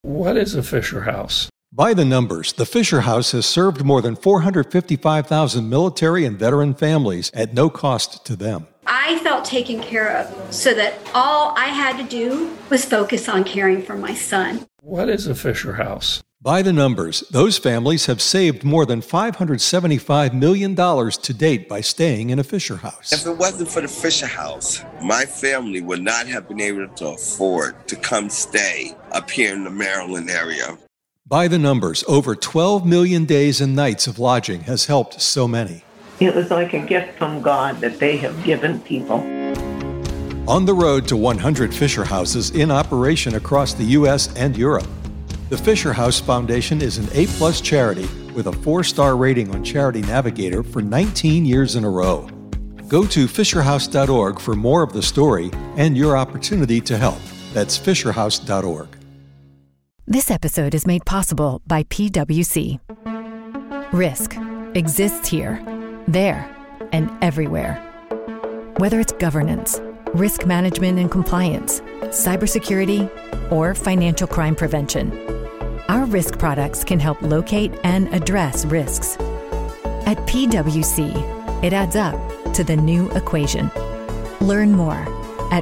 What is a Fisher House? By the numbers, the Fisher House has served more than 455,000 military and veteran families at no cost to them. I felt taken care of so that all I had to do was focus on caring for my son. What is a Fisher House? By the numbers, those families have saved more than $575 million to date by staying in a Fisher House. If it wasn't for the Fisher House, my family would not have been able to afford to come stay up here in the Maryland area. By the numbers, over 12 million days and nights of lodging has helped so many. It was like a gift from God that they have given people. On the road to 100 Fisher Houses in operation across the U.S. and Europe. The Fisher House Foundation is an A-plus charity with a 4-star rating on Charity Navigator for 19 years in a row. Go to fisherhouse.org for more of the story and your opportunity to help. That's fisherhouse.org. This episode is made possible by PwC. Risk exists here, there, and everywhere. Whether it's governance, risk management and compliance, cybersecurity, or financial crime prevention, our risk products can help locate and address risks. At PwC, it adds up to the new equation. Learn more at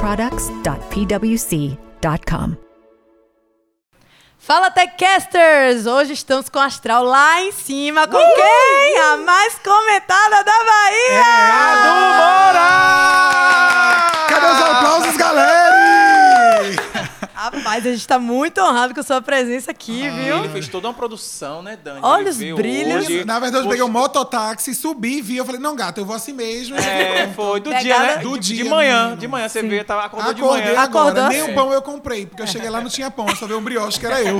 riskproducts.pwc.com. Fala, Techcasters! Hoje estamos com o astral lá em cima. Com quem? A mais comentada da Bahia! A do Moura! Cadê os aplausos, galera? Rapaz, a gente tá muito honrado com a sua presença aqui, viu? Ele fez toda uma produção, né, Dani? Olha os brilhos. Hoje, Na verdade, eu peguei um mototáxi, subi, vi, eu falei, não, gato, eu vou assim mesmo. Foi do Pegada... dia, né? Do dia de manhã. mesmo. De manhã, você veio, acordou Acordei de manhã. agora, Acordou nem assim. o pão eu comprei, porque eu cheguei lá não tinha pão, só veio um brioche que era eu.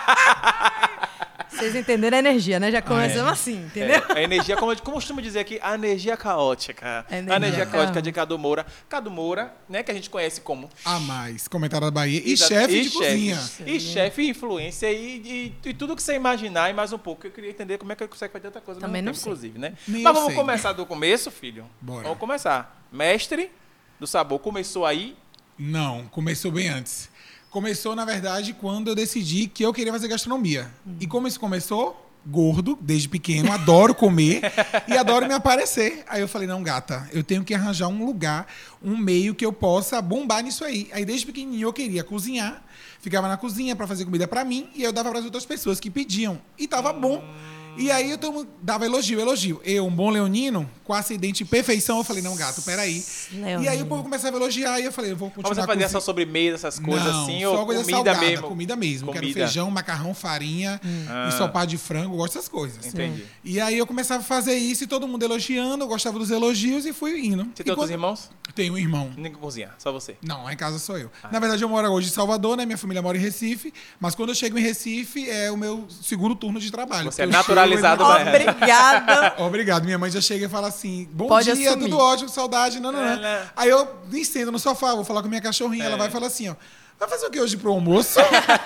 Vocês entenderam a energia, né? Já começamos assim, entendeu? A energia, como eu costumo dizer aqui, a energia caótica. A energia caótica de Cadu Moura. Cadu Moura, né, que a gente conhece como... A mais, comentário da Bahia. E chefe de cozinha. E chefe, influência e tudo que você imaginar e mais um pouco. Eu queria entender como é que consegue fazer outra coisa. Também não tempo, sei. inclusive, né? Nem Mas eu vamos sei. começar do começo, filho? Bora. Vamos começar. Mestre do sabor começou aí. Não, começou bem antes. Começou, na verdade, quando eu decidi que eu queria fazer gastronomia. E como isso começou? Gordo, desde pequeno, adoro comer e adoro me aparecer. Aí eu falei, não, gata, eu tenho que arranjar um lugar, um meio que eu possa bombar nisso aí. Aí desde pequenininho eu queria cozinhar, ficava na cozinha para fazer comida para mim e eu dava para as outras pessoas que pediam. E tava bom. E aí eu dava elogio. Eu, um bom leonino, com acidente de perfeição, eu falei, não, gato, peraí. Leonino. E aí o povo começava a elogiar e eu falei, eu vou continuar Mas você fazia cozinhando. essa sobremesa, essas coisas Não, assim? só Ou coisa comida salgada, mesmo? comida mesmo. Quero feijão, macarrão, farinha, ensopado de frango, eu gosto dessas coisas. Entendi. E aí eu começava a fazer isso e todo mundo elogiando, eu gostava dos elogios e fui indo. Você tem outros irmãos? Tenho um irmão. Ninguém cozinha, só você. Não, lá em casa sou eu. Na verdade, eu moro hoje em Salvador, né? Minha família mora em Recife, mas quando eu chego em Recife, é o meu segundo turno de trabalho. Você é porque eu naturalizado, chego e- mas... Obrigada. Obrigado. Minha mãe já chega e fala assim, bom Pode dia, assumir. tudo ótimo, saudade, não. Ela- Aí eu me sento no sofá, vou falar com minha cachorrinha, ela vai falar assim, ó, vai fazer o que hoje pro almoço?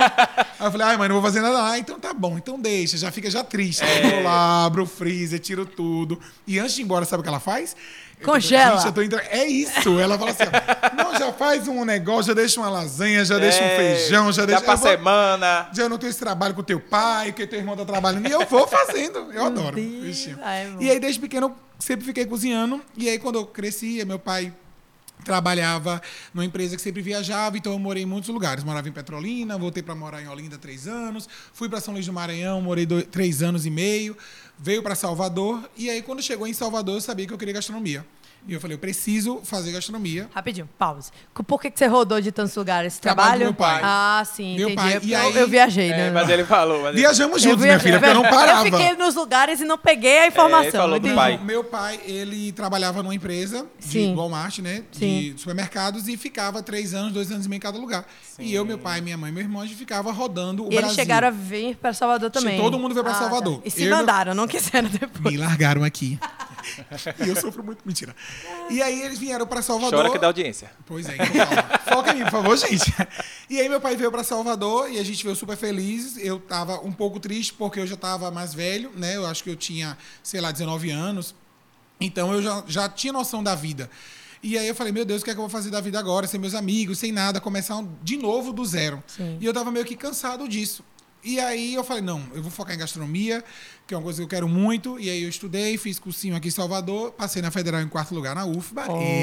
Aí eu falei, ai, mãe, não vou fazer nada. Ah, então tá bom, então deixa, já fica triste. Eu vou lá, abro o freezer, tiro tudo. E antes de ir embora, sabe o que ela faz? Congela. Gente, eu tô entrando. É isso. Ela fala assim, ó, não, já faz um negócio, já deixa uma lasanha, já deixa um feijão, já deixa... Dá pra eu vou- semana. Já não tenho esse trabalho com teu pai, que teu irmão tá trabalhando. E eu vou fazendo. Eu adoro. Deus. Bichinho. Ai, bom. E aí, desde pequeno, eu sempre fiquei cozinhando. E aí, quando eu cresci, meu pai trabalhava numa empresa que sempre viajava, então eu morei em muitos lugares. Morava em Petrolina, voltei para morar em Olinda 3 anos, fui para São Luís do Maranhão, morei 3 anos e meio, veio para Salvador, e aí quando chegou em Salvador eu sabia que eu queria gastronomia. E eu falei, eu preciso fazer gastronomia. Rapidinho, pausa. Por que você rodou de tantos lugares? Esse Trabalho trabalho? do meu pai. Ah, sim, Meu entendi. pai. E Eu- aí- eu viajei, né? Mas ele falou. Mas ele... Viajamos juntos, Eu minha filha, porque eu não parava. Eu fiquei nos lugares e não peguei a informação. ele falou do entendi. pai. Meu pai, ele trabalhava numa empresa Sim. do Walmart, né? Sim. De supermercados e ficava 3 anos, 2 anos e meio em cada lugar. E eu, meu pai, minha mãe e meu irmão, a gente ficava rodando o E eles Brasil. chegaram a vir para Salvador também. Todo mundo veio pra Ah, Salvador. tá. E se Eu e meu- mandaram, não quiseram depois. Me largaram aqui. E eu sofro muito. Mentira. E aí eles vieram pra Salvador. Chora que dá audiência. Pois é, então calma. Foca em mim, por favor, gente. E aí meu pai veio pra Salvador e a gente veio super felizes. Eu tava um pouco triste porque eu já tava mais velho, né? Eu acho que eu tinha, sei lá, 19 anos. Então eu já tinha noção da vida. E aí eu falei, meu Deus, o que é que eu vou fazer da vida agora? Sem meus amigos, sem nada, começar de novo do zero. Sim. E eu tava meio que cansado disso. E aí eu falei, não, eu vou focar em gastronomia, que é uma coisa que eu quero muito. E aí eu estudei, fiz cursinho aqui em Salvador, passei na Federal em 4º lugar na UFBA.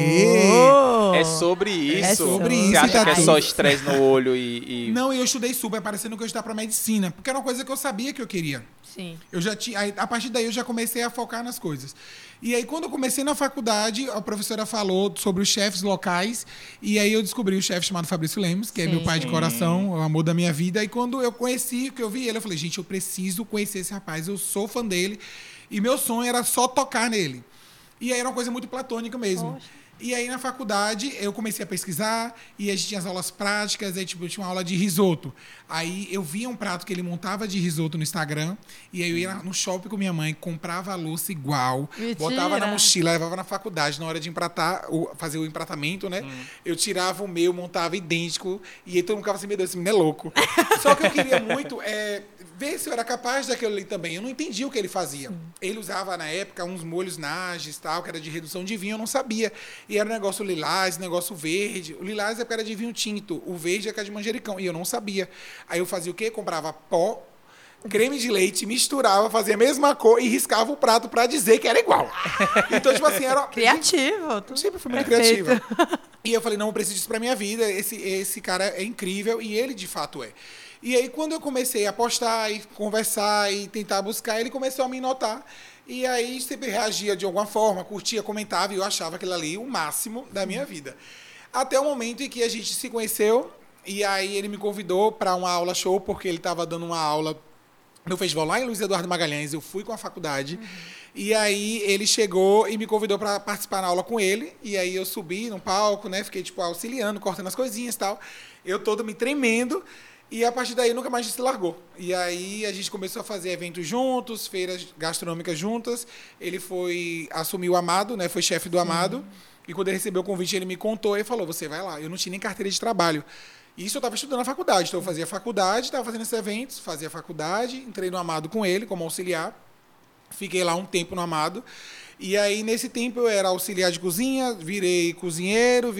É sobre isso. É sobre isso. Você acha que é tudo. só estresse no olho e... Não, e eu estudei super, parecendo que eu ia estudar para medicina, porque era uma coisa que eu sabia que eu queria. Sim. Eu já tinha, a partir daí eu já comecei a focar nas coisas. E aí, quando eu comecei na faculdade, a professora falou sobre os chefes locais, e aí eu descobri o chefe chamado Fabrício Lemos, que é meu pai de coração, o amor da minha vida. E quando eu conheci, que eu vi ele, eu falei, gente, eu preciso conhecer esse rapaz, eu sou fã dele, e meu sonho era só tocar nele. E aí era uma coisa muito platônica mesmo. Poxa. E aí, na faculdade, eu comecei a pesquisar, e a gente tinha as aulas práticas, aí, tipo, eu tinha uma aula de risoto. Aí, eu via um prato que ele montava de risoto no Instagram, e aí eu ia no shopping com minha mãe, comprava a louça igual, Mentira. botava na mochila, levava na faculdade, na hora de empratar, fazer o empratamento, né? Eu tirava o meu, montava idêntico, e aí todo mundo ficava assim, meu Deus, esse menino é louco. Só que eu queria muito ver se eu era capaz daquilo ali também. Eu não entendia o que ele fazia. Ele usava, na época, uns molhos Nages, tal, que era de redução de vinho, eu não sabia. E era um negócio lilás, negócio verde. O lilás é porque era de vinho tinto, o verde é que era de manjericão, e eu não sabia. Aí eu fazia o quê? Comprava pó, creme de leite, misturava, fazia a mesma cor e riscava o prato para dizer que era igual. Então, tipo assim, era... Criativo. Sempre fui muito criativa. E eu falei, não, eu preciso disso pra minha vida, esse cara é incrível, e ele, de fato, é. E aí, quando eu comecei a postar e conversar e tentar buscar, ele começou a me notar. E aí, sempre reagia de alguma forma, curtia, comentava, e eu achava aquilo ali o máximo da minha vida. Até o momento em que a gente se conheceu, e aí ele me convidou para uma aula show, porque ele estava dando uma aula no festival lá em Luiz Eduardo Magalhães. Eu fui com a faculdade. E aí, ele chegou e me convidou para participar na aula com ele. E aí, eu subi no palco, né? Fiquei, tipo, auxiliando, cortando as coisinhas e tal. Eu todo me tremendo. E a partir daí nunca mais a gente se largou. E aí a gente começou a fazer eventos juntos, feiras gastronômicas juntas. Ele assumiu o Amado, né? Foi chefe do Amado. E quando ele recebeu o convite, ele me contou e falou, você vai lá. Eu não tinha nem carteira de trabalho. Isso eu estava estudando na faculdade. Então eu fazia faculdade, estava fazendo esses eventos, fazia faculdade, entrei no Amado com ele como auxiliar. Fiquei lá um tempo no Amado. E aí nesse tempo eu era auxiliar de cozinha, virei cozinheiro,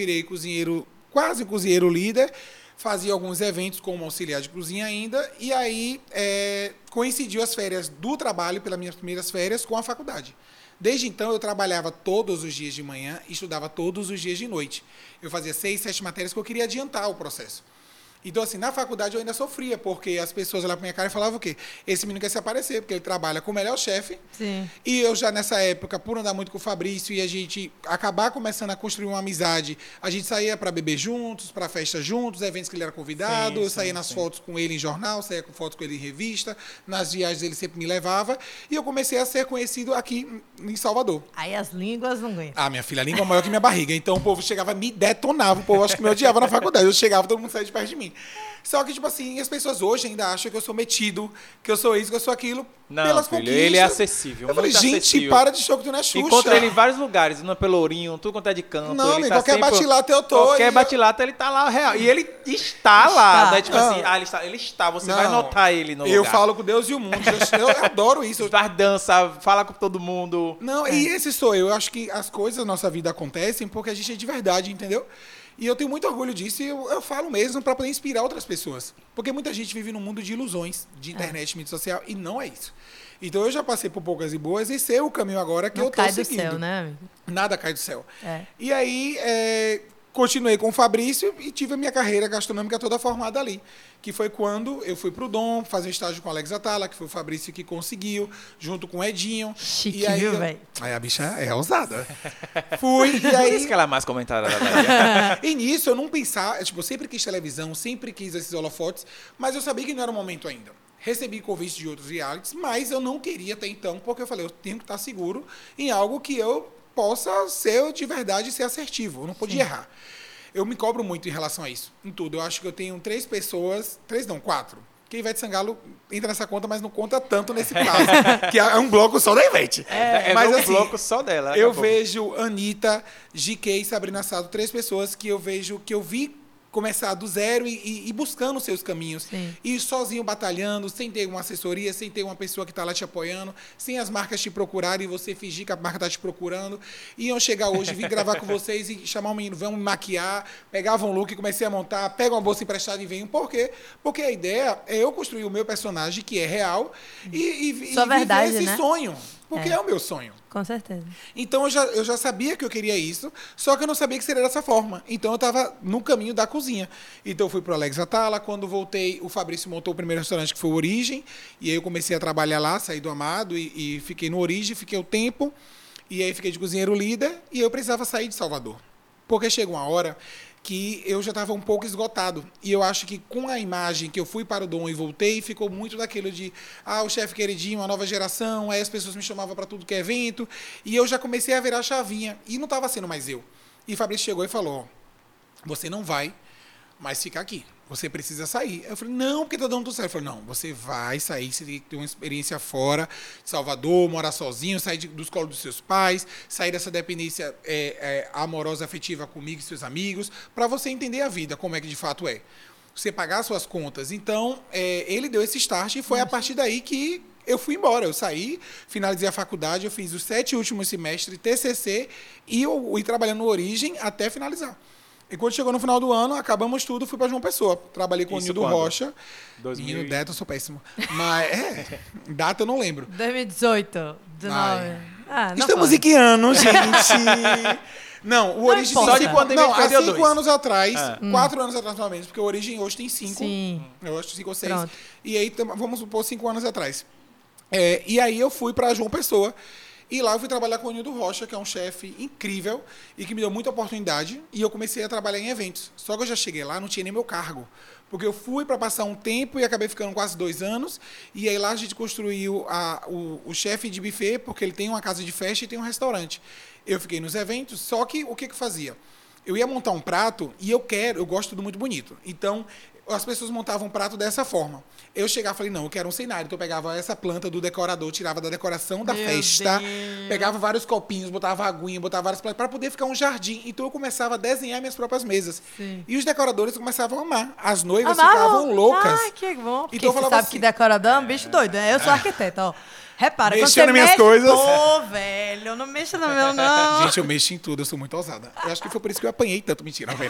quase cozinheiro líder. Fazia alguns eventos como auxiliar de cozinha ainda, e aí coincidiu as férias do trabalho, pelas minhas primeiras férias, com a faculdade. Desde então, eu trabalhava todos os dias de manhã e estudava todos os dias de noite. Eu fazia 6, 7 matérias que eu queria adiantar o processo. Então, assim, na faculdade eu ainda sofria, porque as pessoas olhavam pra minha cara e falavam o quê? Esse menino quer se aparecer, porque ele trabalha com o melhor chefe. Sim. E eu já, nessa época, por andar muito com o Fabrício e a gente acabar começando a construir uma amizade, a gente saía para beber juntos, para festa juntos, eventos que ele era convidado, eu saía nas fotos com ele em jornal, saía com fotos com ele em revista, nas viagens ele sempre me levava, e eu comecei a ser conhecido aqui em Salvador. Aí as línguas não aguentam. Minha filha, a língua é maior que minha barriga, então o povo chegava e me detonava, o povo acho que me odiava na faculdade, eu chegava, todo mundo saía de perto de mim. Só que, tipo assim, as pessoas hoje ainda acham que eu sou metido, que eu sou isso, que eu sou aquilo, pelas filho, conquistas. ele é acessível, eu falei, gente, acessível. Para de show que tu não é Xuxa. Encontrei ele em vários lugares, no Pelourinho, tudo quanto é de canto. Não, ele tá qualquer sempre... bate-lata eu tô. Qualquer bate-lata ele tá lá real. E ele está lá, né? Tipo assim, ele está, você vai notar ele no lugar. Eu falo com Deus e o mundo, eu adoro isso. Faz dança, fala com todo mundo. Não, e esse sou eu. Eu acho que as coisas da nossa vida acontecem porque a gente é de verdade, entendeu? E eu tenho muito orgulho disso e eu falo mesmo para poder inspirar outras pessoas. Porque muita gente vive num mundo de ilusões, de internet, mídia social, e não é isso. Então eu já passei por poucas e boas e sei o caminho agora que não eu tô seguindo. Não cai do céu, né, amigo? Nada cai do céu. E aí, continuei com o Fabrício e tive a minha carreira gastronômica toda formada ali. Que foi quando eu fui pro Dom fazer um estágio com o Alex Atala, que foi o Fabrício que conseguiu, junto com o Edinho. Chique, e aí, viu, velho? Aí a bicha é ousada. Fui, e aí... Por isso que ela é mais comentada da Bahia. E nisso eu não pensava, eu sempre quis televisão, sempre quis esses holofotes, mas eu sabia que não era o momento ainda. Recebi convites de outros realities, mas eu não queria até então, porque eu falei, eu tenho que estar seguro em algo que eu possa ser de verdade e ser assertivo. Eu não podia errar. Eu me cobro muito em relação a isso, em tudo. Eu acho que eu tenho 4. Que a Ivete Sangalo entra nessa conta, mas não conta tanto nesse prazo. Que é um bloco só da Ivete. Mas um bloco só dela. Eu vejo Anitta, GK e Sabrina Sato, 3 pessoas que eu vejo, que eu vi começar do zero e buscando os seus caminhos. Sim. E sozinho batalhando, sem ter uma assessoria, sem ter uma pessoa que está lá te apoiando, sem as marcas te procurarem e você fingir que a marca está te procurando. Iam chegar hoje, vir gravar com vocês e chamar um menino, vamos me maquiar, pegava um look e comecei a montar, pega uma bolsa emprestada e venho. Por quê? Porque a ideia é eu construir o meu personagem, que é real, e Sua verdade, viver esse né? sonho. Porque é o meu sonho. Com certeza. Então eu já sabia que eu queria isso, só que eu não sabia que seria dessa forma. Então eu estava no caminho da cozinha. Então eu fui para o Alex Atala, quando voltei, o Fabrício montou o primeiro restaurante que foi o Origem, e aí eu comecei a trabalhar lá, saí do Amado e fiquei no Origem, fiquei o tempo, e aí fiquei de cozinheiro líder, e eu precisava sair de Salvador. Porque chegou uma hora que eu já estava um pouco esgotado. E eu acho que com a imagem que eu fui para o Dom e voltei, ficou muito daquilo de, o chefe queridinho, a nova geração, aí as pessoas me chamavam para tudo que é evento, e eu já comecei a virar a chavinha, e não estava sendo mais eu. E o Fabrício chegou e falou, você não vai mais ficar aqui, você precisa sair. Eu falei, não, porque tá dando tudo certo. Ele falou, não, você vai sair, você tem que ter uma experiência fora de Salvador, morar sozinho, sair dos colos dos seus pais, sair dessa dependência amorosa, afetiva comigo e seus amigos, para você entender a vida, como é que de fato é. Você pagar suas contas. Então, ele deu esse start e foi a partir daí que eu fui embora. Eu saí, finalizei a faculdade, eu fiz os 7 últimos semestres, TCC, e eu ia trabalhando no Origem até finalizar. E quando chegou no final do ano, acabamos tudo, fui para João Pessoa. Trabalhei com o Nildo Rocha. Menino, data eu sou péssimo. Mas, data eu não lembro. 2018, 19. Estamos em que ano, gente? Não, o Origem só de pandemia há 5 2. anos atrás, 4 anos atrás, pelo menos, porque o Origem hoje tem 5. Sim. Eu acho 5 ou 6. Pronto. E aí, vamos supor, 5 anos atrás. E aí eu fui para João Pessoa. E lá eu fui trabalhar com o Nildo Rocha, que é um chefe incrível e que me deu muita oportunidade. E eu comecei a trabalhar em eventos. Só que eu já cheguei lá, não tinha nem meu cargo. Porque eu fui para passar um tempo e acabei ficando quase 2 anos. E aí lá a gente construiu o chefe de buffet, porque ele tem uma casa de festa e tem um restaurante. Eu fiquei nos eventos, só que o que eu fazia? Eu ia montar um prato e eu gosto de tudo muito bonito. Então, as pessoas montavam um prato dessa forma. Eu chegava e falei, não, eu quero um cenário. Então eu pegava essa planta do decorador, tirava da decoração da festa, pegava vários copinhos, botava aguinha, botava várias plantas, para poder ficar um jardim. Então eu começava a desenhar minhas próprias mesas. Sim. E os decoradores começavam a amar. As noivas ficavam loucas. Ah, que bom. Porque então, você sabe assim, que decorador é um bicho doido, né? Eu sou arquiteta, ó. Repara, quando mexendo você nas minhas mexe, coisas. Pô, velho, não mexa no meu, não. Gente, eu mexo em tudo, eu sou muito ousada. Eu acho que foi por isso que eu apanhei tanto. Mentira, velho.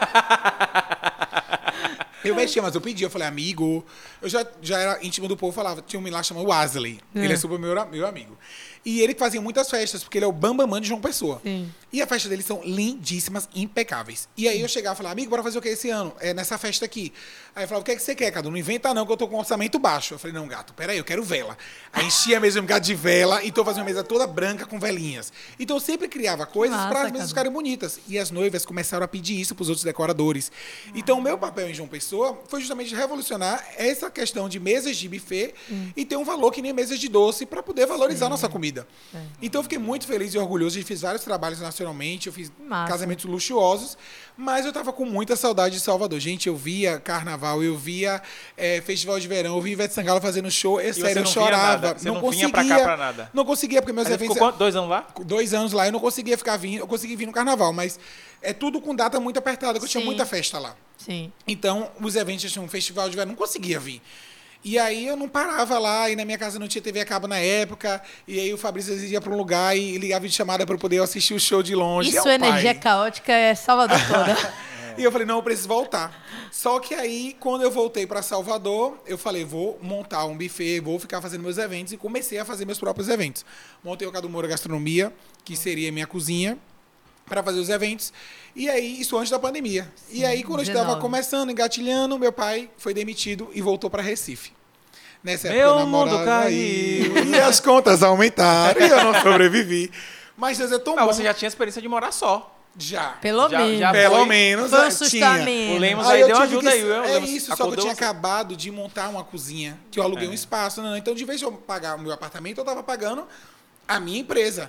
Eu mexia, mas eu pedia, eu falei, amigo. Eu já era íntimo do povo, falava, tinha um menino lá chamado Wesley. Ele é super meu amigo. E ele fazia muitas festas, porque ele é o Bambamã de João Pessoa. Sim. E as festas dele são lindíssimas, impecáveis. E aí eu chegava e falava, amigo, bora fazer o que esse ano? Nessa festa aqui. Aí eu falava, o que é que você quer, Cadu? Não inventa não, que eu tô com um orçamento baixo. Eu falei, não, gato, peraí, eu quero vela. Aí enchia a mesa de um gato de vela, então eu fazia uma mesa toda branca com velinhas. Então eu sempre criava coisas para as mesas ficarem bonitas. E as noivas começaram a pedir isso pros outros decoradores. Então o meu papel em João Pessoa foi justamente revolucionar essa questão de mesas de buffet e ter um valor que nem mesas de doce para poder valorizar a nossa comida. Então eu fiquei muito feliz e orgulhoso. A gente fez vários trabalhos nacionalmente, eu fiz casamentos luxuosos, mas eu tava com muita saudade de Salvador. Gente, eu via carnaval, eu via festival de verão, eu via Ivete Sangalo fazendo show. Sério, eu chorava. Você não vinha pra cá pra nada? Não conseguia, porque meus eventos... Ficou 2 anos lá? 2 anos lá, eu não conseguia ficar vindo. Eu consegui vir no carnaval, mas é tudo com data muito apertada, porque eu tinha muita festa lá. Sim. Então, os eventos tinham um festival de verão, não conseguia vir. E aí eu não parava lá, e na minha casa não tinha TV a cabo na época, e aí o Fabrício ia para um lugar e ligava de chamada para eu poder assistir o show de longe. Isso, energia caótica é Salvador toda. E eu falei, não, eu preciso voltar. Só que aí, quando eu voltei para Salvador, eu falei, vou montar um buffet, vou ficar fazendo meus eventos, e comecei a fazer meus próprios eventos. Montei o Cadu Moura Gastronomia, que seria minha cozinha, para fazer os eventos. E aí, isso antes da pandemia. Sim, e aí, quando eu estava começando, engatilhando, meu pai foi demitido e voltou para Recife. Nessa época, meu mundo caiu. E as contas aumentaram e eu não sobrevivi. Mas Deus é tão bom. Você já tinha experiência de morar só. Já. Pelo menos. Pelo menos. Foi um sustamento. O Lemos aí deu ajuda aí. Isso, só que eu tinha acabado de montar uma cozinha, que eu aluguei um espaço. Então, de vez de eu pagar o meu apartamento, eu estava pagando a minha empresa.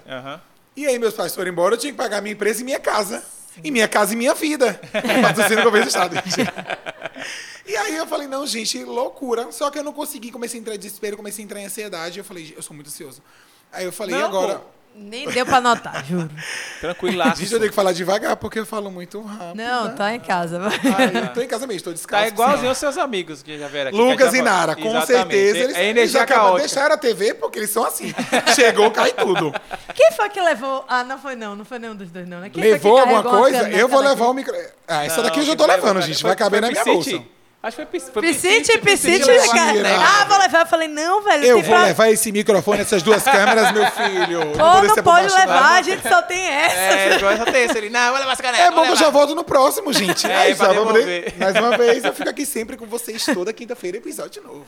E aí, meus pais foram embora, eu tinha que pagar a minha empresa e minha casa. E minha casa e minha vida. Patrocínio do governo do estado. E aí eu falei, não, gente, loucura. Só que eu não consegui, comecei a entrar em desespero, comecei a entrar em ansiedade. Eu falei, eu sou muito ansioso. Aí eu falei, não, e agora? Pô. Nem deu pra notar, juro. Tranquilaço. Gente, eu tenho que falar devagar porque eu falo muito rápido. Não, tá em casa. Eu tô em casa mesmo, tô descalço. Tá igualzinho aos seus amigos que já vieram aqui. Lucas e Nara, com Exatamente. certeza. Eles energia já acabaram de caótica. deixar a TV porque eles são assim. Chegou, cai tudo. Quem foi que levou? Ah, não foi nenhum dos dois, não, né? Quem Levou foi que alguma carregou a coisa? caneca Eu vou daqui? levar o micro... essa daqui eu já tô levando, gente. Vai caber na minha bolsa. Acho que foi Piscite, Mentira. Ah, vou levar. Eu falei, não, velho. Eu tem vou levar esse microfone, essas duas câmeras, meu filho. Pô, não pode levar, a gente só tem essa. Só tem esse ali. Não, vou levar essa caneca. É bom que eu já volto no próximo, gente. É, Aí, pra só vamos devolver. ver. Mais uma vez, eu fico aqui sempre com vocês toda quinta-feira, episódio novo.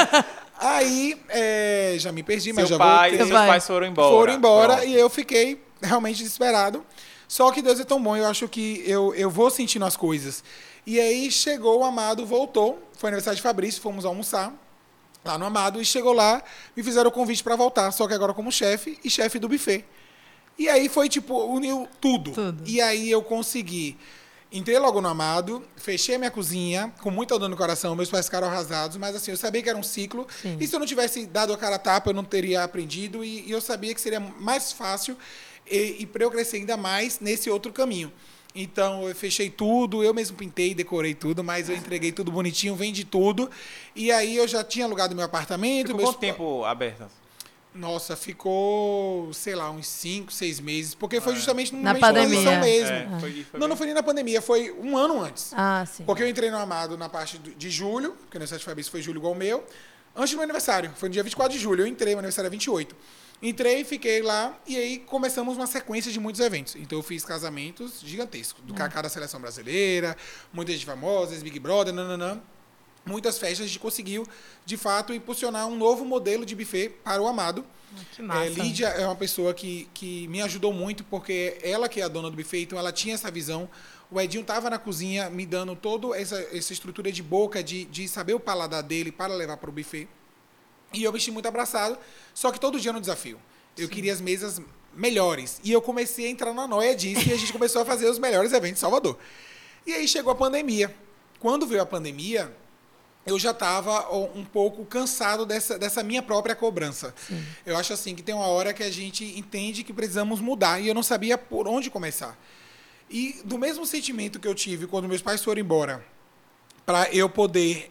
Aí, já me perdi, mas já voltei. Seus pais foram embora. Foram embora Pronto. e eu fiquei realmente desesperado. Só que Deus é tão bom, eu acho que eu vou sentindo as coisas. E aí chegou o Amado, voltou, foi aniversário de Fabrício, fomos almoçar lá no Amado, e chegou lá, me fizeram o convite para voltar, só que agora como chefe e chefe do buffet. E aí foi tipo, uniu tudo. E aí eu consegui. Entrei logo no Amado, fechei a minha cozinha, com muita dor no coração, meus pais ficaram arrasados, mas assim, eu sabia que era um ciclo, e se eu não tivesse dado a cara a tapa, eu não teria aprendido, e eu sabia que seria mais fácil e para eu crescer ainda mais nesse outro caminho. Então, eu fechei tudo, eu mesmo pintei, decorei tudo, mas eu entreguei tudo bonitinho, vendi tudo, e aí eu já tinha alugado meu apartamento. Ficou quanto tempo aberto? Nossa, ficou, sei lá, uns 5, 6 meses, porque foi justamente no Na momento da pandemia. transição mesmo. Foi Não foi nem na pandemia, foi um ano antes. Ah, sim. Porque eu entrei no Amado na parte de julho, porque o aniversário de Fabrício foi julho igual o meu, antes do meu aniversário, foi no dia 24 de julho, eu entrei, meu aniversário é 28. Entrei, fiquei lá, e aí começamos uma sequência de muitos eventos. Então eu fiz casamentos gigantescos, do Kaká da Seleção Brasileira, muitas gente famosas, Big Brother, nananã. Muitas festas a gente conseguiu, de fato, impulsionar um novo modelo de buffet para o Amado. Que massa. Lídia é uma pessoa que me ajudou muito, porque ela que é a dona do buffet, então ela tinha essa visão. O Edinho estava na cozinha me dando toda essa estrutura de boca, de saber o paladar dele para levar para o buffet. E eu me senti muito abraçado, só que todo dia no desafio. Eu queria as mesas melhores. E eu comecei a entrar na noia disso, e a gente começou a fazer os melhores eventos em Salvador. E aí chegou a pandemia. Quando veio a pandemia, eu já estava um pouco cansado dessa minha própria cobrança. Sim. Eu acho assim que tem uma hora que a gente entende que precisamos mudar, e eu não sabia por onde começar. E do mesmo sentimento que eu tive quando meus pais foram embora, para eu poder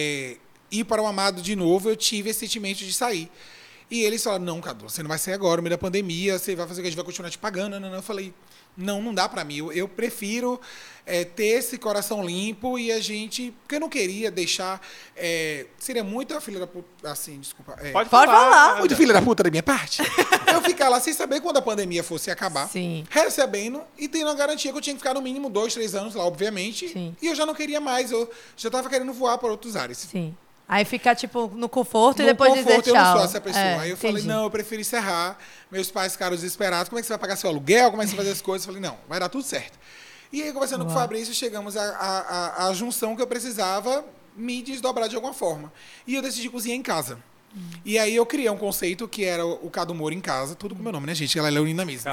ir para o Amado de novo, eu tive esse sentimento de sair. E eles falaram, não, Cadu, você não vai sair agora, no meio da pandemia, você vai fazer o que a gente vai continuar te pagando. Não. Eu falei, não dá para mim. Eu prefiro ter esse coração limpo e a gente... Porque eu não queria deixar... seria muito a filha da puta... Assim, desculpa. Pode falar. Muito filha da puta da minha parte. Eu ficar lá sem saber quando a pandemia fosse acabar. Sim. Recebendo e tendo a garantia que eu tinha que ficar no mínimo 2, 3 anos lá, obviamente. Sim. E eu já não queria mais. Eu já estava querendo voar para outros ares. Sim. Aí ficar, tipo, no conforto e No depois conforto, dizer tchau. eu não sou essa pessoa. Aí eu falei, entendi. não, eu prefiro encerrar. Meus pais ficaram desesperados. Como é que você vai pagar seu aluguel? Como é que você vai fazer as coisas? Eu falei, não, vai dar tudo certo. E aí, conversando com o Fabrício, chegamos à junção que eu precisava me desdobrar de alguma forma. E eu decidi cozinhar em casa. E aí eu criei um conceito que era o Cadu Moura em casa. Tudo com meu nome, né, gente? Ela é Leonina mesmo.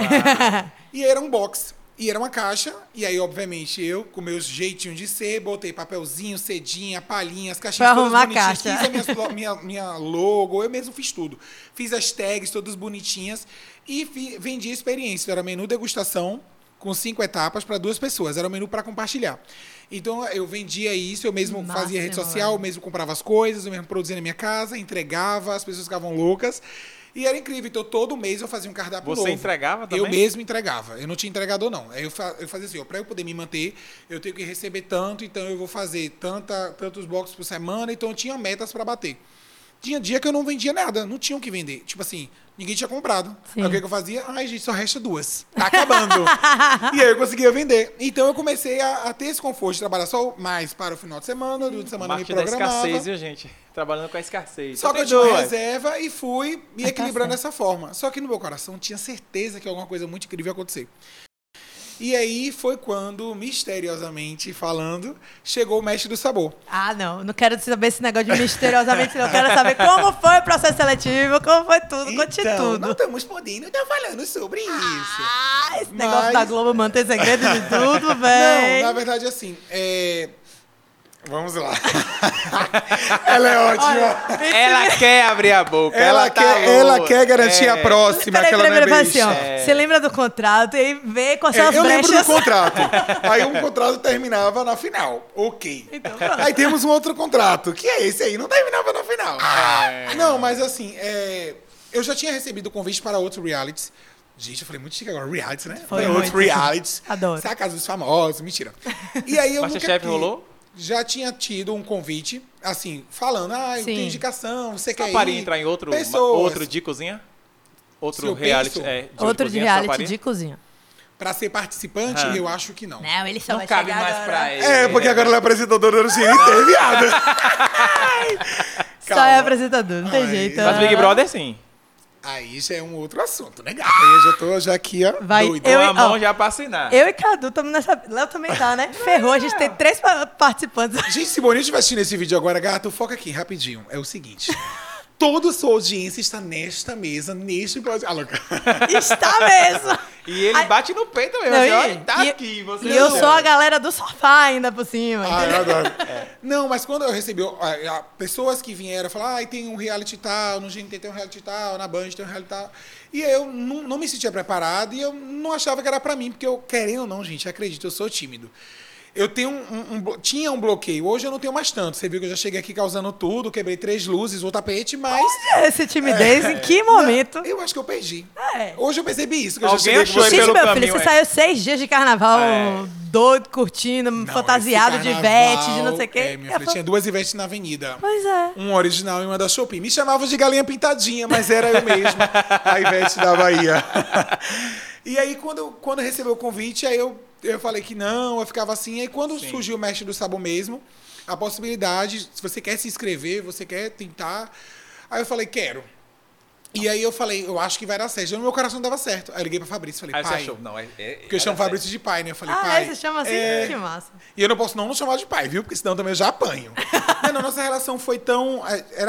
E era um box. E era uma caixa, e aí, obviamente, eu, com meus jeitinhos de ser, botei papelzinho, cedinha, palhinha, as caixinhas todas bonitinhas. Fiz a minha logo, eu mesmo fiz tudo. Fiz as tags todas bonitinhas e vendi a experiência. Era menu degustação com 5 etapas para 2 pessoas. Era um menu para compartilhar. Então, eu vendia isso, eu mesmo fazia rede social, eu mesmo comprava as coisas, eu mesmo produzia na minha casa, entregava, as pessoas ficavam loucas. E era incrível. Então, todo mês eu fazia um cardápio novo. Você entregava também? Eu mesmo entregava. Eu não tinha entregador, não. Aí eu fazia assim, para eu poder me manter, eu tenho que receber tanto, então eu vou fazer tantos boxes por semana, então eu tinha metas para bater. Tinha dia que eu não vendia nada, não tinha o que vender. Tipo assim, ninguém tinha comprado. Aí o que eu fazia? Ai, gente, só resta 2. Tá acabando. E aí eu conseguia vender. Então eu comecei a ter esse conforto de trabalhar só mais para o final de semana, durante a semana eu me programava. Da escassez, viu, gente? Trabalhando com a escassez. Só que eu tinha uma reserva e fui me equilibrando dessa forma. Só que no meu coração tinha certeza que alguma coisa muito incrível ia acontecer. E aí foi quando, misteriosamente falando, chegou o mestre do sabor. Ah, não quero saber esse negócio de misteriosamente, não. Eu quero saber como foi o processo seletivo, como foi tudo, conte tudo. Não estamos podendo estar falando sobre isso. Esse negócio da Globo manter segredo de tudo, velho. Não, na verdade, assim, Vamos lá. Ela é ótima. Ela quer abrir a boca. Ela quer garantir a próxima, que ela não é besta. Você lembra do contrato e vê quais são as brechas? Eu lembro do contrato. Aí um contrato terminava na final. Ok. Então, aí temos um outro contrato, que é esse aí, não terminava na final. Não, mas assim, eu já tinha recebido convite para outros realities. Gente, eu falei muito chique agora. Realities, né? Foi outros realities. Adoro. Sabe a Casa dos Famosos? Mentira. E aí eu Masterchef rolou? Já tinha tido um convite, assim, falando, eu tenho indicação, você quer ir? Para entrar em outro de cozinha? Outro reality? Outro de reality de cozinha. Pra ser participante, eu acho que não. Não, ele só vai cabe chegar mais agora. pra ele. Porque agora ele é apresentador do CNT, viado. Só é apresentador, não tem jeito. Mas Big Brother, sim. Aí já é um outro assunto, né, gata? Aí eu já tô aqui, ó, doido. Com a mão já pra assinar. Eu e Cadu estamos nessa... Léo também tá, né? Ferrou, a gente tem 3 participantes. Gente, se Boninho estiver assistindo esse vídeo agora, gata, foca aqui, rapidinho. É o seguinte... Toda a sua audiência está nesta mesa, neste podcast. Está mesmo. E ele bate no peito mesmo. Não, assim, olha, tá aqui. Você e eu sou a galera do sofá ainda por cima. Eu adoro. Não, mas quando eu recebi pessoas que vieram falar, tem um reality tal, no GNT tem um reality tal, na Band tem um reality tal. E eu não me sentia preparado e eu não achava que era pra mim, porque eu, querendo ou não, gente, acredito, eu sou tímido. Eu tinha um bloqueio. Hoje eu não tenho mais tanto. Você viu que eu já cheguei aqui causando tudo, quebrei 3 luzes, o tapete, mas... Essa timidez, em que momento? Eu acho que eu perdi. Hoje eu percebi isso. Que Alguém eu já achou cheguei pelo meu caminho, filho, você saiu 6 dias de carnaval, doido, curtindo, fantasiado de Ivete, de não sei o quê. Minha filha tinha 2 Ivete na avenida. Pois é. Um original e uma da Shopee. Me chamavam de galinha pintadinha, mas era eu mesmo, a Ivete da Bahia. E aí, quando recebeu o convite, aí eu falei que não, eu ficava assim. Aí quando surgiu o Mestre do Sabor mesmo, a possibilidade, se você quer se inscrever, você quer tentar. Aí eu falei, quero. E aí eu falei, eu acho que vai dar certo. No meu coração dava certo. Aí eu liguei pra Fabrício, falei, aí pai. você achou? Não, porque eu chamo Fabrício de pai, né? Eu falei, pai. Você chama assim? Que massa. E eu não posso não chamar de pai, viu? Porque senão também eu já apanho. Não, nossa relação foi tão...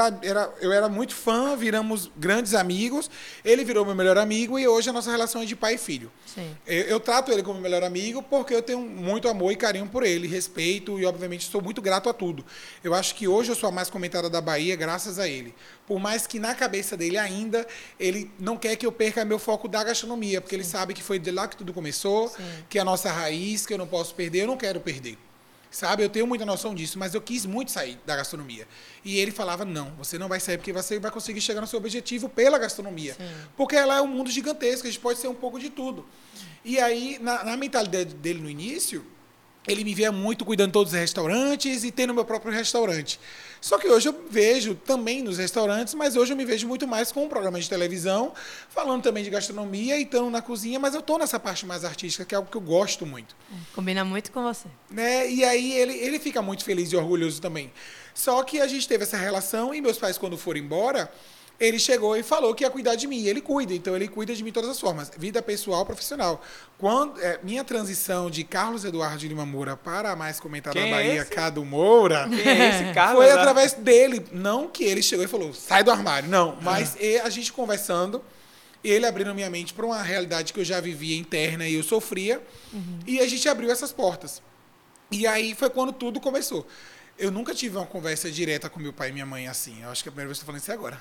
eu era muito fã, viramos grandes amigos. Ele virou meu melhor amigo e hoje a nossa relação é de pai e filho. Sim. Eu trato ele como melhor amigo porque eu tenho muito amor e carinho por ele, respeito e, obviamente, sou muito grato a tudo. Eu acho que hoje eu sou a mais comentada da Bahia graças a ele. Por mais que na cabeça dele ainda, ele não quer que eu perca meu foco da gastronomia, porque ele sabe que foi de lá que tudo começou, que é a nossa raiz, que eu não posso perder, eu não quero perder. Sabe, eu tenho muita noção disso, mas eu quis muito sair da gastronomia. E ele falava, não, você não vai sair porque você vai conseguir chegar no seu objetivo pela gastronomia. Porque ela é um mundo gigantesco, a gente pode ser um pouco de tudo. E aí, na mentalidade dele no início, ele me via muito cuidando de todos os restaurantes e tendo meu próprio restaurante. Só que hoje eu vejo também nos restaurantes, mas hoje eu me vejo muito mais com um programa de televisão, falando também de gastronomia e estando na cozinha, mas eu estou nessa parte mais artística, que é algo que eu gosto muito. Combina muito com você. Né? E aí ele fica muito feliz e orgulhoso também. Só que a gente teve essa relação e meus pais, quando foram embora, ele chegou e falou que ia cuidar de mim. E ele cuida, então ele cuida de mim de todas as formas. Vida pessoal, profissional. Quando minha transição de Carlos Eduardo de Lima Moura para a mais comentada da Bahia, Cadu Moura, quem é esse Carlos? Foi através dele. Não que ele chegou e falou, sai do armário. Não, mas a gente conversando, ele abrindo minha mente para uma realidade que eu já vivia interna e eu sofria. E a gente abriu essas portas. E aí foi quando tudo começou. Eu nunca tive uma conversa direta com meu pai e minha mãe assim. Eu acho que é a primeira vez que eu estou falando isso agora.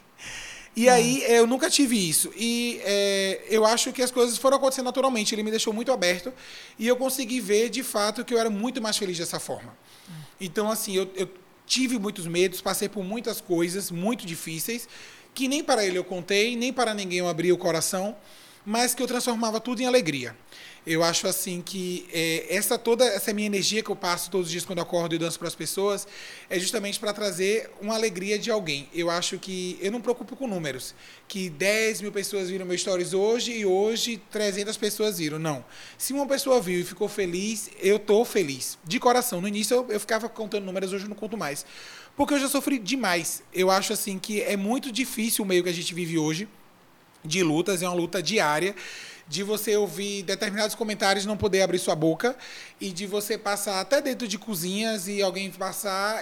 E aí, eu nunca tive isso. E eu acho que as coisas foram acontecendo naturalmente. Ele me deixou muito aberto. E eu consegui ver, de fato, que eu era muito mais feliz dessa forma. Então, assim, eu tive muitos medos, passei por muitas coisas muito difíceis, que nem para ele eu contei, nem para ninguém eu abri o coração, mas que eu transformava tudo em alegria. Eu acho assim que toda essa minha energia que eu passo todos os dias quando eu acordo e danço para as pessoas é justamente para trazer uma alegria de alguém. Eu acho que eu não me preocupo com números, que 10 mil pessoas viram meu stories hoje e hoje 300 pessoas viram. Não. Se uma pessoa viu e ficou feliz, eu estou feliz. De coração. No início eu ficava contando números, hoje eu não conto mais. Porque eu já sofri demais. Eu acho assim que é muito difícil o meio que a gente vive hoje, de lutas, é uma luta diária, de você ouvir determinados comentários e não poder abrir sua boca, e de você passar até dentro de cozinhas e alguém passar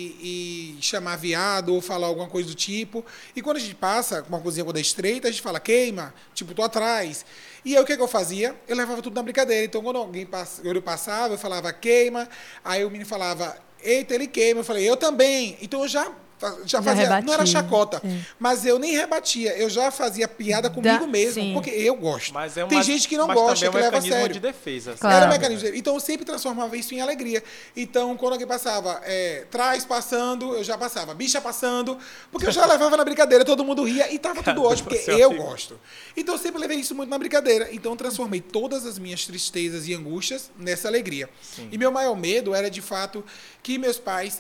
e chamar viado ou falar alguma coisa do tipo. E quando a gente passa, uma cozinha quando é estreita, a gente fala, queima, tipo, tô atrás. E aí o que eu fazia? Eu levava tudo na brincadeira. Então, quando eu passava, eu falava, queima. Aí o menino falava, eita, ele queima. Eu falei, eu também. Então eu já fazia, rebatia. não era chacota, Sim. mas eu nem rebatia, eu já fazia piada comigo mesmo, sim. porque eu gosto. Mas Tem gente que não gosta, que leva a sério. de defesa. Claro. Era um mecanismo. Então eu sempre transformava isso em alegria. Então, quando alguém passava, trás passando, eu já passava, bicha passando, porque eu já levava na brincadeira, todo mundo ria e tava tudo ótimo, porque eu gosto. Então eu sempre levei isso muito na brincadeira. Então eu transformei todas as minhas tristezas e angústias nessa alegria. Sim. E meu maior medo era, de fato, que meus pais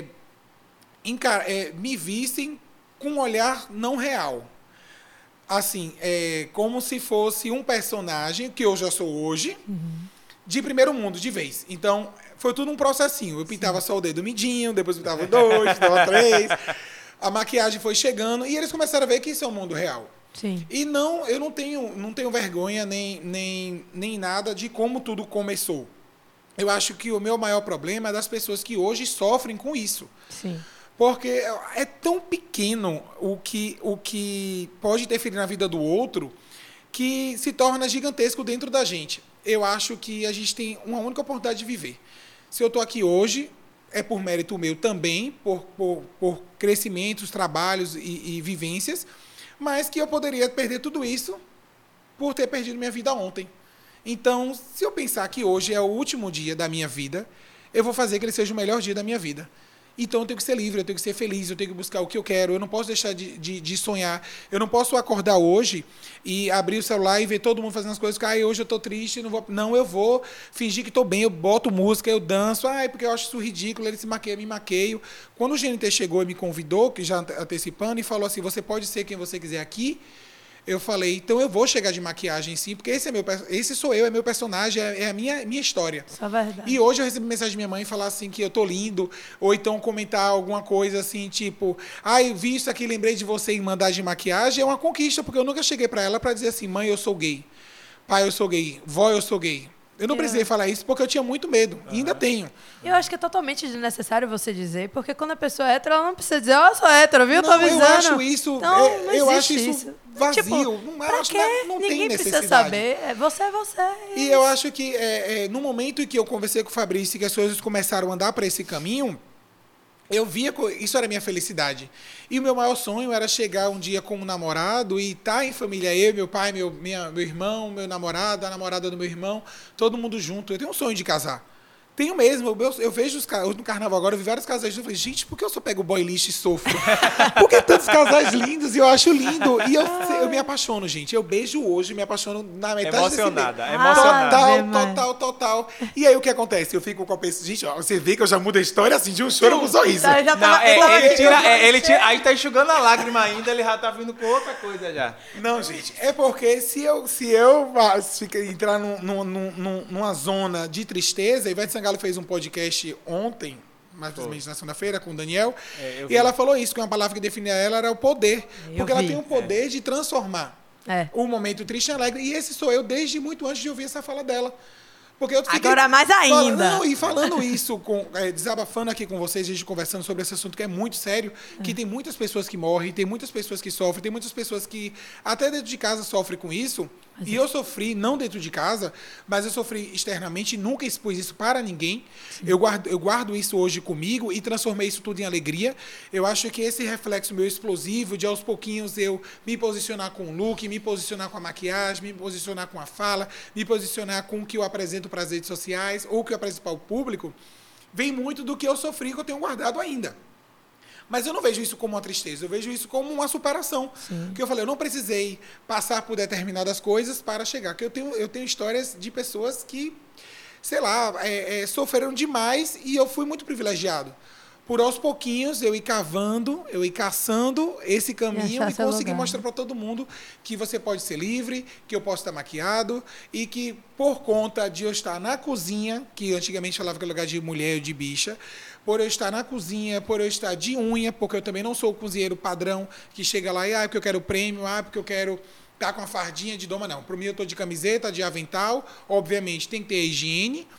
me vissem com um olhar não real. Assim, como se fosse um personagem, que eu já sou hoje, de primeiro mundo, de vez. Então, foi tudo um processinho. Eu pintava só o dedo midinho, depois pintava 2, pintava 3. A maquiagem foi chegando e eles começaram a ver que isso é o mundo real. Sim. E eu não tenho vergonha nem nada de como tudo começou. Eu acho que o meu maior problema é das pessoas que hoje sofrem com isso. Sim. Porque é tão pequeno o que pode interferir na vida do outro que se torna gigantesco dentro da gente. Eu acho que a gente tem uma única oportunidade de viver. Se eu estou aqui hoje, é por mérito meu também, por crescimentos, trabalhos e vivências, mas que eu poderia perder tudo isso por ter perdido minha vida ontem. Então, se eu pensar que hoje é o último dia da minha vida, eu vou fazer que ele seja o melhor dia da minha vida. Então eu tenho que ser livre, eu tenho que ser feliz, eu tenho que buscar o que eu quero, eu não posso deixar de sonhar, eu não posso acordar hoje e abrir o celular e ver todo mundo fazendo as coisas, que hoje eu estou triste, não, eu vou fingir que estou bem, eu boto música, eu danço, porque eu acho isso ridículo, ele se maqueia, me maqueio. Quando o GNT chegou e me convidou, que já antecipando, e falou assim, você pode ser quem você quiser aqui, eu falei, então eu vou chegar de maquiagem sim, porque esse sou eu, é meu personagem, é a minha história. Isso é verdade. E hoje eu recebi mensagem de minha mãe falar assim que eu tô lindo, ou então comentar alguma coisa assim, tipo, eu vi isso aqui, lembrei de você e mandar de maquiagem, é uma conquista, porque eu nunca cheguei para ela para dizer assim, mãe, eu sou gay, pai, eu sou gay, vó, eu sou gay. Eu não precisei falar isso porque eu tinha muito medo. E ainda tenho. Eu acho que é totalmente desnecessário você dizer, porque quando a pessoa é hétero, ela não precisa dizer, eu sou hétero, viu? Tô avisando. Eu acho isso, então, eu acho isso vazio. Tipo, não quê? Não Ninguém tem precisa necessidade. saber. Você é você. E eu acho que no momento em que eu conversei com o Fabrício e que as coisas começaram a andar para esse caminho, eu via que isso era a minha felicidade. E o meu maior sonho era chegar um dia como namorado e estar em família, eu, meu pai, meu irmão, meu namorado, a namorada do meu irmão, todo mundo junto. Eu tenho um sonho de casar. Tenho mesmo. Eu vejo no carnaval agora, eu vi vários casais. Eu falei, gente, por que eu só pego o boy lixo e sofro? Por que tantos casais lindos? E eu acho lindo. E eu me apaixono, gente. Eu beijo hoje, me apaixono na metade emocionada, desse emocionada. Total. E aí o que acontece? Eu fico com a pessoa, gente, você vê que eu já mudo a história assim, de um choro com um sorriso. Aí tá enxugando a lágrima ainda, ele já tá vindo com outra coisa já. Não, gente, é porque se eu entrar numa zona de tristeza, a Ivete Sangalo fez um podcast ontem, mais precisamente na segunda-feira, com o Daniel, e ela falou isso, que uma palavra que definia ela era o poder. Porque ela tem o poder de transformar o momento triste em alegre. E esse sou eu desde muito antes de ouvir essa fala dela. Porque eu agora mais ainda. Falando isso, desabafando aqui com vocês, a gente conversando sobre esse assunto que é muito sério, que tem muitas pessoas que morrem, tem muitas pessoas que sofrem, tem muitas pessoas que até dentro de casa sofrem com isso. E eu sofri, não dentro de casa, mas eu sofri externamente e nunca expus isso para ninguém. Eu guardo isso hoje comigo e transformei isso tudo em alegria. Eu acho que esse reflexo meu explosivo, de aos pouquinhos eu me posicionar com o look, me posicionar com a maquiagem, me posicionar com a fala, me posicionar com o que eu apresento para as redes sociais ou o que eu apresento para o público, vem muito do que eu sofri, que eu tenho guardado ainda. Mas eu não vejo isso como uma tristeza, eu vejo isso como uma superação. Que eu falei, eu não precisei passar por determinadas coisas para chegar. Porque eu tenho histórias de pessoas que, sei lá, sofreram demais e eu fui muito privilegiado. Por aos pouquinhos, eu ir cavando, eu ir caçando esse caminho e conseguir mostrar para todo mundo que você pode ser livre, que eu posso estar maquiado e que, por conta de eu estar na cozinha, que antigamente falava que era lugar de mulher ou de bicha, por eu estar na cozinha, por eu estar de unha, porque eu também não sou o cozinheiro padrão que chega lá e, porque eu quero prêmio, porque eu quero estar com a fardinha de doma, não. Para mim, eu estou de camiseta, de avental, obviamente tem que ter higiene,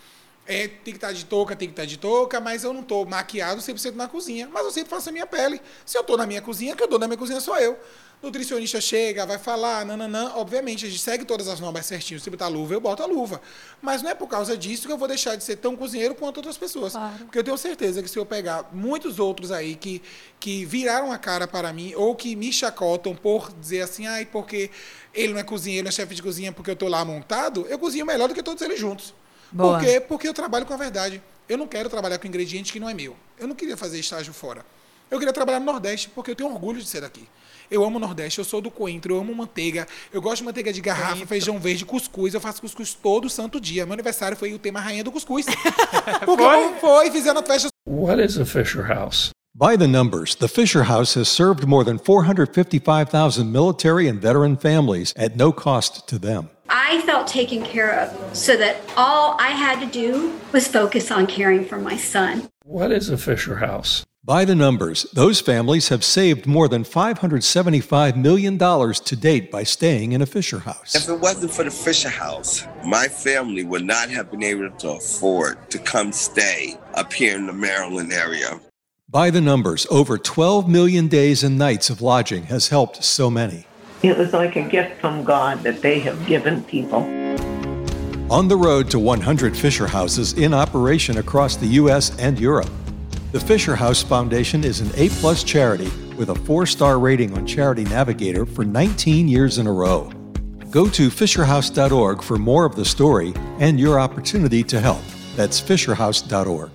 tem que estar de touca, mas eu não tô maquiado 100% na cozinha. Mas eu sempre faço a minha pele. Se eu tô na minha cozinha, que eu dou na minha cozinha sou eu. Nutricionista chega, vai falar, nananã. Obviamente, a gente segue todas as normas certinho. Se botar luva, eu boto a luva. Mas não é por causa disso que eu vou deixar de ser tão cozinheiro quanto outras pessoas. Claro. Porque eu tenho certeza que se eu pegar muitos outros aí que viraram a cara para mim ou que me chacotam por dizer assim, porque ele não é cozinheiro, não é chefe de cozinha porque eu tô lá montado, eu cozinho melhor do que todos eles juntos. Boa. Por quê? Porque eu trabalho com a verdade. Eu não quero trabalhar com ingrediente que não é meu. Eu não queria fazer estágio fora. Eu queria trabalhar no Nordeste porque eu tenho orgulho de ser daqui. Eu amo o Nordeste, eu sou do coentro, eu amo manteiga, eu gosto de manteiga de garrafa, feijão verde, cuscuz, eu faço cuscuz todo santo dia. Meu aniversário foi o tema rainha do cuscuz. Porque foi, fizeram festa. What is a Fisher House? By the numbers, the Fisher House has served more than 455,000 military and veteran families at no cost to them. I felt taken care of so that all I had to do was focus on caring for my son. What is a Fisher House? By the numbers, those families have saved more than $575 million to date by staying in a Fisher House. If it wasn't for the Fisher House, my family would not have been able to afford to come stay up here in the Maryland area. By the numbers, over 12 million days and nights of lodging has helped so many. It was like a gift from God that they have given people. On the road to 100 Fisher Houses in operation across the U.S. and Europe. The Fisher House Foundation is an A-plus charity with a 4-star rating on Charity Navigator for 19 years in a row. Go to fisherhouse.org for more of the story and your opportunity to help. That's fisherhouse.org.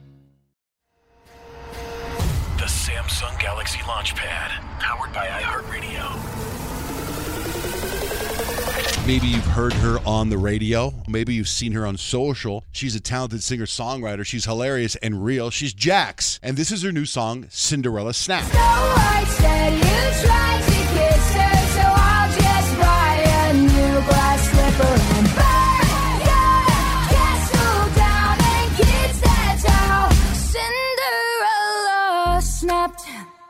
The Samsung Galaxy Launchpad, powered by iHeartRadio. Maybe you've heard her on the radio. Maybe you've seen her on social. She's a talented singer-songwriter. She's hilarious and real. She's Jax. And this is her new song, Cinderella Snap. Snow White said you tried to kiss her, so I'll just buy a new glass slipper and burn your castle down. And kids, that's how Cinderella snapped.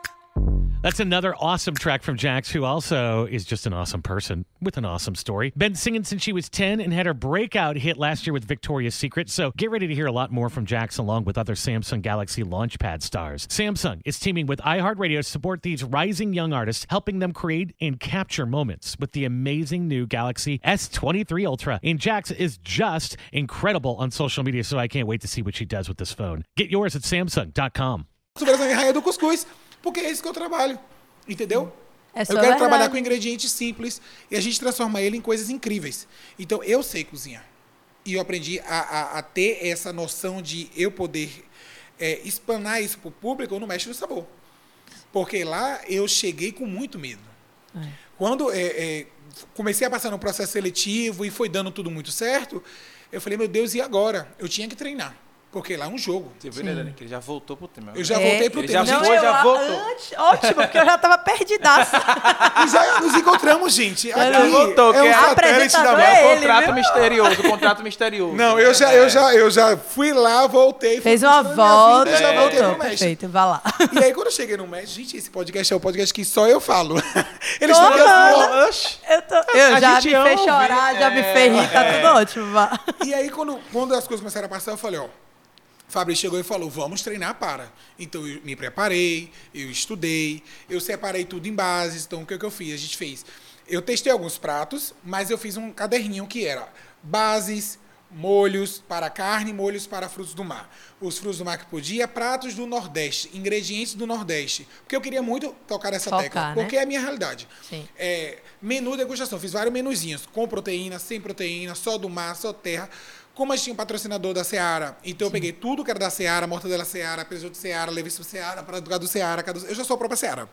That's another awesome track from Jax, who also is just an awesome person with an awesome story. Been singing since she was 10 and had her breakout hit last year with Victoria's Secret. So get ready to hear a lot more from Jax along with other Samsung Galaxy Launchpad stars. Samsung is teaming with iHeartRadio to support these rising young artists, helping them create and capture moments with the amazing new Galaxy S23 Ultra. And Jax is just incredible on social media, so I can't wait to see what she does with this phone. Get yours at Samsung.com. Rainha do cuscuz, porque é isso que eu trabalho, entendeu? É só eu quero verdade. trabalhar com ingredientes simples e a gente transforma ele em coisas incríveis. Então, eu sei cozinhar. E eu aprendi a ter essa noção de eu poder espanar isso para o público no Mestre do Sabor. Porque lá eu cheguei com muito medo. Quando comecei a passar no processo seletivo e foi dando tudo muito certo, eu falei, meu Deus, e agora? Eu tinha que treinar. Porque lá é um jogo. Você viu, né, Dani? Que ele já voltou pro tema. Eu já voltei pro tema. Já voltou. Ótimo, porque eu já tava perdidaça. E já nos encontramos, gente. Já voltou, que é um satélite da mão. Contrato misterioso, contrato misterioso. Não, eu já fui lá, voltei. Fez uma volta e já voltei pro Mestre. Perfeito, vai lá. E aí, quando eu cheguei no Mestre, gente, esse podcast é o podcast que só eu falo. Eles estão assim, eu já me fez chorar, já me fez rir, tá tudo ótimo, vá. E aí, quando as coisas começaram a passar, eu falei, Fabrício chegou e falou, vamos treinar para. Então, eu me preparei, eu estudei, eu separei tudo em bases. Então, o que eu fiz? A gente fez... Eu testei alguns pratos, mas eu fiz um caderninho que era bases, molhos para carne, molhos para frutos do mar. Os frutos do mar que podia, pratos do Nordeste, ingredientes do Nordeste. Porque eu queria muito tocar nessa tecla, porque é a minha realidade. Sim. Menu degustação, fiz vários menuzinhos, com proteína, sem proteína, só do mar, só terra. Como a gente tinha um patrocinador da Seara, então eu peguei tudo que era da Seara, mortadela Seara, presunto Seara, levíssimo Seara, para do Seara, eu já sou a própria Seara.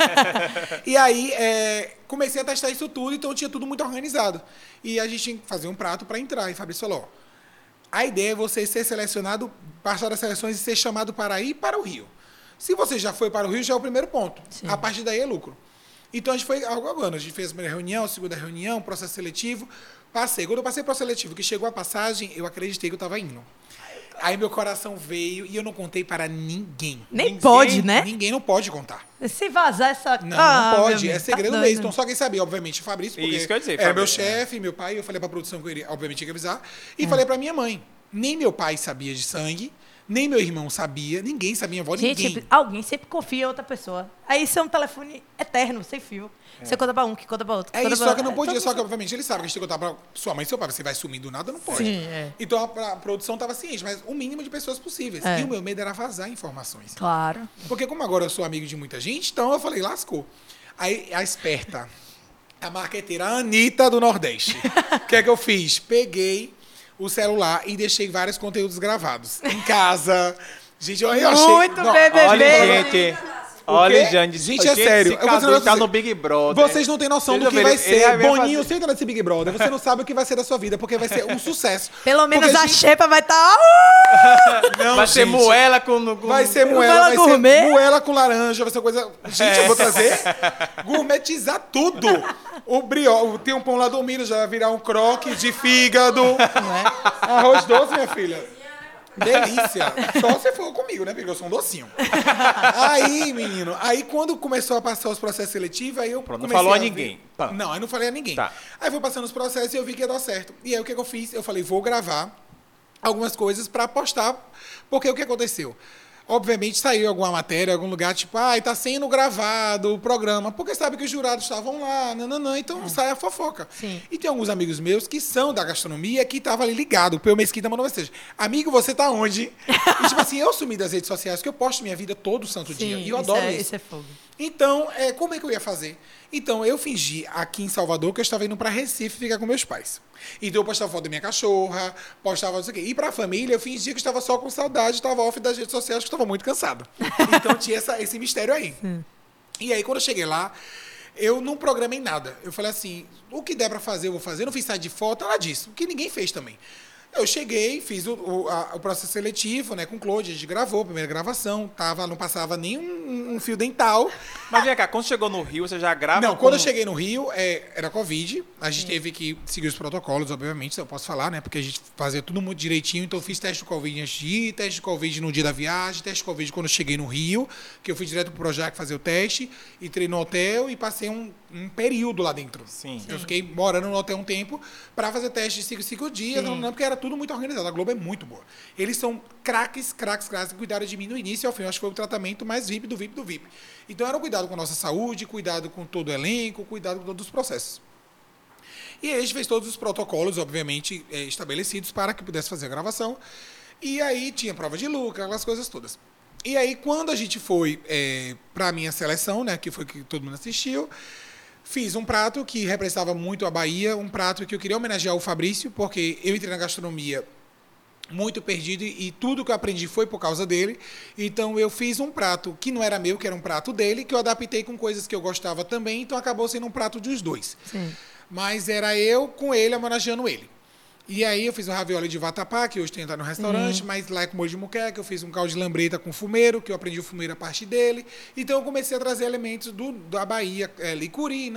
E aí, comecei a testar isso tudo, então tinha tudo muito organizado. E a gente tinha que fazer um prato para entrar. E Fabrício falou, a ideia é você ser selecionado, passar das seleções e ser chamado para ir para o Rio. Se você já foi para o Rio, já é o primeiro ponto. Sim. A partir daí é lucro. Então, a gente foi algo agora. A gente fez a primeira reunião, a segunda reunião, processo seletivo. Passei. Quando eu passei para o seletivo, que chegou a passagem, eu acreditei que eu estava indo. Aí meu coração veio e eu não contei para ninguém. Nem pode, né? Ninguém não pode contar. Se vazar essa... Não pode. É segredo mesmo. Então só quem sabia, obviamente, o Fabrício, porque isso quer dizer, era meu chefe, meu pai. Eu falei para a produção que eu iria, obviamente, tinha que avisar. E falei para minha mãe. Nem meu pai sabia de sangue, nem meu irmão sabia, ninguém sabia minha avó, ninguém. Gente, alguém sempre confia em outra pessoa. Aí isso é um telefone eterno, sem fio. Você conta pra um, que conta pra outro. É isso, só que eu não podia, só que obviamente ele sabe que a gente tem que contar pra sua mãe e seu pai. Você vai sumir do nada, não pode. Sim, é. Então a produção estava ciente, mas o mínimo de pessoas possíveis. É. E o meu medo era vazar informações. Claro. Porque como agora eu sou amigo de muita gente, então eu falei, lascou. Aí a esperta, a marqueteira, a Anitta do Nordeste. O que é que eu fiz? Peguei o celular e deixei vários conteúdos gravados. Em casa. Gente, eu achei... Muito BBB. Olha, gente... Olha, Jane, gente, é sério. Esse Cadu tá no Big Brother. Vocês não têm noção do que vai ser. Boninho, você entra nesse Big Brother, você não sabe o que vai ser da sua vida, porque vai ser um sucesso. Pelo menos a xepa vai estar... Vai ser moela com... Vai ser moela, vai ser moela com laranja, vai ser coisa... Gente, eu vou trazer... Gourmetizar tudo. O briol, tem um pão lá do milho, já vai virar um croque de fígado. Arroz doce, minha filha. Delícia. Só você for comigo, né? Porque eu sou um docinho. Aí, menino, aí quando começou a passar os processos seletivos, aí eu não falou a ninguém. Não, aí não falei a ninguém. Tá. Aí fui passando os processos e eu vi que ia dar certo. E aí o que eu fiz? Eu falei, vou gravar algumas coisas pra postar. Porque o que aconteceu? Obviamente saiu alguma matéria, algum lugar, tipo, tá sendo gravado o programa, porque sabe que os jurados estavam lá, então sai a fofoca. Sim. E tem alguns amigos meus que são da gastronomia que estavam ali ligados. O Peu Mesquita mandou mensagem. Amigo, você tá onde? E tipo assim, eu sumi das redes sociais, porque eu posto minha vida todo santo dia. E eu adoro isso. Isso é fogo. Então, como é que eu ia fazer? Então, eu fingi aqui em Salvador que eu estava indo para Recife ficar com meus pais. Então, eu postava foto da minha cachorra, postava não sei o quê. E para a família, eu fingia que estava só com saudade, estava off das redes sociais, que estava muito cansado. Então, tinha esse mistério aí. E aí, quando eu cheguei lá, eu não programei nada. Eu falei assim, o que der para fazer, eu vou fazer. Eu não fiz site de foto, nada disso. O que ninguém fez também. Eu cheguei, fiz o processo seletivo, né, com o Claude, a gente gravou a primeira gravação, não passava nem um fio dental. Mas vem cá, quando chegou no Rio, você já grava? Não, quando eu cheguei no Rio, era Covid, a gente teve que seguir os protocolos, obviamente, eu posso falar, né, porque a gente fazia tudo muito direitinho, então eu fiz teste de Covid antes de ir, teste de Covid no dia da viagem, teste de Covid quando eu cheguei no Rio, que eu fui direto pro Projac fazer o teste, entrei no hotel e passei um período lá dentro. Sim. Eu fiquei morando no hotel um tempo para fazer teste de 5 dias, porque era tudo muito organizado. A Globo é muito boa. Eles são craques, cuidaram de mim no início e ao fim. Acho que foi o tratamento mais VIP do VIP do VIP. Então era um cuidado com a nossa saúde, cuidado com todo o elenco, cuidado com todos os processos. E aí a gente fez todos os protocolos, obviamente, estabelecidos para que pudesse fazer a gravação. E aí tinha prova de Luca, aquelas coisas todas. E aí quando a gente foi para a minha seleção, né, que foi que todo mundo assistiu, fiz um prato que representava muito a Bahia, um prato que eu queria homenagear o Fabrício, porque eu entrei na gastronomia muito perdido e tudo que eu aprendi foi por causa dele. Então eu fiz um prato que não era meu, que era um prato dele, que eu adaptei com coisas que eu gostava também, então acabou sendo um prato dos dois. Sim. Mas era eu com ele, homenageando ele. E aí eu fiz um ravioli de vatapá, que hoje tem no restaurante, mas lá é com molho de muqueca, eu fiz um caldo de lambreta com fumeiro, que eu aprendi o fumeiro a partir dele. Então eu comecei a trazer elementos da Bahia, licuri,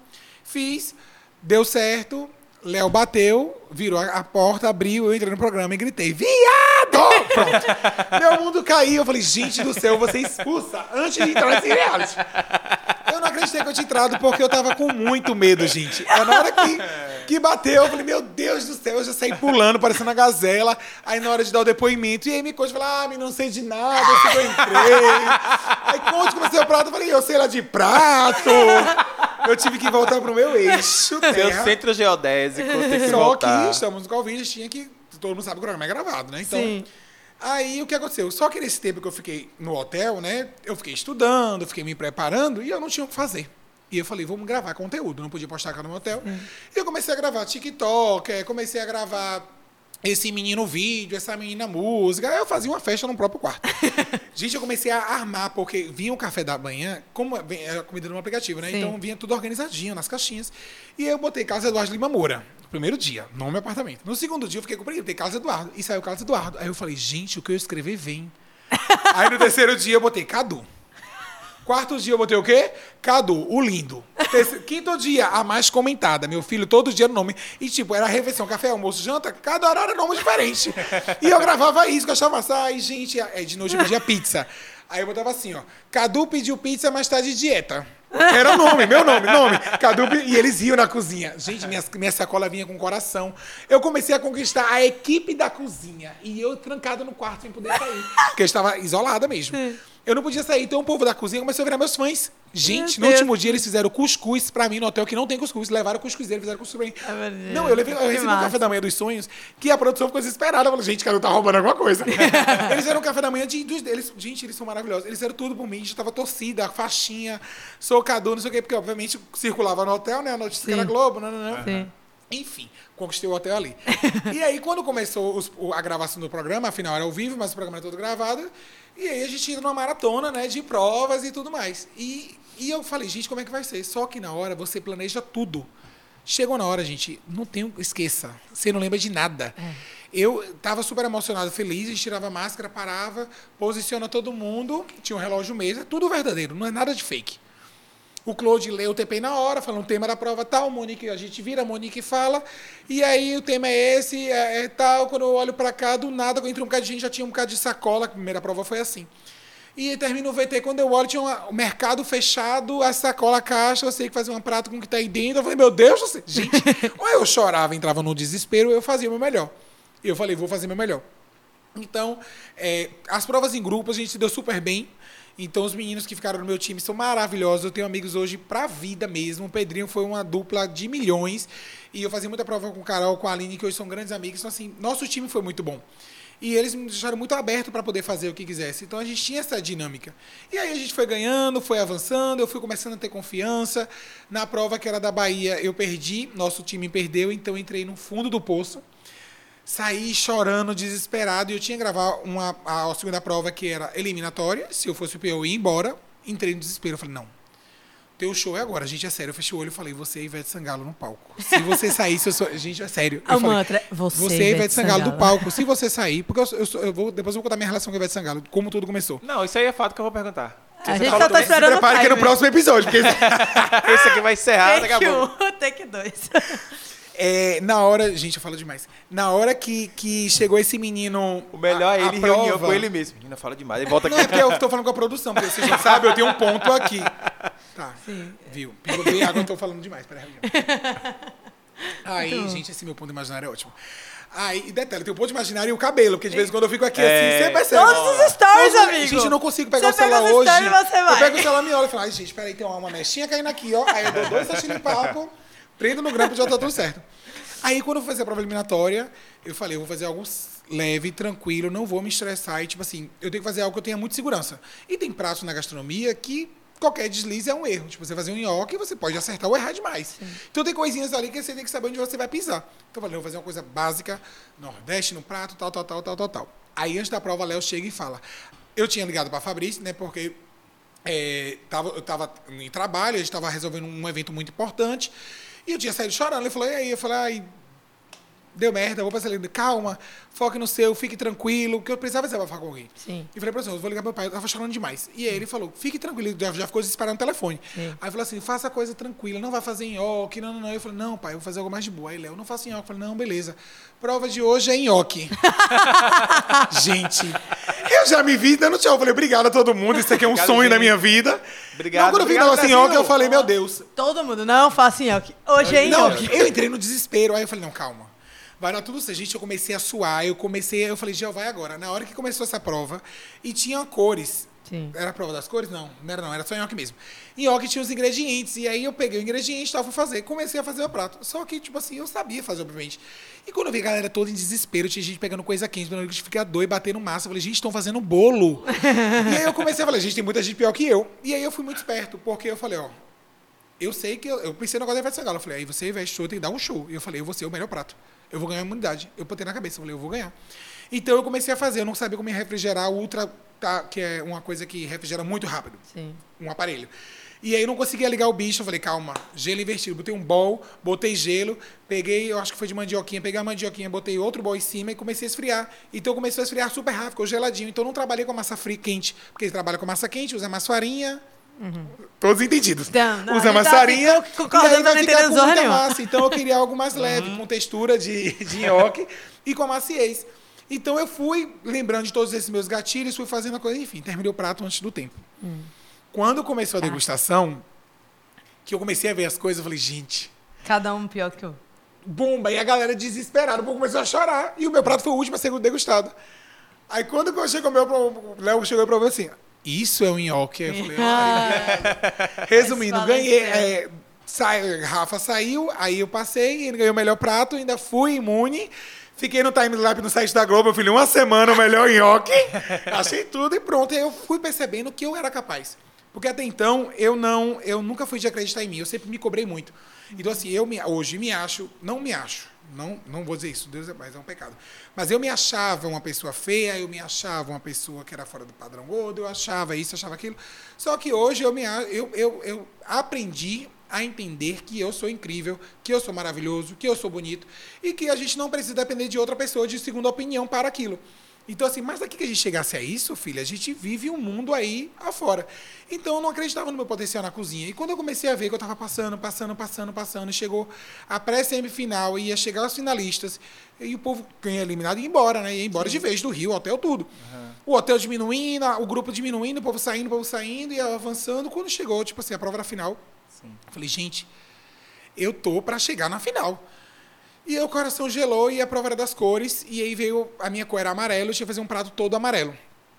Fiz, deu certo, Léo bateu, virou a porta, abriu, eu entrei no programa e gritei, viado! Pronto. Meu mundo caiu, eu falei, gente do céu, eu vou ser expulsa antes de entrar nesse reality. Eu não acreditei que eu tinha entrado porque eu tava com muito medo, gente. Na hora que bateu, eu falei, meu Deus do céu, eu já saí pulando, parecendo uma gazela. Aí na hora de dar o depoimento, e aí me conta, eu falei, não sei de nada, eu entrei. Aí quando comecei o prato, eu falei, eu sei lá de prato. Eu tive que voltar pro meu eixo. Seu centro geodésico, tem que Só voltar. que estamos no Covid, tinha que... Todo mundo sabe que o programa é gravado, né? Então, Sim. Aí o que aconteceu? Só que nesse tempo que eu fiquei no hotel, né? Eu fiquei estudando, fiquei me preparando e eu não tinha o que fazer. E eu falei, vamos gravar conteúdo. Não podia postar cá no meu hotel. E eu comecei a gravar TikTok, comecei a gravar esse menino vídeo, essa menina música. Aí eu fazia uma festa no próprio quarto. Gente, eu comecei a armar, porque vinha o café da manhã, como era comida no aplicativo, né? Sim. Então vinha tudo organizadinho nas caixinhas. E aí eu botei Casa Eduardo Lima Moura. No primeiro dia, nome apartamento. No segundo dia eu fiquei com botei Casa Eduardo. E saiu Casa Eduardo. Aí eu falei, gente, o que eu escrever vem. Aí no terceiro dia eu botei Cadu. Quarto dia eu botei o quê? Cadu, o lindo. Quinto dia, a mais comentada. Meu filho, todo dia no nome. E tipo, era refeição, café, almoço, janta. Cada hora era nome diferente. E eu gravava isso, que eu achava assim, ai, gente, de noite eu pedia pizza. Aí eu botava assim, ó. Cadu pediu pizza, mas tá de dieta. Era o nome, meu nome. Cadu, e eles riam na cozinha. Gente, minha sacola vinha com coração. Eu comecei a conquistar a equipe da cozinha. E eu trancado no quarto sem poder sair. Porque eu estava isolada mesmo. Eu não podia sair, então o povo da cozinha começou a virar meus fãs. Gente, no último dia eles fizeram cuscuz pra mim no hotel, que não tem cuscuz. Levaram o cuscuz dele, fizeram cuscuz pra mim. Não, eu recebi um café da manhã dos sonhos, que a produção ficou desesperada. Eu falei, gente, cara, eu tava roubando alguma coisa. Eles fizeram um café da manhã deles. Gente, eles são maravilhosos. Eles fizeram tudo por mim. Já tava torcida, faixinha, socador, não sei o quê. Porque, obviamente, circulava no hotel, né? A notícia que era Globo, não. Enfim, conquistei o hotel ali. E aí, quando começou a gravação do programa, afinal era ao vivo, mas o programa era todo gravado, e aí a gente ia numa maratona, né, de provas e tudo mais. E eu falei, gente, como é que vai ser? Só que na hora você planeja tudo. Chegou na hora, gente, esqueça, você não lembra de nada. Eu tava super emocionado, feliz, a gente tirava a máscara, parava, posiciona todo mundo, tinha um relógio mesmo, é tudo verdadeiro, não é nada de fake. O Claude lê o TP na hora, fala um tema da prova tal, Monique, a gente vira, a Monique fala, e aí o tema é esse, tal, quando eu olho pra cá, do nada, entra um bocado de gente, já tinha um bocado de sacola, a primeira prova foi assim. E termina o VT, quando eu olho, tinha o mercado fechado, a sacola, a caixa, eu sei que fazia um prato com o que tá aí dentro, eu falei, meu Deus, gente, ou eu chorava, entrava no desespero, ou eu fazia o meu melhor. E eu falei, vou fazer o meu melhor. Então, as provas em grupo, a gente se deu super bem. Então, os meninos que ficaram no meu time são maravilhosos. Eu tenho amigos hoje pra vida mesmo. O Pedrinho foi uma dupla de milhões. E eu fazia muita prova com o Carol, com a Aline, que hoje são grandes amigos. Então, assim, nosso time foi muito bom. E eles me deixaram muito aberto para poder fazer o que quisesse. Então, a gente tinha essa dinâmica. E aí, a gente foi ganhando, foi avançando. Eu fui começando a ter confiança. Na prova que era da Bahia, eu perdi. Nosso time perdeu. Então, eu entrei no fundo do poço. Saí chorando, desesperado, e eu tinha que gravar a segunda prova, que era eliminatória. Se eu fosse o pior, eu ia embora. Entrei no desespero. Eu falei, não, teu show é agora. Gente, é sério. Eu fechei o olho e falei, você é Ivete Sangalo no palco. Se você sair, gente, é sério. Eu falei, mantra, você é Ivete Sangalo do palco. Se você sair, porque depois eu vou contar minha relação com a Ivete Sangalo, como tudo começou. Não, isso aí é fato que eu vou perguntar. A gente só tá esperando o prepare que é no próximo episódio. Porque esse aqui vai encerrar daqui a pouco. Take 2. Na hora... Gente, eu falo demais. Na hora que chegou esse menino... O melhor é ele reuniu com ele mesmo. Menina, fala demais. Ele volta aqui. Não, é porque eu tô falando com a produção. Porque você já sabe, eu tenho um ponto aqui. Tá. Sim. Viu? Bem água, eu tô falando demais. Peraí. Aí, gente, esse meu ponto imaginário é ótimo. Aí, e detalhe, tem o ponto imaginário e o cabelo. Porque de vez em quando eu fico aqui assim, você percebe. Todos os stories, amigo. Gente, eu não consigo pegar o celular hoje. Eu pego o celular e me olho e falo, ai, gente, peraí, tem uma mechinha caindo aqui, ó. Aí eu dou 2 sachês de papo, prendo no grampo e já tá tudo certo. Aí, quando eu fui fazer a prova eliminatória, eu falei, eu vou fazer algo leve, tranquilo, não vou me estressar. E, tipo assim, eu tenho que fazer algo que eu tenha muita segurança. E tem pratos na gastronomia que qualquer deslize é um erro. Tipo, você fazer um nhoque, você pode acertar ou errar demais. Sim. Então, tem coisinhas ali que você tem que saber onde você vai pisar. Então, eu falei, eu vou fazer uma coisa básica, nordeste, no prato, tal. Aí, antes da prova, Léo chega e fala... Eu tinha ligado pra Fabrício, né, porque... eu tava em trabalho, a gente tava resolvendo um evento muito importante... E eu tinha saído chorando. Ele falou, e aí? Eu falei, ai, deu merda, vou fazer. Calma, foque no seu, fique tranquilo, que eu precisava desabafar com alguém. Sim. E falei pra você, eu vou ligar pro meu pai, eu tava chorando demais. E aí ele falou, fique tranquilo, ele já ficou desesperado no telefone. Sim. Aí falou assim, faça a coisa tranquila, não vai fazer nhoque, não. Eu falei, não, pai, eu vou fazer algo mais de boa. Aí Léo, não faço nhoque. Eu falei, não, beleza. Prova de hoje é nhoque. Gente, eu já me vi dando tchau. Eu falei, obrigado a todo mundo, isso aqui é um sonho da minha vida. Obrigado. Não, quando eu vi negócio em nhoque, eu falei, meu Deus. Todo mundo, não faça nhoque. Hoje é nhoque. Eu entrei no desespero, aí eu falei, não, calma. Vai dar tudo certo. Gente, eu comecei a suar, eu falei, Gel, vai agora. Na hora que começou essa prova, e tinha cores. Sim. Era a prova das cores? Não era só nhoque mesmo. Nhoque tinha os ingredientes, e aí eu peguei o ingrediente e tal, fui fazer. Comecei a fazer o prato. Só que, tipo assim, eu sabia fazer, obviamente. E quando eu vi a galera toda em desespero, tinha gente pegando coisa quente, dando liquidificador e batendo massa. Eu falei, gente, estão fazendo bolo. E aí eu comecei a falar, gente, tem muita gente pior que eu. E aí eu fui muito esperto, porque eu falei, ó, eu sei que... Eu pensei no negócio da Ivete Sangalo. Eu falei, aí você vai show, tem que dar um show. E eu falei, eu vou ser o melhor prato. Eu vou ganhar a imunidade. Eu botei na cabeça, eu falei, eu vou ganhar. Então eu comecei a fazer, eu não sabia como refrigerar ultra, que é uma coisa que refrigera muito rápido. Sim. Um aparelho. E aí eu não conseguia ligar o bicho, eu falei, calma, gelo invertido. Botei um bowl, botei gelo, peguei, eu acho que foi de mandioquinha, peguei a mandioquinha, botei outro bowl em cima e comecei a esfriar. Então começou a esfriar super rápido, ficou geladinho. Então eu não trabalhei com a massa fria quente, porque ele trabalha com massa quente, usa massa farinha. Todos entendidos. Usa massa farinha e aí vai ficar com muita massa. Então eu queria algo mais leve, com textura de nhoque e com a maciez. Então eu fui lembrando de todos esses meus gatilhos, fui fazendo a coisa, enfim, terminei o prato antes do tempo. Quando começou a degustação, que eu comecei a ver as coisas, eu falei, gente... Cada um pior que o outro. Bomba! E a galera desesperada, o povo começou a chorar. E o meu prato foi o último a ser degustado. Aí quando eu chego o Léo chegou e provou assim, isso é um nhoque. Eu falei, resumindo, ganhei... Rafa saiu, aí eu passei, ele ganhou o melhor prato, ainda fui imune. Fiquei no timelapse no site da Globo, eu falei, uma semana o melhor nhoque. Achei tudo e pronto. E aí eu fui percebendo que eu era capaz. Porque até então, eu nunca fui de acreditar em mim, eu sempre me cobrei muito. Então assim, hoje me acho, não vou dizer isso, Deus é mais, é um pecado. Mas eu me achava uma pessoa feia, eu me achava uma pessoa que era fora do padrão gordo, eu achava isso, achava aquilo. Só que hoje eu aprendi a entender que eu sou incrível, que eu sou maravilhoso, que eu sou bonito e que a gente não precisa depender de outra pessoa de segunda opinião para aquilo. Então, assim, mas daqui que a gente chegasse a isso, filha, a gente vive um mundo aí afora. Então, eu não acreditava no meu potencial na cozinha. E quando eu comecei a ver que eu estava passando, e chegou a pré-semifinal, ia chegar aos finalistas, e o povo ganha eliminado e ia embora, né? Ia embora de vez do Rio, hotel, tudo. Uhum. O hotel diminuindo, o grupo diminuindo, o povo saindo, e avançando. Quando chegou, tipo assim, a prova era final, eu falei, gente, eu tô para chegar na final. E aí o coração gelou e a prova era das cores. E aí veio, a minha cor era amarelo, eu tinha que fazer um prato todo amarelo.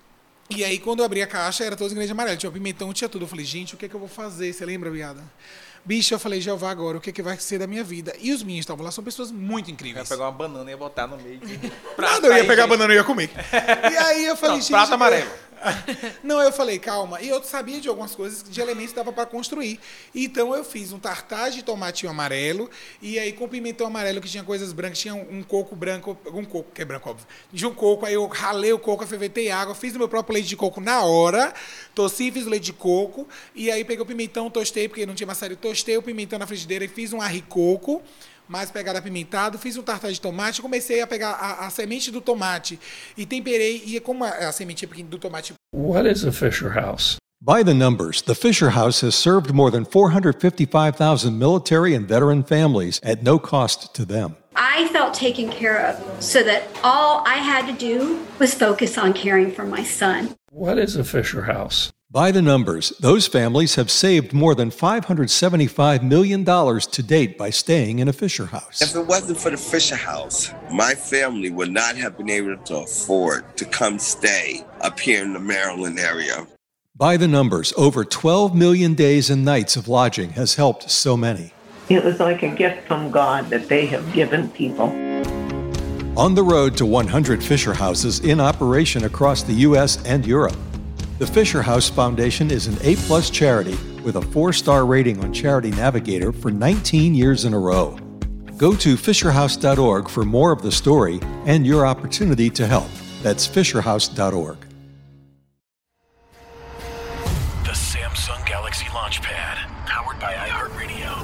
E aí quando eu abri a caixa, era todos os ingredientes amarelos. Tinha pimentão, tinha tudo. Eu falei, gente, o que é que eu vou fazer? Você lembra, viada? Bicho, eu falei, Jeová, agora, o que é que vai ser da minha vida? E os meninos estavam lá, são pessoas muito incríveis. Eu ia pegar uma banana e ia botar no meio. Nada, eu ia pegar a banana e ia comer. E aí eu falei, gente... Prato amarelo. Não, eu falei, calma. E eu sabia de algumas coisas, de elementos que dava para construir. Então eu fiz um tartar de tomatinho amarelo, e aí com pimentão amarelo, que tinha coisas brancas, tinha um coco branco, um coco, que é branco, óbvio, de um coco, aí eu ralei o coco, afervetei água, fiz o meu próprio leite de coco na hora, tossi, fiz o leite de coco, e aí peguei o pimentão, tostei, porque não tinha maçaria, tostei o pimentão na frigideira e fiz um arricoco, mais pegada apimentado, fiz um tartar de tomate, comecei a pegar a semente do tomate e temperei, e como a semente do tomate... What is a Fisher House? By the numbers, the Fisher House has served more than 455,000 military and veteran families at no cost to them. I felt taken care of so that all I had to do was focus on caring for my son. What is a Fisher House? By the numbers, those families have saved more than $575 million to date by staying in a Fisher House. If it wasn't for the Fisher House, my family would not have been able to afford to come stay up here in the Maryland area. By the numbers, over 12 million days and nights of lodging has helped so many. It was like a gift from God that they have given people. On the road to 100 Fisher Houses in operation across the U.S. and Europe. The Fisher House Foundation is an A-plus charity with a 4-star rating on Charity Navigator for 19 years in a row. Go to fisherhouse.org for more of the story and your opportunity to help. That's fisherhouse.org. The Samsung Galaxy Launchpad, powered by iHeartRadio.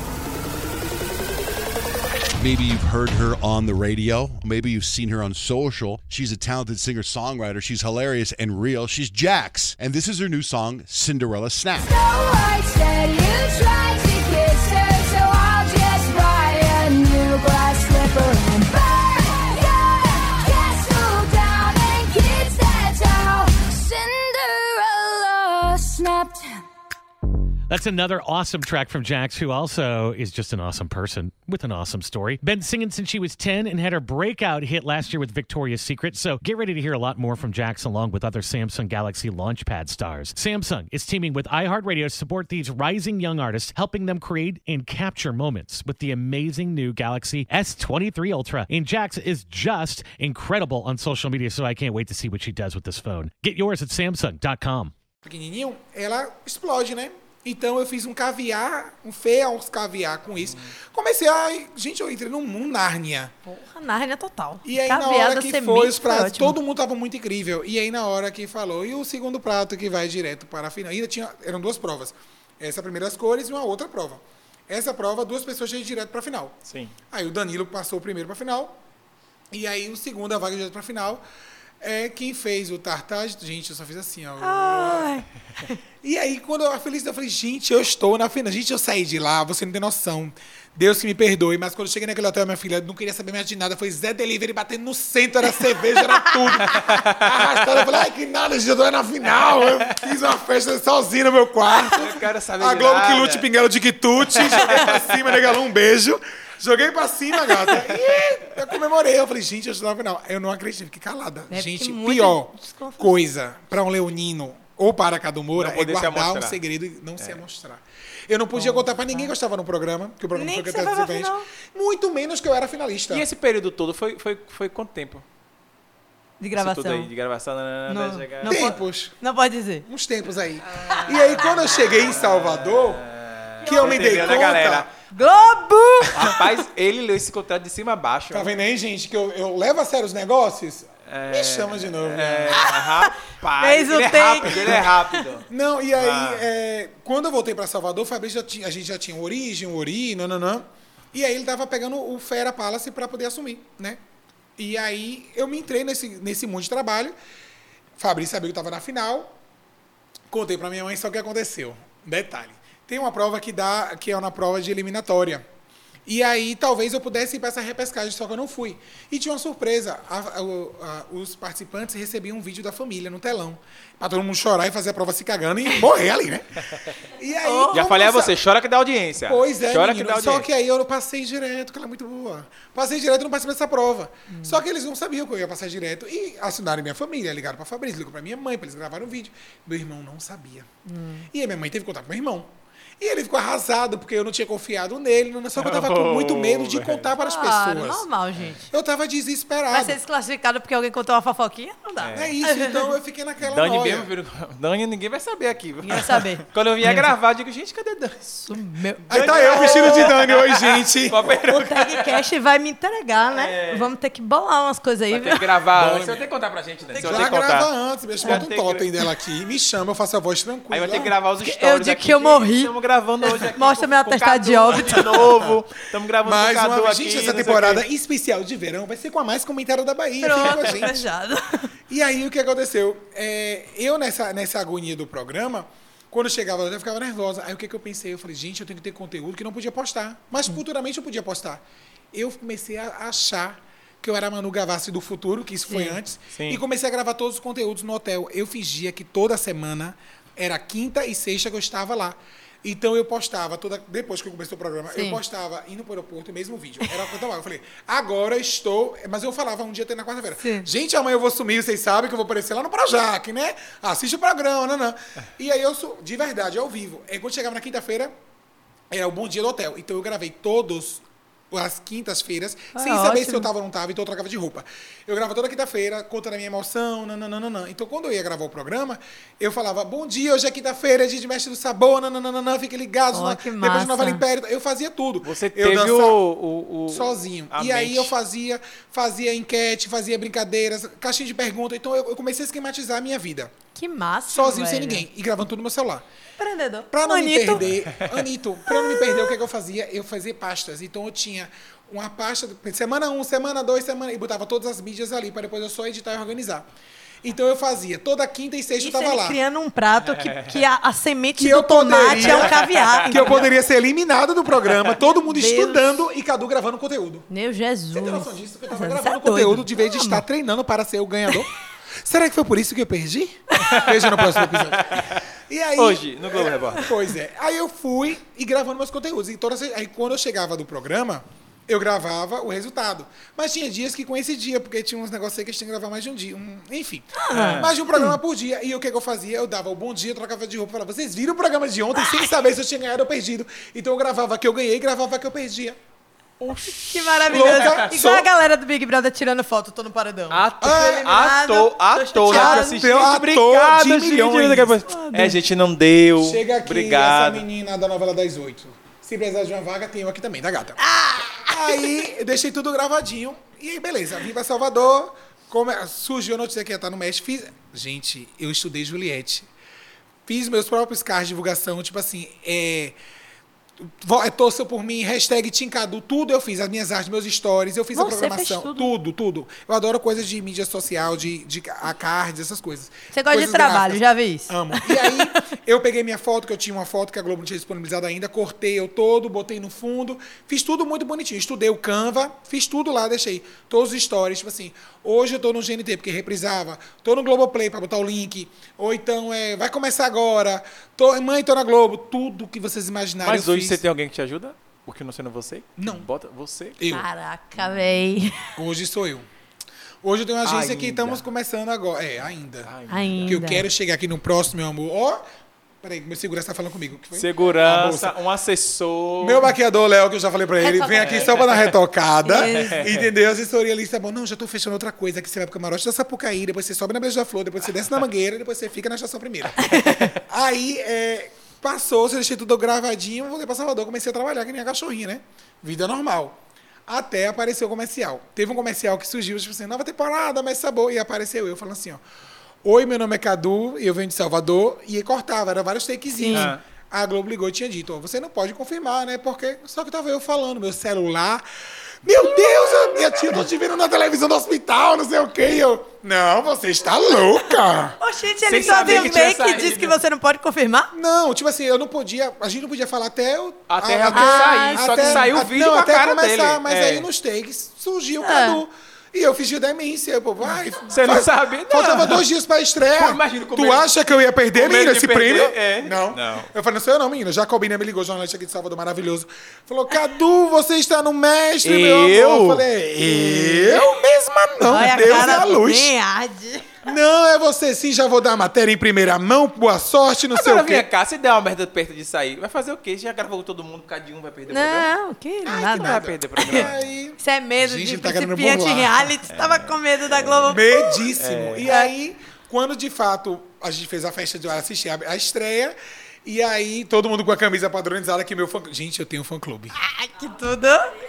Maybe you've heard her on the radio. Maybe you've seen her on social. She's a talented singer-songwriter. She's hilarious and real. She's Jax. And this is her new song, Cinderella Snap. Snow White said you tried to kiss her, so I'll just buy a new glass slipper and burn your castle down. And kids, that's how Cinderella snapped. That's another awesome track from Jax, who also is just an awesome person with an awesome story. Been singing since she was 10 and had her breakout hit last year with Victoria's Secret. So get ready to hear a lot more from Jax along with other Samsung Galaxy Launchpad stars. Samsung is teaming with iHeartRadio to support these rising young artists, helping them create and capture moments with the amazing new Galaxy S23 Ultra. And Jax is just incredible on social media, so I can't wait to see what she does with this phone. Get yours at Samsung.com. Pequenininho, ela explode, né? Então eu fiz um caviar, um Feaus caviar com isso. Comecei a... Gente, eu entrei num mundo Nárnia. Porra, Nárnia total. E aí Caviar na hora da que semente foi os foi pratos, ótimo. todo mundo tava muito incrível. E aí na hora que falou, e o segundo prato que vai direto para a final. Ainda eram 2 provas. Essa primeira das cores e uma outra prova. Essa prova, 2 pessoas iam direto para a final. Sim. Aí o Danilo passou o primeiro para a final. E aí o segundo, a vaga direto para a final. Quem fez o tartar, gente, eu só fiz assim, ó. Ai. E aí, quando eu feliz, eu falei, gente, eu estou na final. Gente, eu saí de lá, você não tem noção. Deus que me perdoe, mas quando eu cheguei naquele hotel, minha filha não queria saber mais de nada. Foi Zé Delivery batendo no centro, era cerveja, era tudo. Arrastado, eu falei, ai, que nada, gente, eu tô na final. Eu fiz uma festa sozinho no meu quarto. Eu quero saber A de Globo nada. que lute, pinguela de quitute. Joguei pra cima, negalou um beijo. Joguei pra cima, gata. E eu comemorei. Eu falei, gente, eu estou na final. Eu não acredito, fiquei calada. Gente, pior coisa pra um leonino ou para a Cadu Moura Não é poder se guardar um amostrar. segredo e não se amostrar. Eu não podia contar pra ninguém que eu estava no programa, que o programa Nem foi que você vai pra final. muito menos que eu era finalista. E esse período todo foi quanto tempo? De Isso gravação. tudo aí, de gravação, Não, chegar... não Tempos. Não pode dizer. Uns tempos aí. E aí, quando eu cheguei em Salvador, que eu me dei Entendeu, né, conta... galera? Globo! Rapaz, ele leu esse contrato de cima a baixo. Tá vendo aí, gente, que eu levo a sério os negócios? Me chama de novo. Rapaz, Fez o ele é take. rápido, ele é rápido. Não, e aí, quando eu voltei pra Salvador, o Fabrício a gente já tinha o Origem, o Ori, nananã. E aí ele tava pegando o Fera Palace pra poder assumir, né? E aí eu me entrei nesse mundo de trabalho. Fabrício sabia que eu tava na final. Contei pra minha mãe só o que aconteceu. Detalhe. Tem uma prova que é uma prova de eliminatória. E aí, talvez eu pudesse ir para essa repescagem, só que eu não fui. E tinha uma surpresa. Os participantes recebiam um vídeo da família no telão. Pra todo mundo chorar e fazer a prova se cagando e morrer ali, né? E aí, Já falei a você, chora que dá audiência. Pois é, chora menino. que dá Só audiência. que aí eu passei direto, que ela é muito boa. Passei direto e não participei dessa prova. Só que eles não sabiam que eu ia passar direto. E assinaram minha família, ligaram pra Fabrício, ligou pra minha mãe, pra eles gravaram um vídeo. Meu irmão não sabia. E aí minha mãe teve que contar pro meu irmão. E ele ficou arrasado, porque eu não tinha confiado nele. Só que eu tava com muito medo de contar para as Claro, pessoas. normal, gente. Eu tava desesperado. Vai ser desclassificado porque alguém contou uma fofoquinha? Não dá. É isso, então eu fiquei naquela Dani noia. mesmo, virou... Dani, ninguém vai saber aqui. Ninguém vai saber. Quando eu vinha gravar, eu digo, gente, cadê Dani? Aí tá eu vestido de Dani hoje, gente. O Tagcast vai me entregar, né? Vamos ter que bolar umas coisas aí, Vai ter viu? que gravar. Dani. Você vai ter que contar pra gente, Dani. Você vai Já ter que contar. grava antes, deixa eu Vai botar ter um que- totem dela aqui. Me chama, eu faço a voz tranquila. Aí vai ter que gravar os stories. Eu digo aqui, que eu gente, morri. Estamos gravando hoje aqui. Mostra meu com atestado de Cadu óbito. De novo. Estamos gravando Mais com o Cadu uma vez, aqui. gente, não essa sei o temporada quê. especial de verão vai ser com a mais comentada da Bahia. Fica com a Pronto, gente. fechado. E aí, o que aconteceu? Eu, nessa agonia do programa, quando eu chegava, eu ficava nervosa. Aí, o que eu pensei? Eu falei, gente, eu tenho que ter conteúdo que não podia postar. Mas, futuramente, eu podia postar. Eu comecei a achar que eu era a Manu Gavassi do futuro, que isso foi antes. Sim. E comecei a gravar todos os conteúdos no hotel. Eu fingia que toda semana, era quinta e sexta que eu estava lá. Então eu postava, depois que eu comecei o programa, Sim. eu postava indo para o aeroporto o mesmo vídeo. Era uma coisa mal. Eu falei, agora estou. Mas eu falava um dia até na quarta-feira. Sim. Gente, amanhã eu vou sumir, vocês sabem que eu vou aparecer lá no Projac, né? Assiste o programa, não. E aí eu sou, de verdade, ao vivo. Aí quando chegava na quinta-feira, era o Bom Dia do Hotel. Então eu gravei todos as quintas-feiras, sem saber se eu tava ou não tava, então eu trocava de roupa. Eu gravava toda quinta-feira, contando a minha emoção, nananana. Então, quando eu ia gravar o programa, eu falava, bom dia, hoje é quinta-feira, é dia de Mestre do Sabor, nananana, fiquem ligados, Que depois massa. de Nova Império. Eu fazia tudo. Você Eu teve dançava o sozinho. a E aí mente. eu fazia enquete, fazia brincadeiras, caixinha de pergunta. Então, eu comecei a esquematizar a minha vida. Que massa, Sozinho, sem velho. ninguém. E gravando tudo no meu celular. Empreendedor. Pra não Anitta. me perder, Anito, pra não me perder, o que eu fazia? Eu fazia pastas. Então eu tinha uma pasta, semana 1, semana 2, semana... E botava todas as mídias ali, para depois eu só editar e organizar. Então eu fazia, toda quinta e sexta eu Isso tava ele lá. criando um prato que a semente Que do eu tomate poderia- é um caviar. Que eu poderia ser eliminado do programa, todo mundo Deus. estudando e Cadu gravando conteúdo. Meu Jesus. Você tem noção disso? Que eu tava Você gravando é doido. conteúdo de vez de estar treinando para ser o ganhador. Será que foi por isso que eu perdi? Veja no próximo episódio. E aí, Hoje, no Globo Repórter. Pois é. Aí eu fui e gravando meus conteúdos. E aí quando eu chegava do programa, eu gravava o resultado. Mas tinha dias que coincidia, porque tinha uns negócios aí que a gente tinha que gravar mais de um dia. Enfim. Mais de um programa por dia. E o que eu fazia? Eu dava o bom dia, trocava de roupa. Falava, vocês viram o programa de ontem sem saber se eu tinha ganhado ou perdido. Então eu gravava que eu ganhei e gravava que eu perdia. Que maravilhoso. Louca, Igual sou- a galera do Big Brother tirando foto, tô no paredão. Ator, eliminado, ator, tô né? chateado. Assistir. Ator Obrigado, de gente. milhões. Gente, não deu. Chega aqui Obrigado. essa menina da novela das 8. Se precisar de uma vaga, tem eu aqui também, da gata. Aí eu deixei tudo gravadinho. E aí, beleza, vim pra Salvador. Surgiu a notícia que ia estar no México. Gente, eu estudei Juliette. Fiz meus próprios cards de divulgação, tipo assim, Torça por mim, hashtag Tincadu, tudo eu fiz. As minhas artes, meus stories, eu fiz a programação. Fez tudo. Eu adoro coisas de mídia social, de cards, essas coisas. Você gosta Coisas de trabalho, gráficas. já vi isso. Amo. E aí, eu peguei minha foto, que eu tinha uma foto que a Globo não tinha disponibilizado ainda, cortei eu todo, botei no fundo, fiz tudo muito bonitinho. Estudei o Canva, fiz tudo lá, deixei todos os stories, tipo assim, hoje eu tô no GNT, porque reprisava, tô no Globoplay pra botar o link, ou então, vai começar agora, mãe, tô na Globo, tudo que vocês imaginarem. Mas hoje você tem alguém que te ajuda? O que não sendo você? Não. Bota você? Eu. Caraca, véi. Hoje sou eu. Hoje eu tenho uma agência que Ainda. estamos começando agora. Ainda. Ainda. Que eu quero chegar aqui no próximo, meu amor. Ó, peraí, meu segurança tá falando comigo. O que foi? Segurança, um assessor. Meu maquiador, Léo, que eu já falei pra ele, vem aqui só pra dar retocada. Isso. Entendeu? Assessoria ali, tá bom. Não, já tô fechando outra coisa, que você vai pro camarote da Sapucaí, depois você sobe na Beija-Flor, depois você desce na Mangueira, depois você fica na Estação Primeira. Aí, passou, você deixei tudo gravadinho, voltei pra Salvador, comecei a trabalhar que nem a cachorrinha, né? Vida normal. Até apareceu o comercial. Teve um comercial que surgiu, tipo assim, nova temporada, mais sabor. E apareceu eu falando assim, ó. Oi, meu nome é Cadu, eu venho de Salvador. E cortava, eram vários takezinhos. Sim. A Globo ligou e tinha dito, ó, você não pode confirmar, né? Porque só que tava eu falando, meu celular. Meu Deus, minha tia, tô te vendo na televisão do hospital, não sei o quê. E eu, não, você está louca. Oxente, Sem ele só saber deu que tinha meio que saído. disse que você não pode confirmar? Não, tipo assim, eu não podia, a gente não podia falar até eu... Até sair, só que saiu o vídeo não, com a até cara começar, dele. mas aí nos takes surgiu o Cadu. E eu fingi demência. Eu, pô, vai. Você não sabe, não. Faltava 2 dias pra estreia. Pô, imagina, com Tu medo- acha que eu ia perder, com medo menina, de esse perder, prêmio? Não. Não. Eu falei, não sou eu não, menina. Jacobina me ligou, jornalista aqui de Salvador, maravilhoso. Falou, Cadu, você está no mestre, meu amor. Eu falei, eu mesma não. Olha Deus a é cara a luz. bem arde. Não, é você sim, já vou dar a matéria em primeira mão, boa sorte, não sei Agora o quê. vem cá, se der uma merda perto de sair, vai fazer o quê? Você já gravou todo mundo, cada um vai perder o programa? Não, que Não nada. vai perder o programa. Aí, Isso é medo Gente, de tá querendo principiante burlar. reality. Tava com medo da Globo. medíssimo. E aí, quando de fato a gente fez a festa de assistir a estreia, e aí todo mundo com a camisa padronizada que meu fã... Gente, eu tenho um fã-clube. Ai, que tudo.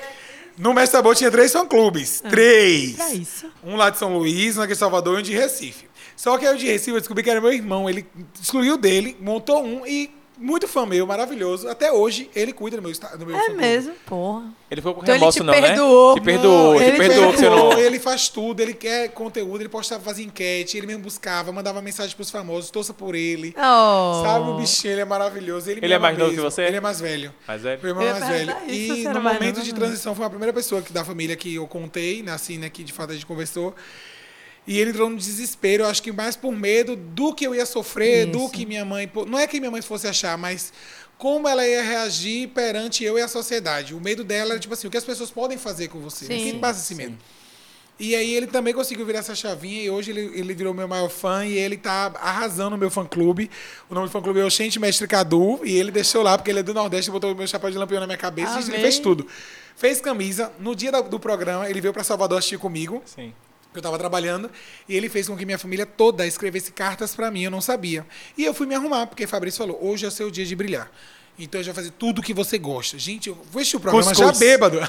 No Mestre Sabor tinha 3 fã-clubes. 3. Pra isso. Um lá de São Luís, um aqui de Salvador e um de Recife. Só que aí o de Recife eu descobri que era meu irmão. Ele excluiu dele, montou um e muito fã meu, maravilhoso. Até hoje, ele cuida do meu É fã-clube. mesmo, porra. Ele foi com Então ele remorso te não, perdoou. né? Te perdoou, Ele te perdoou que você perdoou, não... ele faz tudo, ele quer conteúdo, ele postava, fazia enquete, ele mesmo buscava, mandava mensagem pros famosos, torça por ele. Oh. Sabe, o bichinho, ele é maravilhoso. Ele me é ama mais novo mesmo. que você? Ele é mais velho. Mais velho? Foi o irmão Eu ia mais velho. perguntar isso, se E era no mais momento novo de ou não. transição, foi a primeira pessoa da família que eu contei, assim, né, que de fato a gente conversou. E ele entrou no desespero, eu acho que mais por medo do que eu ia sofrer, do que minha mãe... Não é que minha mãe fosse achar, mas como ela ia reagir perante eu e a sociedade. O medo dela era, tipo assim, o que as pessoas podem fazer com você. Sim. Quem passa esse medo? E aí ele também conseguiu virar essa chavinha e hoje ele virou meu maior fã e ele tá arrasando no meu fã-clube. O nome do fã-clube é Oxente Mestre Cadu e ele deixou lá, porque ele é do Nordeste, botou o meu chapéu de lampião na minha cabeça. Gente, ele Amém. fez tudo. Fez camisa. No dia do programa, ele veio pra Salvador assistir comigo. Sim. Eu tava trabalhando e ele fez com que minha família toda escrevesse cartas pra mim, eu não sabia. E eu fui me arrumar, porque Fabrício falou, hoje é o seu dia de brilhar. Então eu já vou fazer tudo que você gosta. Gente, eu vou assistir o programa Cuscuz. já bêbado.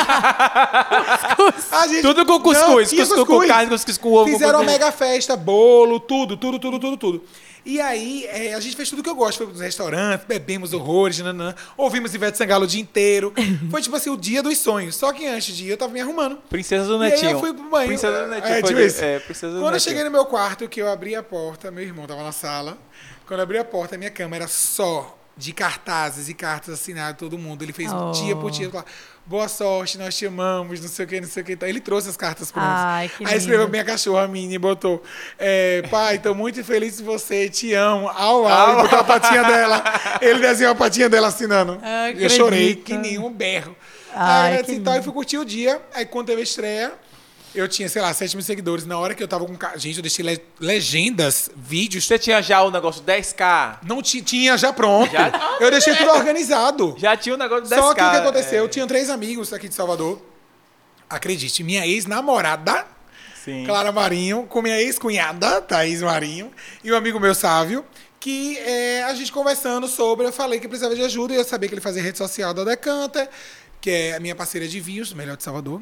A gente- Tudo com cuscuz, Não, tinha cuscuz com carne, cuscuz com ovo. Fizeram com... uma mega festa, bolo, tudo. E aí, a gente fez tudo que eu gosto. Foi pros restaurantes, bebemos horrores, nanã, ouvimos Ivete Sangalo o dia inteiro. Foi, tipo assim, o dia dos sonhos. Só que antes de ir, eu tava me arrumando. Princesa do E aí Netinho. eu fui pro banho. Princesa do Netinho. É, foi tipo de- isso. Princesa do Quando eu Netinho. cheguei no meu quarto, que eu abri a porta, meu irmão tava na sala. Quando eu abri a porta, a minha cama era só de cartazes e cartas assinadas, todo mundo. Ele fez dia por dia. Falava, boa sorte, nós te amamos, não sei o que, não sei o que. Ele trouxe as cartas pra Ai, nós. que Aí escreveu lindo. minha cachorra, a Minnie, e botou, pai, tô muito feliz em você, te amo, au, au. E botou a patinha dela. Ele desenhou a patinha dela assinando. Ah, Eu chorei, acredito. que nem um berro. Ai, Aí, que assim, tal, lindo. eu fui curtir o dia. Aí, quando teve a estreia, eu tinha, sei lá, 7 mil seguidores. Na hora que eu tava com... Gente, eu deixei legendas, vídeos. Você tinha já o negócio 10K? Não tinha já pronto. Já? Eu deixei tudo organizado. Já tinha o negócio 10K. Só que o que aconteceu? Eu tinha 3 amigos aqui de Salvador. Acredite, minha ex-namorada, Sim. Clara Marinho, com minha ex-cunhada, Thaís Marinho, e um amigo meu, Sávio, que a gente conversando sobre, eu falei que precisava de ajuda, e eu sabia que ele fazia rede social da Decanta, que é a minha parceira de vinhos, melhor de Salvador.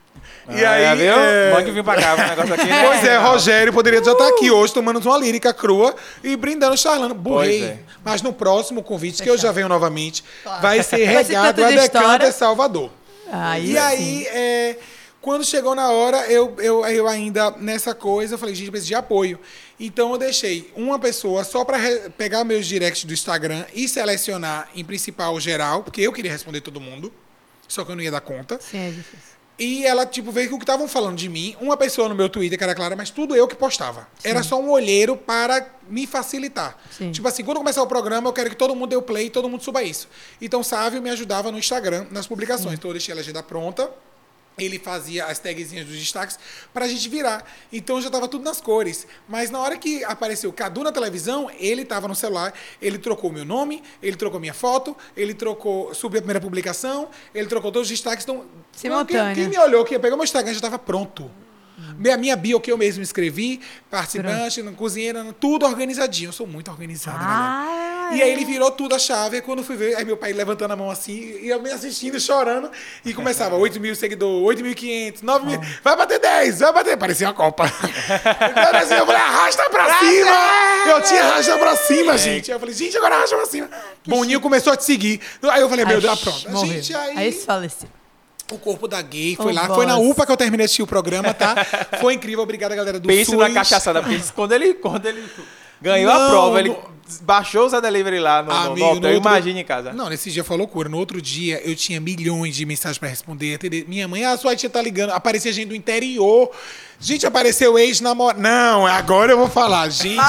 E aí, viu? Mande vir pra cá, o negócio aqui, né? Pois é, Rogério poderia já estar aqui hoje tomando uma lírica crua e brindando, charlando. Burrei. Pois é. Mas no próximo convite, que eu já venho novamente, vai ser Vai ser regado tanto a de Decanter história. Salvador. Aí, E aí, quando chegou na hora, eu ainda nessa coisa, eu falei, gente, eu preciso de apoio. Então eu deixei uma pessoa só para pegar meus directs do Instagram e selecionar em principal geral, porque eu queria responder todo mundo, só que eu não ia dar conta. Sim, é difícil. E ela, tipo, veio com o que estavam falando de mim. Uma pessoa no meu Twitter, que era Clara, mas tudo eu que postava. Sim. Era só um olheiro para me facilitar. Sim. Tipo assim, quando começar o programa, eu quero que todo mundo dê o play e todo mundo suba isso. Então, Sávio me ajudava no Instagram, nas publicações. Então, eu deixei a legenda pronta. Ele fazia as tagzinhas dos destaques pra gente virar. Então já tava tudo nas cores. Mas na hora que apareceu Cadu na televisão, ele tava no celular, ele trocou meu nome, ele trocou minha foto, ele trocou, subiu a primeira publicação, ele trocou todos os destaques. Então, simultâneo. quem me olhou, quem pegou meu Instagram já tava pronto. Minha bio que eu mesmo escrevi, participante, cozinheira, tudo organizadinho. Eu sou muito organizado, galera. E aí ele virou tudo a chave. E quando eu fui ver, aí meu pai levantando a mão assim, e eu me assistindo, chorando. E começava 8 mil seguidores, 8.500, 9 mil. Vai bater 10, vai bater. Parecia uma Copa. Eu falei, arrasta pra cima. Eu tinha arrasta pra cima, gente. Aí eu falei, gente, agora arrasta pra cima. Boninho começou a te seguir. Aí eu falei, meu Deus, pronto. Morreu. Gente, Aí se faleceu. o corpo da gay foi lá. Foi na UPA que eu terminei de assistir o programa, tá? Foi incrível. Obrigado, galera do Pense SUS. na cachaçada. Porque quando ele ganhou a prova, ele baixou o Zé Delivery lá no hotel. Imagina em casa. Não, nesse dia foi loucura. No outro dia, eu tinha milhões de mensagens pra responder. Atender. Minha mãe, sua tia tá ligando. Aparecia gente do interior. Gente, apareceu ex-namorado. Não, agora eu vou falar. Gente.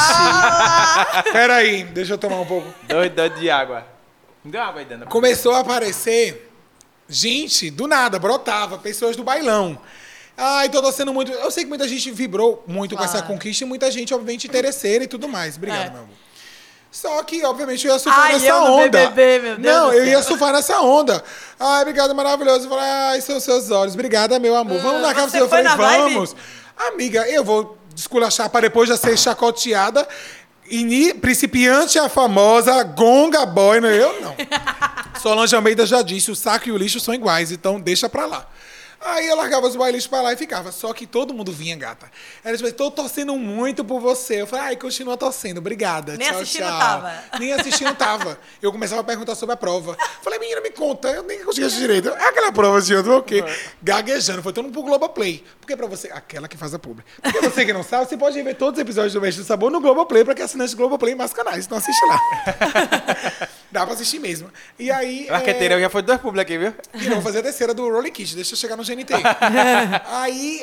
Peraí, deixa eu tomar um pouco. Doido de água. Não deu água aí dentro. Começou a aparecer gente, do nada, brotava, pessoas do bailão. Ai, tô torcendo muito. Eu sei que muita gente vibrou muito com essa conquista e muita gente, obviamente, interesseira e tudo mais. Obrigado, meu amor. Só que, obviamente, eu ia surfar nessa onda. BBB, meu Deus Não, do eu céu. ia surfar nessa onda. Ai, obrigado, maravilhoso. Eu falei, ai, são seus olhos. Obrigada, meu amor. Vamos na casa do seu. Eu falei, vamos. Amiga, eu vou desculachar para depois já ser chacoteada. Principiante a famosa Gonga Boy, né? Eu não. Solange Almeida já disse, o saco e o lixo são iguais, então deixa pra lá. Aí eu largava os bailistas pra lá e ficava. Só que todo mundo vinha, gata. Era tipo, tô torcendo muito por você. Eu falei, ai, continua torcendo, obrigada. Nem tchau, assistindo tchau. tava. Nem assistindo tava. Eu começava a perguntar sobre a prova. Falei, menina, me conta. Eu nem consegui assistir direito. É aquela prova, senhor, do quê? Gaguejando. Foi todo mundo pro Globoplay. Porque pra você, aquela que faz a publi. Porque você que não sabe, você pode ver todos os episódios do Mestre do Sabor no Globoplay, pra que assinante do Globoplay e mais canais. Então assiste lá. Dá pra assistir mesmo. E aí... Marqueteira, já foi 2 publi aqui, viu? E não, vou fazer a terceira do Rolling Kit. Deixa eu chegar no GNT. Aí,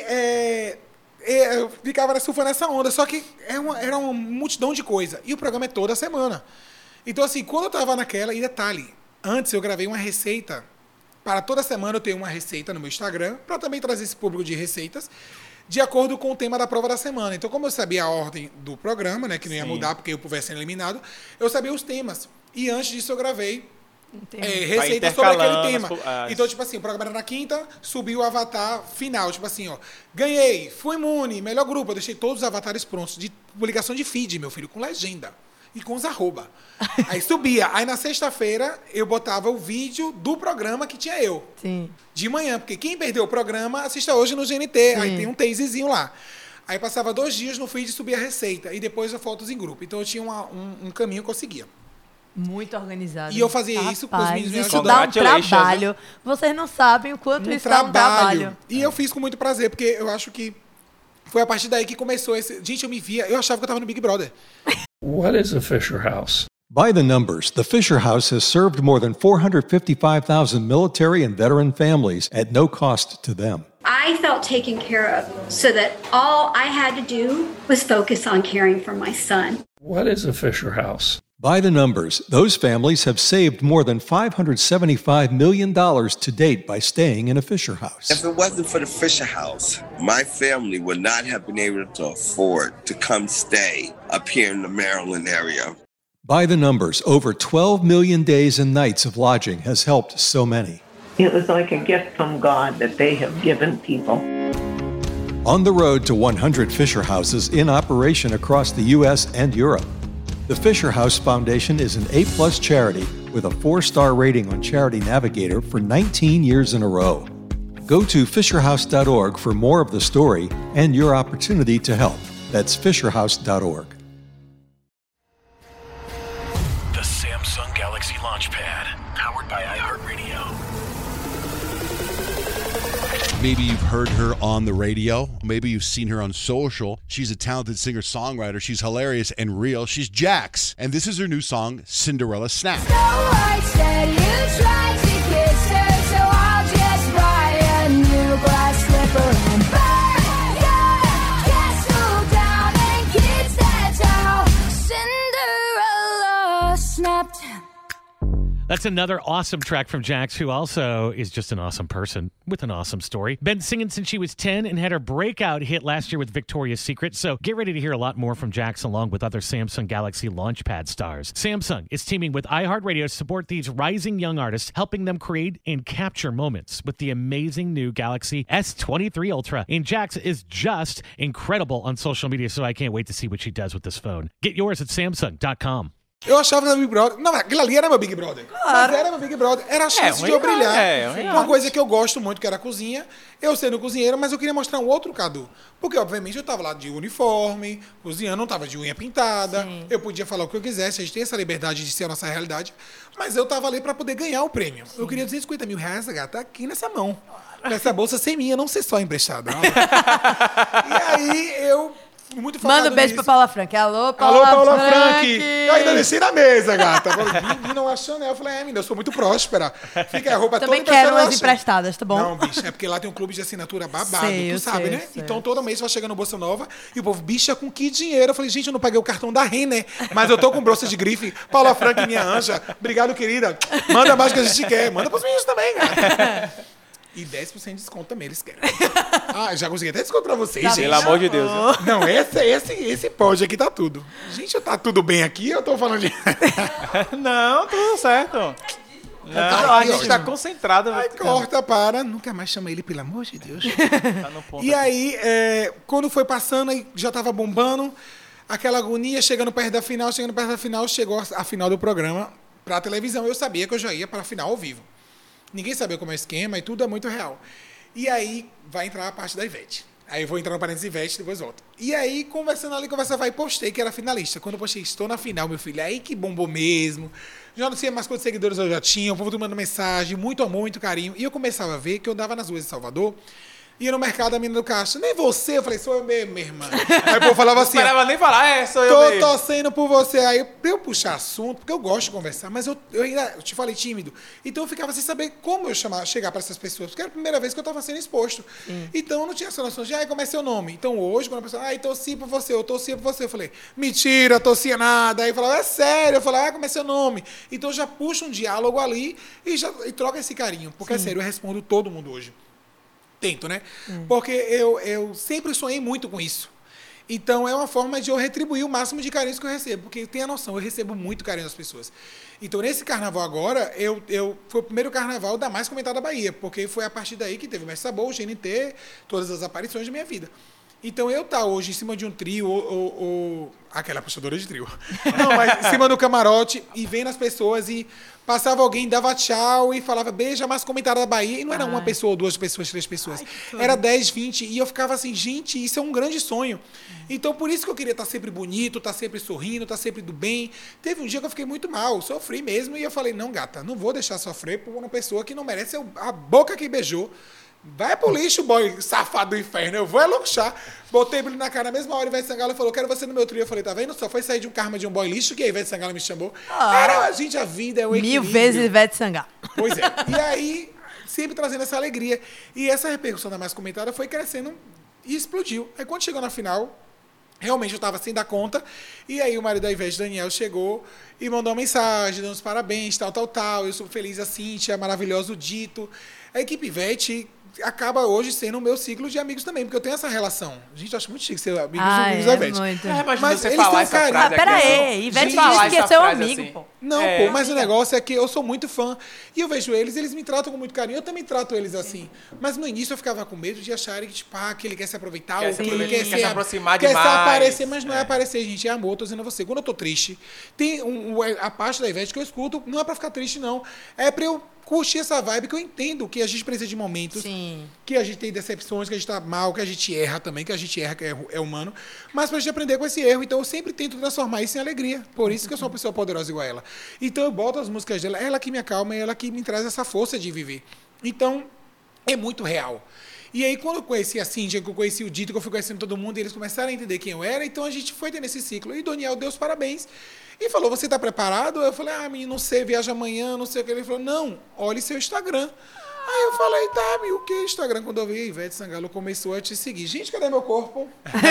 eu ficava surfando nessa onda. Só que era uma multidão de coisa. E o programa é toda semana. Então, assim, quando eu tava naquela... E detalhe, antes eu gravei uma receita. Para toda semana eu tenho uma receita no meu Instagram. Para também trazer esse público de receitas. De acordo com o tema da prova da semana. Então, como eu sabia a ordem do programa, né? Que não ia mudar porque eu pudesse ser eliminado. Eu sabia os temas. E antes disso eu gravei receita sobre aquele tema. Então, tipo assim, o programa era na quinta, subiu o avatar final. Tipo assim, ó, ganhei, fui imune, melhor grupo. Eu deixei todos os avatares prontos de publicação de feed, meu filho, com legenda. E com os arroba. Aí subia. Aí na sexta-feira eu botava o vídeo do programa que tinha eu. Sim. De manhã, porque quem perdeu o programa assista hoje no GNT. Sim. Aí tem um tasezinho lá. Aí passava 2 dias no feed e subia a receita. E depois eu fotos em grupo. Então eu tinha um caminho que eu seguia. Muito organizado. E eu fazia isso com os meninos me Isso ajudando. dá um trabalho. Vocês não sabem o quanto isso dá um trabalho. E eu fiz com muito prazer, porque eu acho que foi a partir daí que começou esse... Gente, eu me via... Eu achava que eu estava no Big Brother. What is a Fisher House? By the numbers, the Fisher House has served more than 455,000 military and veteran families at no cost to them. I felt taken care of so that all I had to do was focus on caring for my son. What is a Fisher House? By the numbers, those families have saved more than $575 million to date by staying in a Fisher House. If it wasn't for the Fisher House, my family would not have been able to afford to come stay up here in the Maryland area. By the numbers, over 12 million days and nights of lodging has helped so many. It was like a gift from God that they have given people. On the road to 100 Fisher Houses in operation across the U.S. and Europe. The Fisher House Foundation is an A-plus charity with a 4-star rating on Charity Navigator for 19 years in a row. Go to FisherHouse.org for more of the story and your opportunity to help. That's FisherHouse.org. The Samsung Galaxy Launchpad, powered by iHeartRadio. Maybe you've heard her on the radio. Maybe you've seen her on social. She's a talented singer-songwriter. She's hilarious and real. She's Jax. And this is her new song, Cinderella Snap. Snow White said you tried to kiss her, so I'll just buy a new glass slipper and burn your castle down. And kids, that's how Cinderella snapped. That's another awesome track from Jax, who also is just an awesome person with an awesome story. Been singing since she was 10 and had her breakout hit last year with Victoria's Secret. So get ready to hear a lot more from Jax along with other Samsung Galaxy Launchpad stars. Samsung is teaming with iHeartRadio to support these rising young artists, helping them create and capture moments with the amazing new Galaxy S23 Ultra. And Jax is just incredible on social media, so I can't wait to see what she does with this phone. Get yours at Samsung.com. Eu achava que era Big Brother. Não, aquilo ali era meu Big Brother. Mas era meu Big Brother. Era a chance de eu brilhar. Uma coisa que eu gosto muito, que era a cozinha. Eu sendo cozinheiro, mas eu queria mostrar um outro Cadu. Porque, obviamente, eu tava lá de uniforme, cozinhando, não tava de unha pintada. Sim. Eu podia falar o que eu quisesse, a gente tem essa liberdade de ser a nossa realidade. Mas eu tava ali pra poder ganhar o prêmio. Sim. Eu queria 250 mil reais, gata, aqui nessa mão. Nessa bolsa ser minha, não ser só emprestada. E aí, eu... muito manda um beijo pra Paula Frank. Alô, Paula Frank. Eu ainda desci na mesa, gata. Menina, uma Chanel. Eu falei, menina, eu sou muito próspera. Fica a roupa também toda quero umas emprestadas, tá bom? Não, bicho, é porque lá tem um clube de assinatura babado, tu sabe, né? Sei. Então todo mês vai chegando bolsa nova e o povo, bicha, com que dinheiro? Eu falei, gente, eu não paguei o cartão da Renner, mas eu tô com bolsa de grife. Paula Frank, minha anja. Obrigado, querida. Manda mais que a gente quer. Manda pros meninos também, cara. E 10% de desconto também eles querem. Já consegui até desconto pra vocês, gente. Pelo amor de Deus. Não, esse pod aqui tá tudo. Gente, tá tudo bem aqui? Eu tô falando de... Não, tudo certo. Não, a gente tá concentrado. Corta para... Nunca mais chama ele, pelo amor de Deus. Tá no ponto. E aí, quando foi passando, aí já tava bombando. Aquela agonia, chegando perto da final, chegou a final do programa pra televisão. Eu sabia que eu já ia pra final ao vivo. Ninguém sabia como é o esquema e tudo é muito real. E aí vai entrar a parte da Ivete. Aí eu vou entrar no parênteses Ivete, depois volto. E aí, conversando ali, postei que era finalista. Quando eu postei, estou na final, meu filho. Aí que bombou mesmo. Já não sei mais quantos seguidores eu já tinha. O povo tomando mensagem, muito amor, muito carinho. E eu começava a ver que eu andava nas ruas de Salvador. Ia no mercado, a menina do caixa, nem você. Eu falei, sou eu mesmo, minha irmã. Aí o povo falava assim... Não esperava nem falar, sou eu mesmo. Tô torcendo por você. Aí eu puxar assunto, porque eu gosto de conversar, mas eu ainda te falei tímido. Então eu ficava sem saber como eu chegar para essas pessoas, porque era a primeira vez que eu tava sendo exposto. Então eu não tinha essa noção de, como é seu nome? Então hoje, quando a pessoa, torci por você, eu torcia por você. Eu falei, mentira, torcia nada. Aí eu falava, é sério. Eu falava, como é seu nome? Então eu já puxo um diálogo ali e troca esse carinho. Porque é sério, eu respondo todo mundo hoje. Tento, né? Porque eu sempre sonhei muito com isso. Então, é uma forma de eu retribuir o máximo de carinho que eu recebo. Porque tem a noção, eu recebo muito carinho das pessoas. Então, nesse carnaval agora, foi o primeiro carnaval da mais comentada Bahia. Porque foi a partir daí que teve o Mestre Sabor, o GNT, todas as aparições da minha vida. Então, eu estar hoje em cima de um trio, ou aquela puxadora de trio. Não, mas em cima do camarote, e vendo as pessoas, e passava alguém, dava tchau, e falava, beija mais comentada da Bahia. E não era uma pessoa, 2 pessoas, 3 pessoas. Era 10, 20, e eu ficava assim, gente, isso é um grande sonho. Então, por isso que eu queria estar sempre bonito, estar sempre sorrindo, estar sempre do bem. Teve um dia que eu fiquei muito mal, sofri mesmo, e eu falei, não, gata, não vou deixar sofrer por uma pessoa que não merece a boca que beijou. Vai pro lixo, boy, safado do inferno. Eu vou luxar. Botei brilho na cara na mesma hora. Ivete Sangalo falou, quero você no meu trio. Eu falei, tá vendo? Só foi sair de um karma de um boy lixo que a Ivete Sangalo me chamou. Era, gente, a vida é um equilíbrio. 1000 vezes Ivete Sangalo. Pois é. E aí, sempre trazendo essa alegria. E essa repercussão da mais comentada foi crescendo e explodiu. Aí quando chegou na final, realmente eu tava sem dar conta. E aí o marido da Ivete, Daniel, chegou e mandou uma mensagem, dando os parabéns, tal. Eu sou feliz, a Cíntia, maravilhoso, o Dito. A equipe Ivete acaba hoje sendo o meu ciclo de amigos também, porque eu tenho essa relação. Gente, eu acho muito chique ser amigos da Ivete. Mas você falar essa frase aqui. Peraí, Ivete disse que é seu amigo, assim. pô. Não, pô, mas o negócio é que eu sou muito fã. E eu vejo eles me tratam com muito carinho. Eu também trato eles assim. Mas no início eu ficava com medo de acharem que, tipo, que ele quer se aproveitar, ou que ele quer se aproximar demais. Quer se aparecer, mas não é aparecer, gente. É amor, tô dizendo a você. Quando eu tô triste, tem a parte da Ivete que eu escuto, não é pra ficar triste, não. É pra eu curtir essa vibe, que eu entendo que a gente precisa de momentos. Sim. Sim. Que a gente tem decepções, que a gente tá mal, que a gente erra também, que a gente erra, que é humano. Mas pra gente aprender com esse erro. Então eu sempre tento transformar isso em alegria. Por isso que eu sou uma pessoa poderosa igual a ela. Então eu boto as músicas dela, ela que me acalma, ela que me traz essa força de viver. Então, é muito real. E aí, quando eu conheci a Cíntia, que eu conheci o Dito, que eu fui conhecendo todo mundo, e eles começaram a entender quem eu era, então a gente foi tendo esse ciclo. E Doniel deu os parabéns. E falou, você está preparado? Eu falei, menino, não sei, viaja amanhã, não sei o que. Ele falou, não, olhe seu Instagram. Aí eu falei, tá, o que Instagram? Quando eu vi a Ivete Sangalo começou a te seguir. Gente, cadê meu corpo?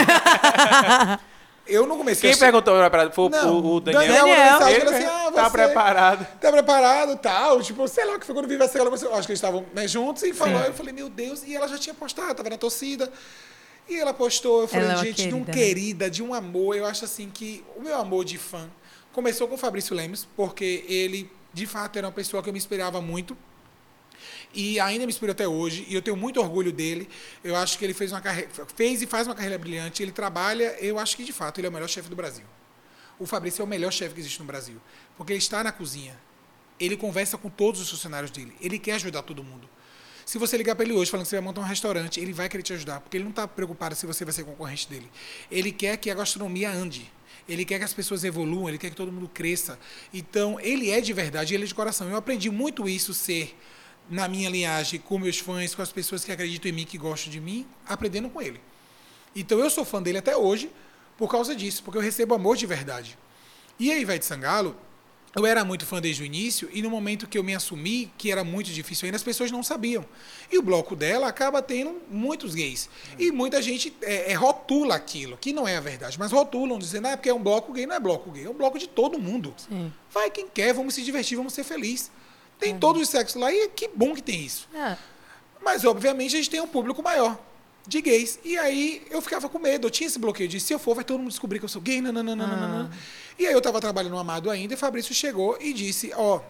Eu não comecei Quem perguntou preparado? Foi o Daniel. Mensagem, Ele assim, tá preparado. Tá preparado, tal. Tipo, sei lá, que foi quando Viva Sangalo começou. Acho que eles estavam juntos e falou. Eu falei, meu Deus. E ela já tinha postado, tava na torcida. E ela postou. Eu falei, gente, de um querida, de um amor. Eu acho assim que o meu amor de fã começou com o Fabrício Lemos, porque ele, de fato, era uma pessoa que eu me inspirava muito. E ainda me inspira até hoje, e eu tenho muito orgulho dele. Eu acho que ele fez e faz uma carreira brilhante. Ele trabalha, eu acho que, de fato, ele é o melhor chefe do Brasil. O Fabrício é o melhor chefe que existe no Brasil, porque ele está na cozinha. Ele conversa com todos os funcionários dele. Ele quer ajudar todo mundo. Se você ligar para ele hoje falando que você vai montar um restaurante, ele vai querer te ajudar, porque ele não está preocupado se você vai ser concorrente dele. Ele quer que a gastronomia ande. Ele quer que as pessoas evoluam, ele quer que todo mundo cresça. Então, ele é de verdade, ele é de coração. Eu aprendi muito isso ser na minha linhagem, com meus fãs, com as pessoas que acreditam em mim, que gostam de mim, aprendendo com ele. Então, eu sou fã dele até hoje por causa disso, porque eu recebo amor de verdade. E a Ivete Sangalo, eu era muito fã desde o início, e no momento que eu me assumi, que era muito difícil ainda, as pessoas não sabiam. E o bloco dela acaba tendo muitos gays. E muita gente rotula aquilo, que não é a verdade, mas rotulam, dizendo, porque é um bloco gay, não é bloco gay, é um bloco de todo mundo. Sim. Vai quem quer, vamos se divertir, vamos ser felizes. Tem todos os sexos lá, e que bom que tem isso. Mas, obviamente, a gente tem um público maior de gays. E aí, eu ficava com medo, eu tinha esse bloqueio de, se eu for, vai todo mundo descobrir que eu sou gay, nananana. E aí, eu estava trabalhando no Amado ainda, e Fabrício chegou e disse,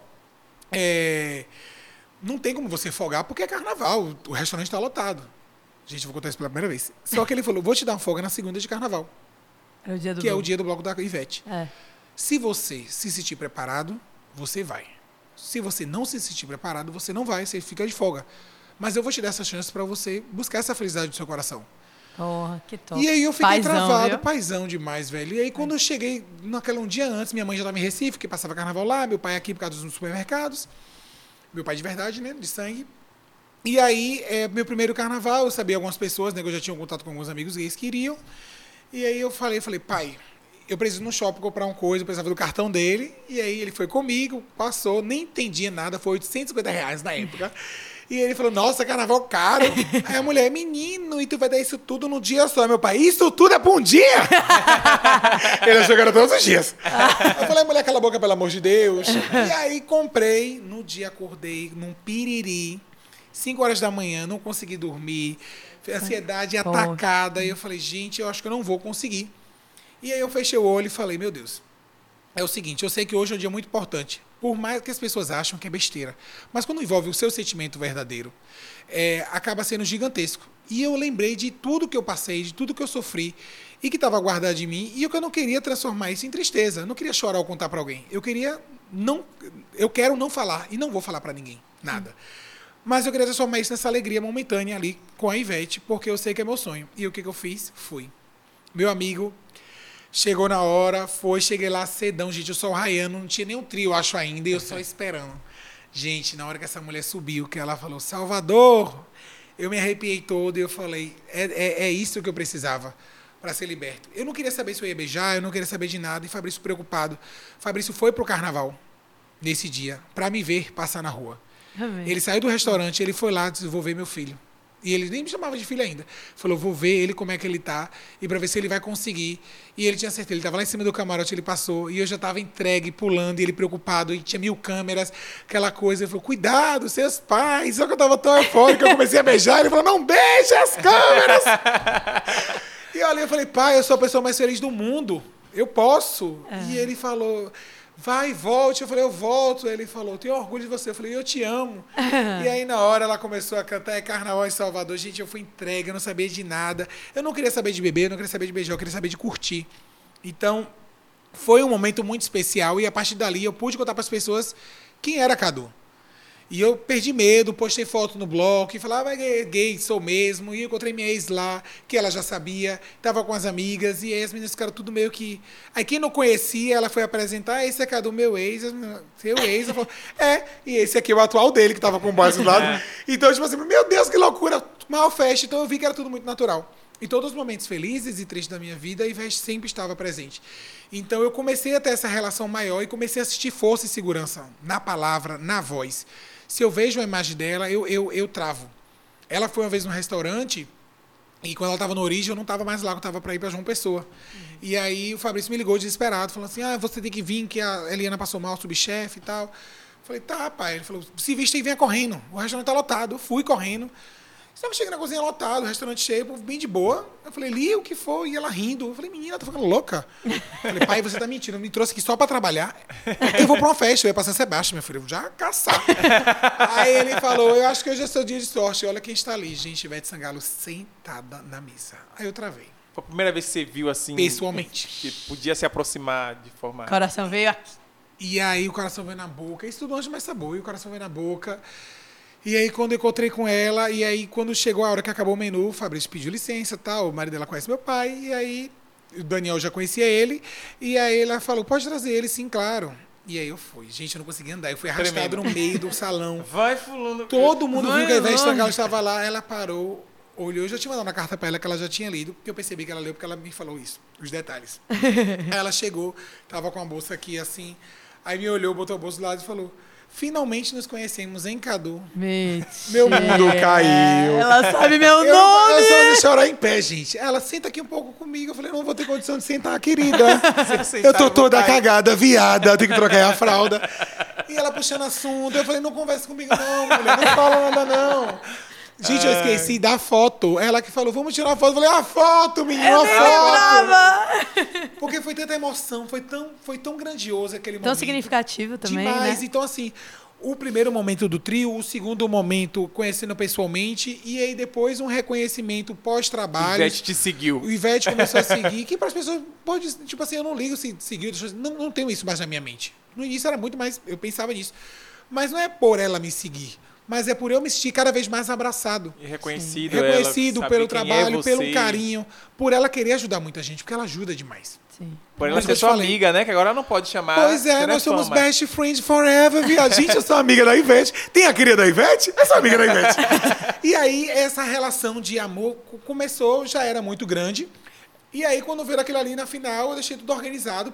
não tem como você folgar, porque é carnaval, o restaurante está lotado. Gente, eu vou contar isso pela primeira vez. Só que ele falou, vou te dar uma folga na segunda de carnaval. É o dia do que é o dia do bloco da Ivete. Se você se sentir preparado, você vai. Se você não se sentir preparado, você não vai, você fica de folga. Mas eu vou te dar essa chance para você buscar essa felicidade do seu coração. Porra, que top. E aí eu fiquei paizão, travado, viu? paizão demais, velho. E aí quando eu cheguei, um dia antes, minha mãe já estava em Recife, que passava carnaval lá, meu pai aqui por causa dos supermercados. Meu pai de verdade, né, de sangue. E aí, meu primeiro carnaval, eu sabia algumas pessoas, né, que eu já tinha um contato com alguns amigos gays que iriam. E aí eu falei, pai, eu preciso ir no shopping comprar uma coisa, eu precisava do cartão dele. E aí ele foi comigo, passou, nem entendia nada, foi R$850 na época. E ele falou, nossa, carnaval caro. Aí a mulher, menino, e tu vai dar isso tudo num dia só. Meu pai, isso tudo é pra um dia? Ele achou que era todos os dias. Eu falei, mulher, cala a boca, pelo amor de Deus. E aí comprei, no dia acordei num piriri, 5 horas da manhã, não consegui dormir, ansiedade atacada. E eu falei, gente, eu acho que eu não vou conseguir. E aí eu fechei o olho e falei, meu Deus, é o seguinte, eu sei que hoje é um dia muito importante, por mais que as pessoas acham que é besteira, mas quando envolve o seu sentimento verdadeiro, acaba sendo gigantesco. E eu lembrei de tudo que eu passei, de tudo que eu sofri, e que estava guardado de mim, e eu não queria transformar isso em tristeza, eu não queria chorar ou contar para alguém, eu quero não falar, e não vou falar para ninguém, nada. Mas eu queria transformar isso nessa alegria momentânea ali, com a Ivete, porque eu sei que é meu sonho. E o que eu fiz? Fui. Meu amigo chegou na hora, cheguei lá cedão, gente, o sol raiando, não tinha nem um trio, acho ainda, e eu só esperando. Gente, na hora que essa mulher subiu, que ela falou, Salvador, eu me arrepiei todo e eu falei, é isso que eu precisava para ser liberto. Eu não queria saber se eu ia beijar, eu não queria saber de nada, e Fabrício preocupado. Fabrício foi pro carnaval, nesse dia, para me ver passar na rua. Amém. Ele saiu do restaurante, ele foi lá e disse, vou ver meu filho. E ele nem me chamava de filho ainda. Falou, vou ver ele, como é que ele tá, e para ver se ele vai conseguir. E ele tinha certeza, ele estava lá em cima do camarote, ele passou, e eu já estava entregue, pulando, e ele preocupado, e tinha 1000 câmeras, aquela coisa. Ele falou, cuidado, seus pais. Só que eu estava tão eufórico, eu comecei a beijar, ele falou, não beije as câmeras. E olha, eu falei, pai, eu sou a pessoa mais feliz do mundo, eu posso. E ele falou, vai, volte. Eu falei, eu volto. Ele falou, tenho orgulho de você. Eu falei, eu te amo. E aí, na hora, ela começou a cantar Carnaval em Salvador. Gente, eu fui entregue, eu não sabia de nada. Eu não queria saber de beber, eu não queria saber de beijar, eu queria saber de curtir. Então, foi um momento muito especial. E, a partir dali, eu pude contar para as pessoas quem era Cadu. E eu perdi medo, postei foto no blog, falava, gay, sou mesmo. E eu encontrei minha ex lá, que ela já sabia, tava com as amigas, e aí as meninas ficaram tudo meio que... Aí quem não conhecia, ela foi apresentar, esse aqui é do meu ex, seu ex. Ela falou, e esse aqui é o atual dele, que tava com o boy do lado. Então, tipo assim, meu Deus, que loucura, maior festa. Então eu vi que era tudo muito natural. Em todos os momentos felizes e tristes da minha vida, a Ivete sempre estava presente. Então eu comecei a ter essa relação maior e comecei a assistir força e segurança na palavra, na voz. Se eu vejo a imagem dela, eu travo. Ela foi uma vez num restaurante e quando ela estava no Origem, eu não estava mais lá, eu estava para ir para João Pessoa. E aí o Fabrício me ligou desesperado, falando assim, você tem que vir, que a Eliana passou mal, subchefe e tal. Eu falei, tá, pai. Ele falou, se viste aí, venha correndo. O restaurante tá lotado. Eu fui correndo. Estava chegando na cozinha lotado, o restaurante cheio, bem de boa. Eu falei, Li, o que foi? E ela rindo. Eu falei, menina, tá ficando louca? Eu falei, pai, você tá mentindo. Me trouxe aqui só pra trabalhar. Eu vou pra uma festa, eu ia pra São Sebastião, meu filho. Eu vou já caçar. Aí ele falou, eu acho que hoje é seu dia de sorte. Olha quem está ali, gente. Ivete Sangalo sentada na mesa. Aí eu travei. Foi a primeira vez que você viu assim... Pessoalmente. Que podia se aproximar de forma... O coração veio aqui. E aí o coração veio na boca. Isso tudo antes mais sabor. E o coração veio na boca... E aí, quando eu encontrei com ela, e aí, quando chegou a hora que acabou o menu, o Fabrício pediu licença, tal, o marido dela conhece meu pai, e aí, o Daniel já conhecia ele, e aí ela falou, pode trazer ele, sim, claro. E aí eu fui. Gente, eu não conseguia andar, eu fui arrastado no meio do salão. Vai, fulano. Todo mundo viu que a Ivete Sangalo estava lá, ela parou, olhou, eu já tinha mandado uma carta para ela que ela já tinha lido, porque eu percebi que ela leu, porque ela me falou isso, os detalhes. Aí ela chegou, tava com a bolsa aqui, assim, aí me olhou, botou a bolsa do lado e falou... Finalmente nos conhecemos, hein, Cadu? Mentira. Meu mundo caiu. Ela sabe meu nome. Eu só de chorar em pé, gente. Ela senta aqui um pouco comigo. Eu falei, não vou ter condição de sentar, querida. Eu tô toda cagada, viada. Tenho que trocar a fralda. E ela puxando assunto. Eu falei, não conversa comigo não, mulher. Não fala nada, não. Gente, eu esqueci da foto. Ela que falou, vamos tirar uma foto. Eu falei, a foto, menina, a foto. Porque foi tanta emoção, foi tão grandioso aquele momento. Tão significativo também, demais. né? Então, assim, o primeiro momento do trio, o segundo momento conhecendo pessoalmente, e aí depois um reconhecimento pós-trabalho. O Ivete te seguiu. O Ivete começou a seguir, que para as pessoas pode, tipo assim, eu não ligo se seguir, não tenho isso mais na minha mente. No início era muito mais, eu pensava nisso. Mas não é por ela me seguir. Mas é por eu me sentir cada vez mais abraçado. E reconhecido. Reconhecido pelo trabalho, pelo carinho. Por ela querer ajudar muita gente, porque ela ajuda demais. Sim. Por ela ser sua amiga, né? Que agora ela não pode chamar... Pois é, nós somos best friends forever, viado. Gente, eu sou amiga da Ivete. Tem a querida da Ivete? Eu sou amiga da Ivete. E aí, essa relação de amor começou, já era muito grande. E aí, quando veio aquilo ali na final, eu deixei tudo organizado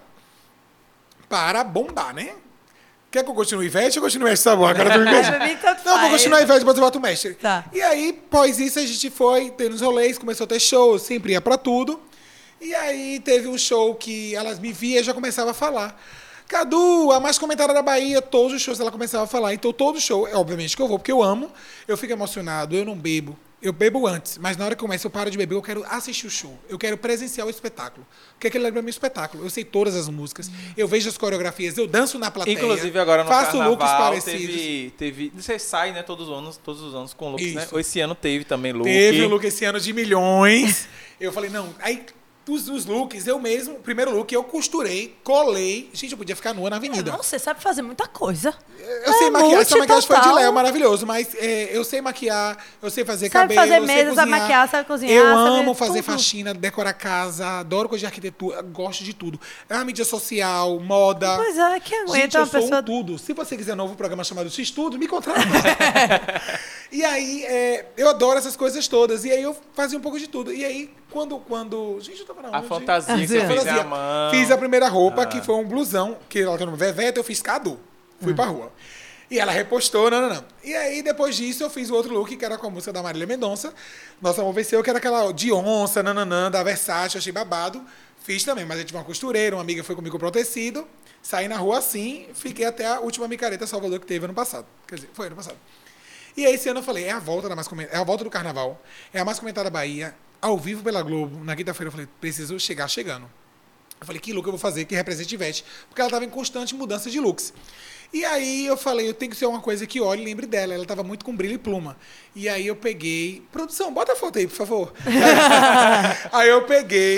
para bombar, né? Quer que eu continue Ivete ou continue Mestre Sabor? Agora eu tô me Não, vou continuar Ivete, depois eu boto o Mestre. Tá. E aí, após isso, a gente foi tendo os rolês, começou a ter show, sempre ia pra tudo. E aí, teve um show que elas me viam e já começava a falar. Cadu, a mais comentada da Bahia, todos os shows ela começava a falar. Então, todo show, obviamente que eu vou, porque eu amo, eu fico emocionado, eu não bebo. Eu bebo antes, mas na hora que começa eu paro de beber, eu quero assistir o show. Eu quero presenciar o espetáculo. Porque aquele é o meu espetáculo. Eu sei todas as músicas, eu vejo as coreografias, eu danço na plateia. Inclusive agora no faço carnaval looks parecidos. teve... Você sai, né, todos os anos com looks, né? Esse ano teve também look. Teve um look esse ano de milhões. Eu falei, não, aí... Os looks, eu mesmo, o primeiro look, eu costurei, colei. Gente, eu podia ficar nua na avenida. Não, você sabe fazer muita coisa. Eu sei maquiar, essa maquiagem foi de Léo, maravilhoso. Mas eu sei maquiar, eu sei fazer cabelo, sabe fazer eu mesa, sei sabe maquiar, sabe cozinhar. Eu sabe amo fazer tudo. faxina, decorar casa, adoro coisa de arquitetura, gosto de tudo. É uma mídia social, moda. Pois é, que aguenta gente, eu uma sou pessoa... um tudo. Se você quiser um novo programa chamado X Tudo, me contrata. E aí, eu adoro essas coisas todas. E aí eu fazia um pouco de tudo. E aí, quando... Gente, eu tava na onde? A fantasia que você fez à mão. Fiz a primeira roupa, que foi um blusão, que ela tá no Veveta, eu fiz Cadu. Fui pra rua. E ela repostou, não. E aí, depois disso, eu fiz o outro look, que era com a música da Marília Mendonça. Nossa Amor Venceu, que era aquela de onça, da Versace, achei babado. Fiz também, mas eu tive uma costureira, uma amiga foi comigo pro tecido. Saí na rua assim, fiquei até a última micareta Salvador que teve ano passado. Quer dizer, foi ano passado. E aí, esse ano eu falei, é a volta do carnaval, é a mais comentada da Bahia, ao vivo pela Globo. Na quinta-feira eu falei, preciso chegar chegando. Eu falei, que look eu vou fazer que represente Ivete? Porque ela estava em constante mudança de looks. E aí eu falei, eu tenho que ser uma coisa que olhe e lembre dela. Ela estava muito com brilho e pluma. E aí eu peguei... Produção, bota a foto aí, por favor. Aí eu peguei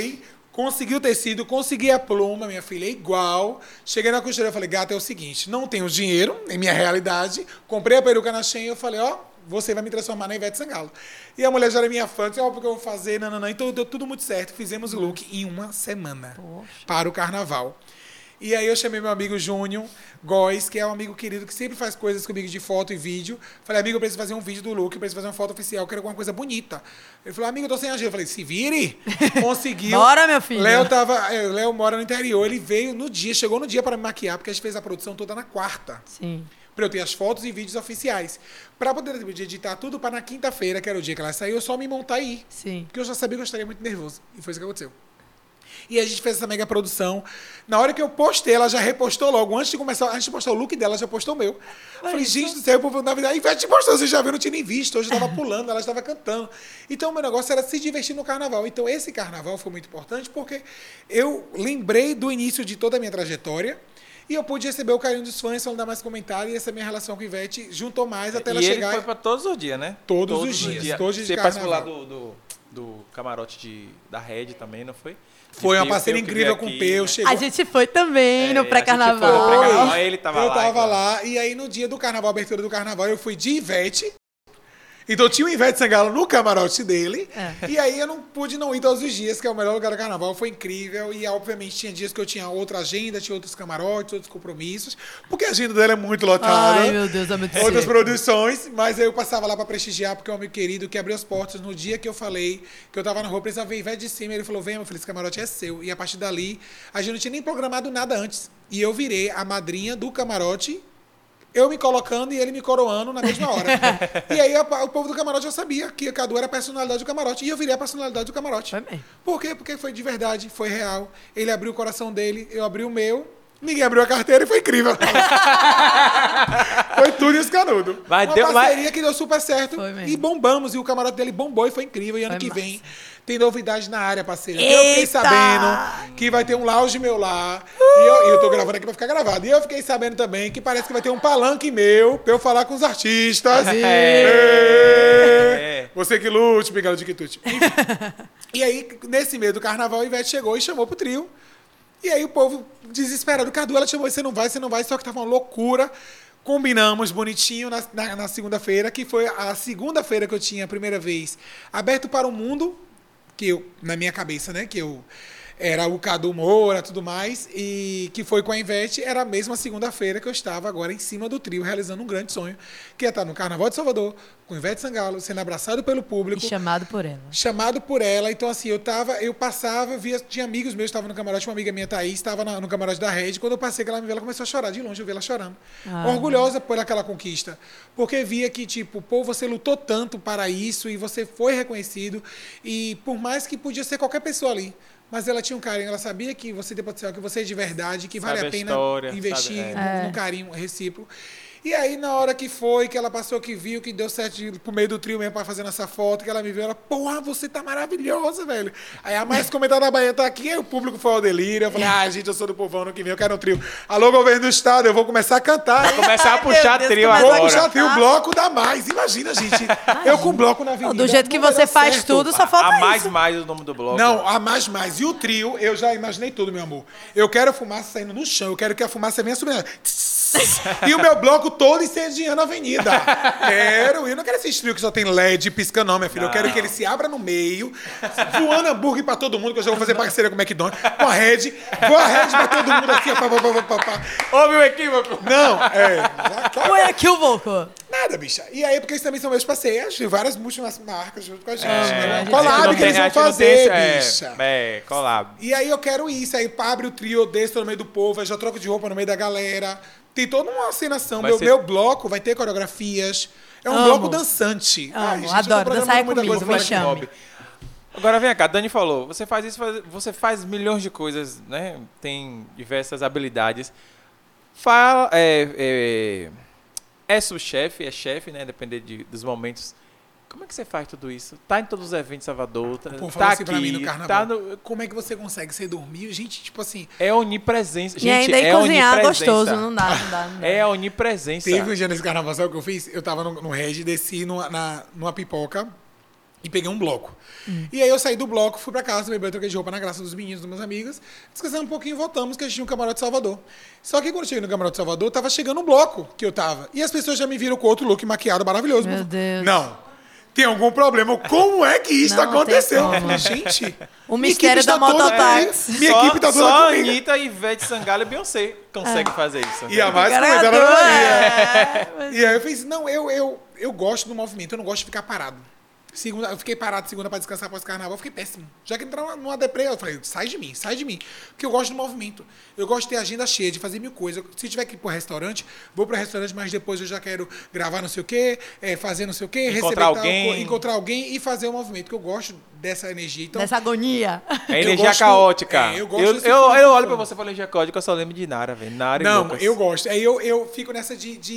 Consegui o tecido, consegui a pluma, minha filha, é igual. Cheguei na costureira e falei, gata, é o seguinte, não tenho dinheiro, em minha realidade. Comprei a peruca na Shein e eu falei, ó, você vai me transformar na Ivete Sangalo. E a mulher já era minha fã, disse, ó, porque eu vou fazer, não. Então deu tudo muito certo. Fizemos o look em uma semana para o carnaval. E aí eu chamei meu amigo Júnior Góes, que é um amigo querido que sempre faz coisas comigo de foto e vídeo. Falei, amigo, eu preciso fazer um vídeo do look, eu preciso fazer uma foto oficial, eu quero alguma coisa bonita. Ele falou, amigo, eu tô sem agenda. Eu falei, se vire. Conseguiu. Bora, meu filho. Léo mora no interior, ele veio no dia, chegou no dia para me maquiar, porque a gente fez a produção toda na quarta. Sim. Pra eu ter as fotos e vídeos oficiais. Pra poder editar tudo para na quinta-feira, que era o dia que ela saiu, eu só me montar e ir. Sim. Porque eu já sabia que eu estaria muito nervoso. E foi isso que aconteceu. E a gente fez essa mega produção. Na hora que eu postei, ela já repostou logo. Antes de começar, antes de postar o look dela, já postou o meu. Eu falei, gente do céu, o povo na verdade, Ivete postou, você já viu, não tinha nem visto. Hoje eu estava pulando, ela estava cantando. Então o meu negócio era se divertir no carnaval. Então esse carnaval foi muito importante porque eu lembrei do início de toda a minha trajetória. E eu pude receber o carinho dos fãs, só não dar mais comentário. E essa minha relação com a Ivete juntou mais até ela chegar. E ele foi para todos os dias, né? Todos os dias. Todos os dias de Você participou lá carnaval. do camarote da Rede também, não foi? Foi uma parceria incrível com o Peu. Chegou... A gente foi também no pré-carnaval. Ele tava lá. Eu tava lá. E aí, no dia do carnaval, abertura do carnaval, eu fui de Ivete. Então, tinha o Ivete Sangalo no camarote dele. E aí, eu não pude não ir todos os dias, que é o melhor lugar do carnaval. Foi incrível. E, obviamente, tinha dias que eu tinha outra agenda, tinha outros camarotes, outros compromissos. Porque a agenda dela é muito lotada. Ai, meu Deus, é muito outras seco. produções. Mas aí, eu passava lá pra prestigiar, porque é um amigo querido que abriu as portas no dia que eu falei que eu tava na rua, precisava ver Ivete de cima. Ele falou, vem, meu filho, esse camarote é seu. E, a partir dali, a gente não tinha nem programado nada antes. E eu virei a madrinha do camarote, eu me colocando e ele me coroando na mesma hora. E aí o povo do camarote já sabia que a Cadu era a personalidade do camarote. E eu virei a personalidade do camarote. Por quê? Porque foi de verdade, foi real. Ele abriu o coração dele, eu abri o meu. Ninguém abriu a carteira e foi incrível. Foi tudo isso canudo. Uma parceria que deu super certo. E bombamos. E o camarote dele bombou e foi incrível. E ano que vem tem novidade na área, parceiro. Eu fiquei sabendo que vai ter um lounge meu lá. E eu tô gravando aqui pra ficar gravado. E eu fiquei sabendo também que parece que vai ter um palanque meu pra eu falar com os artistas. Você que lute, Miguel de Quitute. E aí, nesse meio do carnaval, a Ivete chegou e chamou pro trio. E aí o povo desesperado. Cadu, ela chamou, você não vai. Só que tava uma loucura. Combinamos bonitinho na segunda-feira, que foi a segunda-feira que eu tinha a primeira vez aberto para o mundo, que eu, na minha cabeça, né, que eu era o Cadu Moura e tudo mais, e que foi com a Ivete, era a mesma segunda-feira que eu estava agora em cima do trio, realizando um grande sonho, que ia estar no Carnaval de Salvador, com Ivete Sangalo, sendo abraçado pelo público. E chamado por ela. Chamado por ela. Então, assim, eu passava, tinha amigos meus que estavam no camarote, uma amiga minha, Thaís, estava no camarote da Rede. Quando eu passei, que ela me viu, ela começou a chorar. De longe, eu vi ela chorando. Orgulhosa por aquela conquista. Porque via que, tipo, pô, você lutou tanto para isso e você foi reconhecido. E por mais que podia ser qualquer pessoa ali, mas ela tinha um carinho, ela sabia que você tem potencial, que você é de verdade, que vale a pena investir num carinho recíproco. E aí, na hora que foi, que ela passou, que viu, que deu certo pro meio do trio mesmo pra fazer essa foto, que ela me viu, ela, porra, você tá maravilhosa, velho. Aí a mais comentada da Bahia tá aqui, aí o público foi ao delírio. Eu falei, gente, eu sou do povão, ano que vem eu quero um trio. Alô, governo do estado, eu vou começar a cantar. Vai começar a puxar trio agora. Vou puxar trio, bloco da Mais. Imagina, gente, eu com bloco na avenida. Do jeito que você faz certo. Tudo, só falta isso. A Mais o nome do bloco. Não, a Mais. E o trio, eu já imaginei tudo, meu amor. Eu quero a fumaça saindo no chão, eu quero que a fumaça venha subindo. E o meu bloco todo incendiando a avenida. Eu não quero esse trio que só tem LED piscando, não, minha filha. Eu quero que ele se abra no meio, voando hambúrguer pra todo mundo, que eu já vou fazer parceria com o McDonald's, com a Red. Vou a Red pra todo mundo assim, Houve um equívoco. Não, Foi equívoco. Nada, bicha. E aí, porque eles também são meus parceiros, tem várias multinacionais junto com a gente. Collab que eles vão fazer, bicha. Collab. E aí eu quero isso. Aí abre o trio, eu desço no meio do povo, aí já troco de roupa no meio da galera. Tem toda uma cenação. Meu bloco vai ter coreografias. É um bloco dançante. Adoro. Dançar comigo, me chame. Agora vem cá, Dani falou, você faz isso, você faz milhões de coisas, né? Tem diversas habilidades. Fala, é subchefe, é chefe, né? Depende dos momentos. Como é que você faz tudo isso? Tá em todos os eventos de Salvador, tá assim aqui, pra mim no carnaval. Como é que você consegue? Você dormir? Gente, tipo assim... É onipresença. Gente, e ainda cozinhar gostoso, não dá. É a onipresença. Teve um dia nesse carnaval, sabe o que eu fiz? Eu tava no Regi, desci numa pipoca, e peguei um bloco. E aí eu saí do bloco, fui pra casa, bebi, troquei de roupa na graça dos meninos, dos meus amigos. Descansando um pouquinho, voltamos, que a gente tinha um camarote de Salvador. Só que quando eu cheguei no camarote de Salvador, tava chegando um bloco que eu tava. E as pessoas já me viram com outro look maquiado maravilhoso. Meu Deus. Não. Tem algum problema? Como é que isso Não aconteceu? tem como. Eu falei, gente... O minha mistério equipe da está toda mototáxi. comigo. Minha equipe tá toda Só a comigo. Anitta, Ivete Sangalo e Beyoncé conseguem fazer isso. E a mais comentada era a Maria. E aí eu fiz, não, eu gosto do movimento, eu não gosto de ficar parado. Segunda, eu fiquei parado segunda pra descansar após o carnaval, eu fiquei péssimo. Já que entrar numa deprê, eu falei, sai de mim. Porque eu gosto do movimento. Eu gosto de ter agenda cheia, de fazer mil coisas. Se eu tiver que ir pro restaurante, vou pro restaurante, mas depois eu já quero gravar não sei o quê, fazer não sei o quê, encontrar alguém e fazer o movimento, que eu gosto dessa energia. Então, Dessa agonia. É energia caótica. eu gosto eu olho pra você e falo energia caótica, eu só lembro de Nara, velho. Nara e não, Lucas. eu gosto. Aí eu fico nessa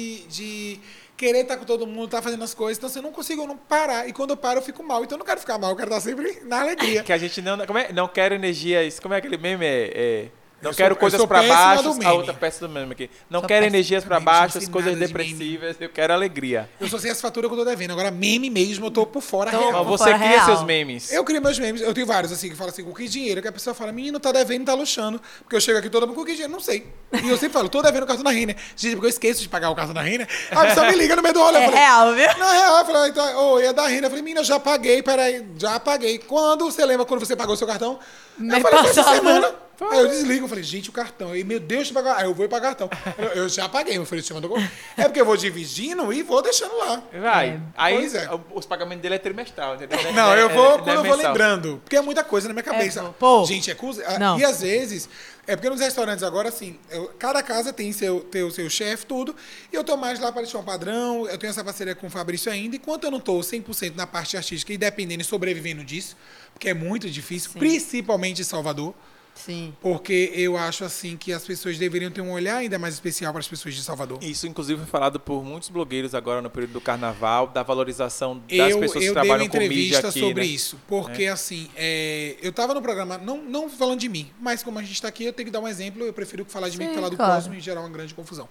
de querer estar com todo mundo, estar fazendo as coisas. Então, assim, eu não consigo não parar. E quando eu paro, eu fico mal. Então, eu não quero ficar mal. Eu quero estar sempre na alegria. Que a gente não quer energias... Como é aquele meme? Não Eu quero sou- coisas eu sou pra péssima baixo. do meme. A outra peça do meme aqui. Não Sou quero péssima energias do pra meme, não baixo, sei as coisas nada de meme. depressivas. Eu quero alegria. Eu só sei as faturas que eu tô devendo. Agora, meme mesmo, eu tô por fora. Então, real. mas você fora cria real. seus memes. Eu crio meus memes. Eu tenho vários, assim, que falam assim, com que dinheiro? Que a pessoa fala, menino, tá devendo, tá luxando. Porque eu chego aqui toda, com que dinheiro? Não sei. E eu sempre falo, tô devendo o cartão da Renner. Gente, porque eu esqueço de pagar o cartão da Renner. A pessoa me liga no meio do olho. É real, viu? Não, é real. Eu falei, então, é da Renner. Eu falei, menina, eu já paguei, peraí, já paguei. Quando você lembra quando você pagou o seu cartão? Mês Eu falei, foi essa passado. semana. Aí eu desligo, eu falei, gente, o cartão. Aí, meu Deus, deixa eu pagar. Aí eu vou pagar cartão. Eu já paguei, meu filho. É porque eu vou dividindo e vou deixando lá. Vai. Aí Pois é. os pagamentos dele é trimestral, entendeu? Não, eu vou Não quando é eu vou mensal. lembrando. Porque é muita coisa na minha cabeça. pô. Gente, Não. E às vezes, é porque nos restaurantes agora, assim, cada casa tem o seu chefe, tudo. E eu tô mais lá para deixar um padrão. Eu tenho essa parceria com o Fabrício ainda. Enquanto eu não tô 100% na parte artística e dependendo e sobrevivendo disso, porque é muito difícil, principalmente em Salvador. Sim. Porque eu acho, assim, que as pessoas deveriam ter um olhar ainda mais especial para as pessoas de Salvador. Isso, inclusive, foi falado por muitos blogueiros agora no período do carnaval, da valorização das pessoas que trabalham com mídia aqui, Eu dei uma entrevista sobre né? isso, porque, assim, eu estava no programa, não falando de mim, mas como a gente está aqui, eu tenho que dar um exemplo, eu prefiro falar de mim que falar do claro. Cosmo e gerar uma grande confusão.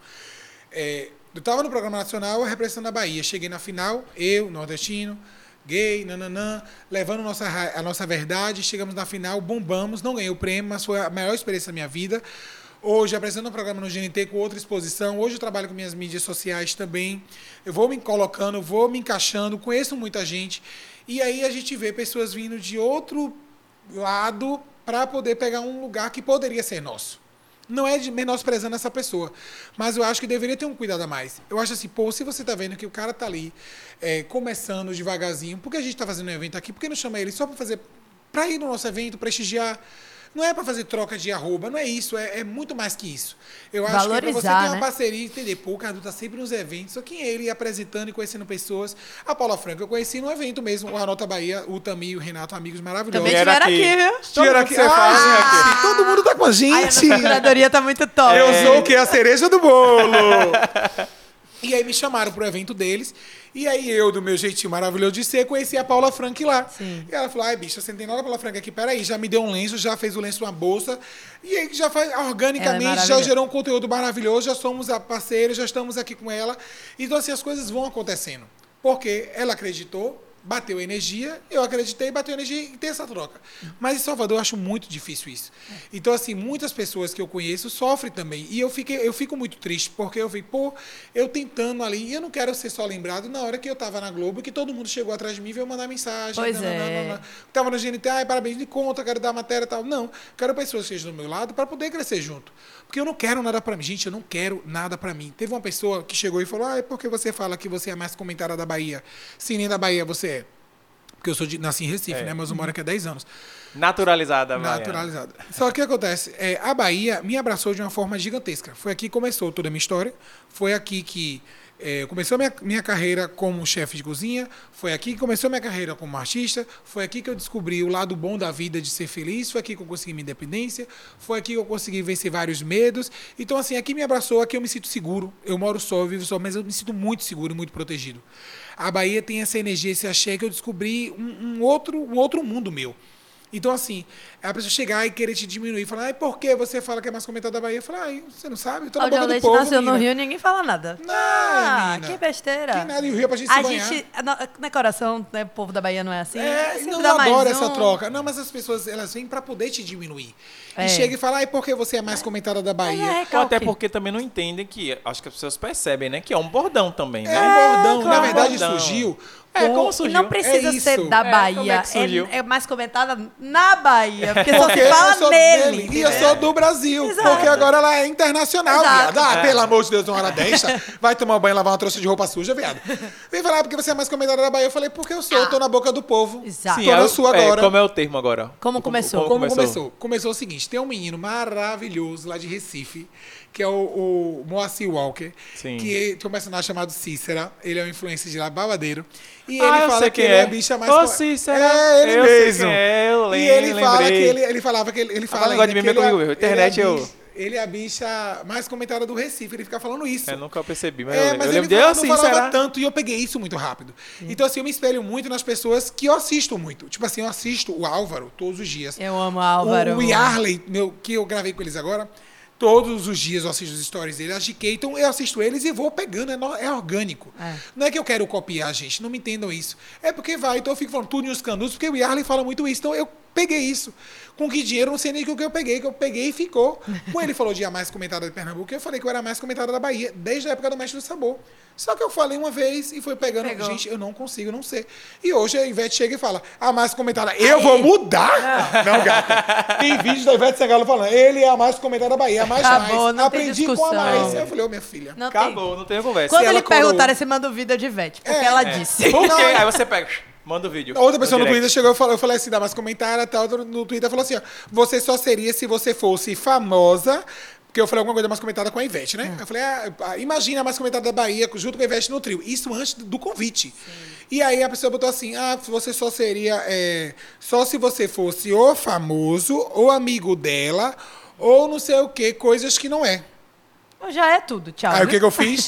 Eu estava no programa nacional representando a Bahia, cheguei na final, eu, nordestino, gay, nananã, levando a nossa verdade, chegamos na final, bombamos, não ganhei o prêmio, mas foi a maior experiência da minha vida. Hoje, apresentando um programa no GNT com outra exposição, hoje eu trabalho com minhas mídias sociais também, eu vou me colocando, vou me encaixando, conheço muita gente, e aí a gente vê pessoas vindo de outro lado para poder pegar um lugar que poderia ser nosso. Não é de menosprezando essa pessoa, mas eu acho que deveria ter um cuidado a mais. Eu acho assim, pô, se você tá vendo que o cara tá ali começando devagarzinho, por que a gente tá fazendo um evento aqui? Por que não chama ele só para ir no nosso evento, prestigiar? Não é para fazer troca de arroba, não é isso, é muito mais que isso. Eu acho que é para você ter uma né? parceria e entender, pô, o Cadu tá sempre nos eventos, só que ele apresentando e conhecendo pessoas. A Paula Franca eu conheci no evento mesmo, o Arnaldo Bahia, o Tami e o Renato, amigos maravilhosos. Também estiveram aqui, viu? Estiveram aqui. Todo mundo tá com a Ai, a gente. nossa curadoria tá muito top. Eu sou o que? A cereja do bolo. E aí me chamaram pro evento deles. E aí eu, do meu jeitinho maravilhoso de ser, conheci a Paula Frank lá. Sim. E ela falou, ai, bicha, você não tem nada Paula Frank aqui, peraí. Já me deu um lenço, já fez o lenço uma bolsa. E aí já faz, organicamente, já gerou um conteúdo maravilhoso, já somos a parceira, já estamos aqui com ela. Então, assim, as coisas vão acontecendo. Porque ela acreditou, bateu energia, eu acreditei, bateu energia e tem essa troca. Mas em Salvador eu acho muito difícil isso. Então, assim, muitas pessoas que eu conheço sofrem também. E eu fico muito triste, porque eu fico, pô, eu tentando ali, e eu não quero ser só lembrado na hora que eu tava na Globo, que todo mundo chegou atrás de mim e veio mandar mensagem. Pois é. Tava no GNT, ai, parabéns, me conta, quero dar matéria e tal. Não, quero pessoas que estejam do meu lado para poder crescer junto. Porque eu não quero nada para mim. Gente, eu não quero nada para mim. Teve uma pessoa que chegou e falou, ah, é porque você fala que você é a mais comentada da Bahia. Sim, nem da Bahia você é. Porque eu nasci em Recife, né? Mas eu moro aqui há 10 anos. Naturalizada, Bahia. Naturalizada. Só que o que acontece? A Bahia me abraçou de uma forma gigantesca. Foi aqui que começou toda a minha história. Foi aqui que começou a minha carreira como chefe de cozinha. Foi aqui que começou a minha carreira como artista. Foi aqui que eu descobri o lado bom da vida de ser feliz. Foi aqui que eu consegui minha independência. Foi aqui que eu consegui vencer vários medos. Então, assim, aqui me abraçou, aqui eu me sinto seguro. Eu moro só, eu vivo só, mas eu me sinto muito seguro e muito protegido. A Bahia tem essa energia, esse axé que eu descobri um outro mundo meu. Então, assim, a pessoa chegar e querer te diminuir, falar, ai, por que você fala que é mais comentado da Bahia? Eu falo, ai, você não sabe? Eu tô na Cláudia boca do Leite povo, nasceu no menina. Rio, ninguém fala nada. Não, menina. Que besteira. Que nada, e o Rio é pra gente se banhar. No coração, né, o povo da Bahia não é assim? Sempre Não, dá eu mais adoro um. essa troca. Não, mas as pessoas, elas vêm pra poder te diminuir. É. E chega e fala, ai, por que você é mais comentada da Bahia? Ou até porque também não entendem que, acho que as pessoas percebem, né? Que é um bordão também, né? É um bordão. claro. Na verdade, Bordão. surgiu... como surgiu? Não precisa ser isso. da como Bahia. é que surgiu? É mais comentada na Bahia. Porque só Porque se fala eu sou nele. dele, e eu sou do Brasil. Exato. Porque agora ela é internacional, Exato. viado. Pelo amor de Deus, uma hora desta. Vai tomar um banho, lavar uma trouxa de roupa suja, viado. Vem falar porque você é mais comentada da Bahia. Eu falei, porque eu sou, eu tô na boca do povo. Exato. Tô na sua agora. Como é o termo agora? Como começou? Como começou? Começou o seguinte, tem um menino maravilhoso lá de Recife, que é o Moacir Walker, Sim. que tem um personagem chamado Cícera, ele é um influencer de lá, babadeiro, e Ah, ele eu fala sei que quem ele é a é. bicha mais... Ô, Cícera, é ele eu sei mesmo. quem é, eu E ele fala que lembrei. ele falava que ele fala negócio de ainda meme que ele comigo, internet ele é a eu- bicha- ele é a bicha mais comentada do Recife, ele fica falando isso. Eu nunca percebi, mas É, eu mas lembro ele de não Cícera. falava tanto e eu peguei isso muito rápido. Então, assim, eu me espelho muito nas pessoas que eu assisto muito. Tipo assim, eu assisto o Álvaro todos os dias. Eu amo o Álvaro. O Yarley, que eu gravei com eles agora, todos os dias eu assisto os stories dele, a GK, então eu assisto eles e vou pegando, é orgânico. É. Não é que eu quero copiar, gente, não me entendam isso. É porque vai, então eu fico falando tudo nos canudos, porque o Yarley fala muito isso, então eu peguei isso. Com que dinheiro, não sei nem o que eu peguei e ficou. Quando ele falou de a mais comentada de Pernambuco, eu falei que eu era a mais comentada da Bahia, desde a época do Mestre do Sabor. Só que eu falei uma vez e foi pegando. Pegou. Gente, eu não consigo não ser. E hoje a Ivete chega e fala, a mais comentada, eu vou mudar? Não, gata. Tem vídeo da Ivete Sangalo falando, ele é a mais comentada da Bahia, a mais Acabou, mais. não tem Aprendi com a discussão. mais. Eu falei, ô minha filha. Não Acabou, não tem conversa. Quando Se ele ela coroou- perguntar, você manda o vídeo de Ivete. Porque ela disse. Por quê? Não. Aí você pega, manda o vídeo. A outra pessoa no direct. Twitter chegou eu falei assim, dá mais comentário, tal, no Twitter falou assim, ó, você só seria se você fosse famosa, porque eu falei alguma coisa mais comentada com a Ivete, né? Eu falei, imagina a mais comentada da Bahia junto com a Ivete no trio. Isso antes do convite. E aí a pessoa botou assim, você só seria, só se você fosse ou famoso, ou amigo dela, ou não sei o que, coisas que não é. Já é tudo, tchau. Aí o que eu fiz?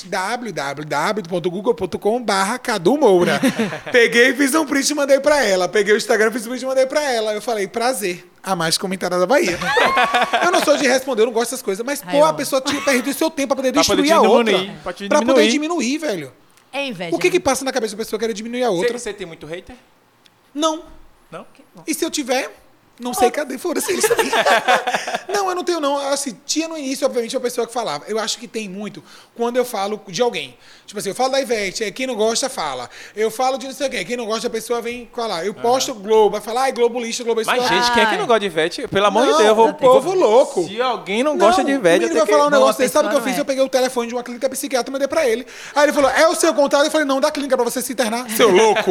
www.google.com/Cadu Moura. Peguei e fiz um print e mandei pra ela. Peguei o Instagram, fiz um print e mandei pra ela. Eu falei, prazer, a mais comentada da Bahia. Eu não sou de responder, eu não gosto dessas coisas. Mas, Ai, pô, a eu pessoa tinha perdido o seu tempo pra poder Pra poder destruir te a outra. diminuir, pra te Pra poder diminuir. diminuir, velho. É inveja. O que passa na cabeça da pessoa que quer diminuir a outra? Você tem muito hater? Não. Não? E se eu tiver... Não sei cadê, foda-se isso aí. Não, eu não tenho, não. Assim, tinha no início, obviamente, uma pessoa que falava. Eu acho que tem muito quando eu falo de alguém. Tipo assim, eu falo da Ivete, quem não gosta, fala. Eu falo de não sei o quê, quem não gosta, a pessoa vem falar. Eu posto o Globo, vai falar, Globo lixo, Globo isso. Mas, gente, quem é que não gosta de Ivete? Pelo amor de Não, Deus, eu vou... o povo louco. Se alguém não gosta de o Ivete, eu menino tenho vai falar um Não, negócio a desse. Sabe o que eu pessoa fiz? não é. Eu peguei o telefone de uma clínica psiquiatra e mandei pra ele. Aí ele falou, é o seu contato? Eu falei, não, da clínica pra você se internar. Seu louco.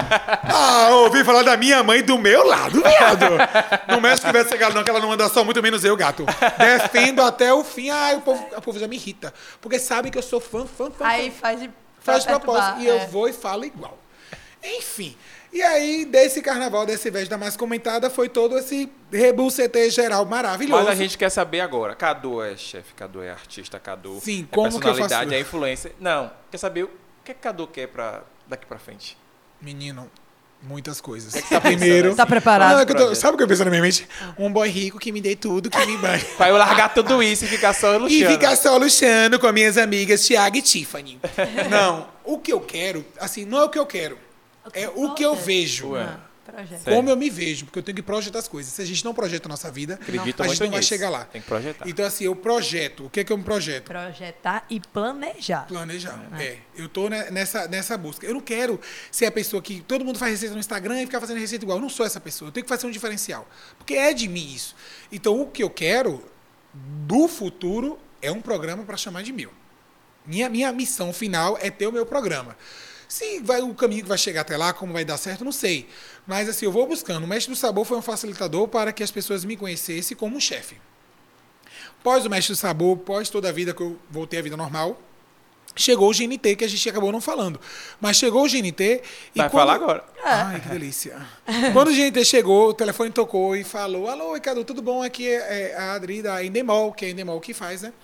Ouvi falar da minha mãe do meu lado, viado. Não mexe com Ivete Sangalo, não, que ela não anda só, muito menos eu, gato. Defendo até o fim. O povo já me irrita. Porque sabe que eu sou fã. Aí faz de propósito. E eu é. vou e falo igual. Enfim. E aí, desse carnaval, desse Ivete da mais comentada, foi todo esse rebucetê geral maravilhoso. Mas a gente quer saber agora. Cadu é chefe, Cadu é artista, Cadu Sim, é como que eu personalidade, faço? é influência. Não, quer saber o que Cadu quer daqui pra frente? Menino, muitas coisas. que tá pensando Primeiro... Tá preparado? Não, é que eu sabe o que eu penso na minha mente? Um boy rico que me dê tudo, que me banhe. Pra eu largar tudo isso e ficar só E luxando. ficar só luxando com as minhas amigas Thiago e Tiffany. Não, o que eu quero, assim, não é o que eu quero. É o que eu vejo. Ué. Projeto. Como eu me vejo, porque eu tenho que projetar as coisas. Se a gente não projeta a nossa vida, Acredito a gente muito não vai nisso. chegar lá. Tem que projetar. Então, assim, eu projeto. O que é que eu me projeto? Projetar e planejar. Planejar. Eu tô nessa busca. Eu não quero ser a pessoa que todo mundo faz receita no Instagram e ficar fazendo receita igual. Eu não sou essa pessoa. Eu tenho que fazer um diferencial. Porque é de mim isso. Então, o que eu quero do futuro é um programa para chamar de meu. Minha missão final é ter o meu programa. Se o caminho que vai chegar até lá, como vai dar certo, não sei. Mas assim, eu vou buscando. O Mestre do Sabor foi um facilitador para que as pessoas me conhecessem como um chefe. Pós o Mestre do Sabor, pós toda a vida que eu voltei à vida normal, chegou o GNT, que a gente acabou não falando. Mas chegou o GNT... Vai falar agora. Ai, que delícia. Quando o GNT chegou, o telefone tocou e falou, alô, Cadu, tudo bom? Aqui é a Adri da Endemol, que é a Endemol que faz, né?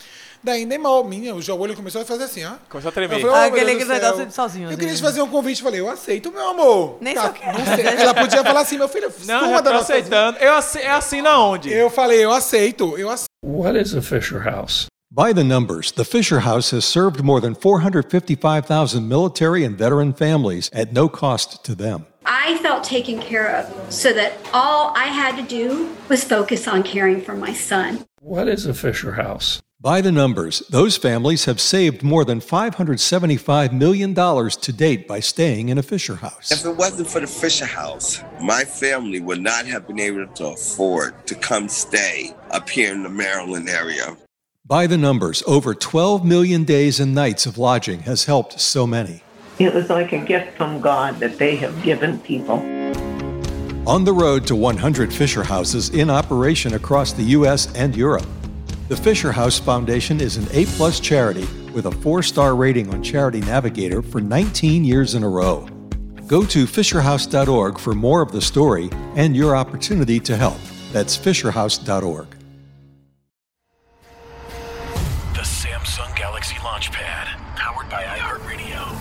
Daí, Endemol, o olho começou a fazer assim, ó. Começou a tremer. Eu falei, Aquele negócio de sozinho. Eu queria te fazer um convite, falei, eu aceito, meu amor. Nem Tá, sei o que é. não sei. Ela podia falar assim, meu filho, Não, já tô aceitando. É assim na onde? Eu falei, eu aceito. What is a Fisher House? By the numbers, the Fisher House has served more than 455,000 military and veteran families at no cost to them. I felt taken care of so that all I had to do was focus on caring for my son. What is a Fisher House? By the numbers, those families have saved more than $575 million to date by staying in a Fisher House. If it wasn't for the Fisher House, my family would not have been able to afford to come stay up here in the Maryland area. By the numbers, over 12 million days and nights of lodging has helped so many. It was like a gift from God that they have given people. On the road to 100 Fisher Houses in operation across the U.S. and Europe. The Fisher House Foundation is an A-plus charity with a 4-star rating on Charity Navigator for 19 years in a row. Go to fisherhouse.org for more of the story and your opportunity to help. That's fisherhouse.org. The Samsung Galaxy Launchpad, powered by iHeartRadio.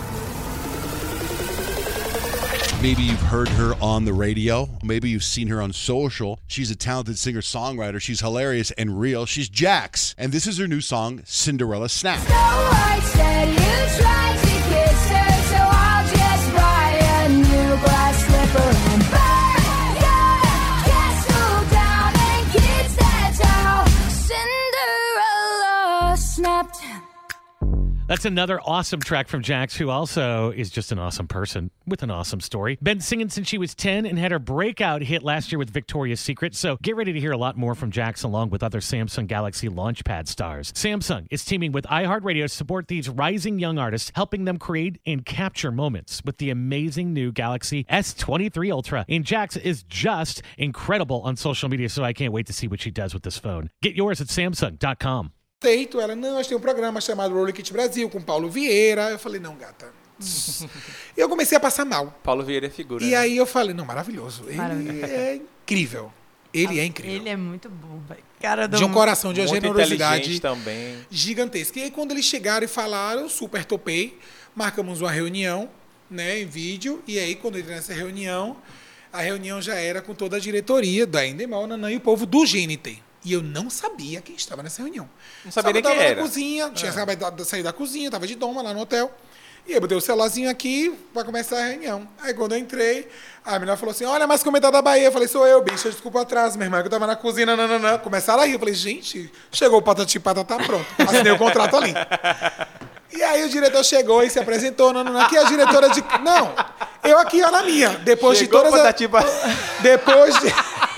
Maybe you've heard her on the radio. Maybe you've seen her on social. She's a talented singer-songwriter. She's hilarious and real. She's Jax. And this is her new song, Cinderella Snap. Snow White said you tried to kiss her, so I'll just buy a new glass slipper and burn your castle down. And kids, that's how Cinderella snapped. That's another awesome track from Jax, who also is just an awesome person with an awesome story. Been singing since she was 10 and had her breakout hit last year with Victoria's Secret. So get ready to hear a lot more from Jax along with other Samsung Galaxy Launchpad stars. Samsung is teaming with iHeartRadio to support these rising young artists, helping them create and capture moments with the amazing new Galaxy S23 Ultra. And Jax is just incredible on social media, so I can't wait to see what she does with this phone. Get yours at Samsung.com. Ela, não, a gente tem um programa chamado Roller Kit Brasil com Paulo Vieira. Eu falei, não, gata. E eu comecei a passar mal. Paulo Vieira é figura. E né? aí eu falei, não, maravilhoso. Ele é incrível. Ele é incrível. Ele é muito bom, velho. Cara de um coração, de uma muito generosidade também. Gigantesca. E aí quando eles chegaram e falaram, eu super topei. Marcamos uma reunião, né, em vídeo. E aí quando eu entrei nessa reunião, a reunião já era com toda a diretoria da Endemol, Nanã e o povo do GNT. E eu não sabia quem estava nessa reunião. Não sabia nem quem era. Eu era. na cozinha, tinha acabado de sair da cozinha, estava de doma lá no hotel. E aí eu botei o celularzinho aqui para começar a reunião. Aí quando eu entrei, a menina falou assim, olha, mais comentário da Bahia. Eu falei, sou eu, bicho, desculpa o atraso, minha irmã, que eu estava na cozinha, nananã. Começaram a rir. Eu falei, gente, chegou o Patati Patatá, pronto. Assinei o contrato ali. E aí o diretor chegou e se apresentou, nananã. Aqui é a diretora de... Não, eu aqui, ó, na minha. Depois chegou de todas Patati Depois de...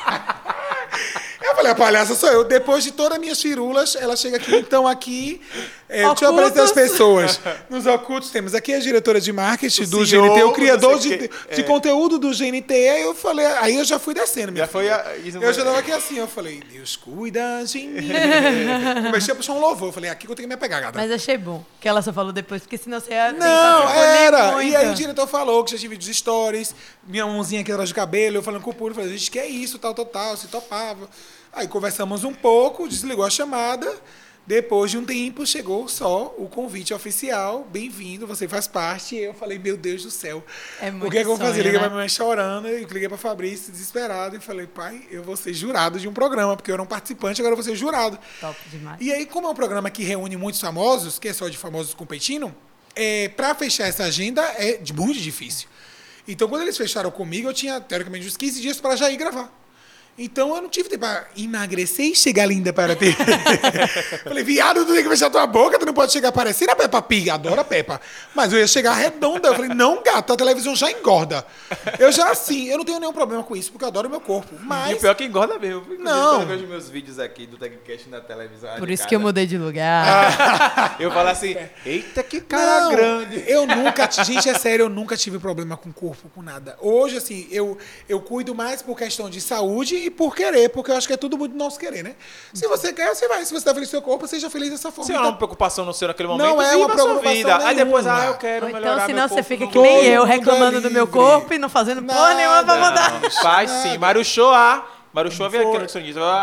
Eu falei, a palhaça sou eu. Depois de todas as minhas firulas, ela chega aqui. Então, aqui, deixa eu apresentar as pessoas. Nos ocultos temos aqui a diretora de marketing do GNT, o criador de conteúdo do GNT. Aí eu falei, aí eu já fui descendo. Já foi eu já tava aqui assim, eu falei, Deus cuida de mim. Comecei a puxar um louvor. Eu falei, aqui que eu tenho que me pegar, gata. Mas achei bom que ela só falou depois, porque senão você ia... Não, era. E aí o diretor falou que já tinha vídeos stories, minha mãozinha aqui atrás do cabelo, eu falando com o público, falei, gente, que é isso, tal, se topava. Aí conversamos um pouco, desligou a chamada. Depois de um tempo, chegou só o convite oficial. Bem-vindo, você faz parte. E eu falei, meu Deus do céu. É muito o que é que eu vou fazer? Liguei né? pra minha mãe chorando, e liguei pra Fabrício desesperado. E falei, pai, eu vou ser jurado de um programa, porque eu era um participante, agora eu vou ser jurado. Top demais. E aí, como é um programa que reúne muitos famosos, que é só de famosos competindo, pra fechar essa agenda é muito difícil. Então, quando eles fecharam comigo, eu tinha, teoricamente, uns 15 dias para já ir gravar. Então eu não tive tempo para emagrecer e chegar linda para ter. Falei, viado, tu tem que fechar tua boca, tu não pode chegar parecendo a Peppa Pig, adoro a Peppa. Mas eu ia chegar redonda. Eu falei, não, gata, a televisão já engorda. Eu já assim, eu não tenho nenhum problema com isso, porque eu adoro o meu corpo. Mas... E o pior é que engorda mesmo. Não. Quando eu vejo meus vídeos aqui do TechCast na televisão. Por isso que eu mudei de lugar. Eu falo assim, eita, que cara grande. Eu nunca, gente, é sério, eu nunca tive problema com o corpo, com nada. Hoje, assim, eu cuido mais por questão de saúde e por querer, porque eu acho que é tudo muito nosso querer, né? Se você quer, você vai. Se você tá feliz com o seu corpo, seja feliz dessa forma. Se é uma preocupação no seu naquele momento, não é uma preocupação vida. Aí depois, nenhuma. eu quero Ou melhorar então, senão meu você corpo. fica que nem eu, reclamando do meu corpo e não fazendo porra nenhuma pra mudar. Faz sim. Maruchoa veio aqui no nutricionista.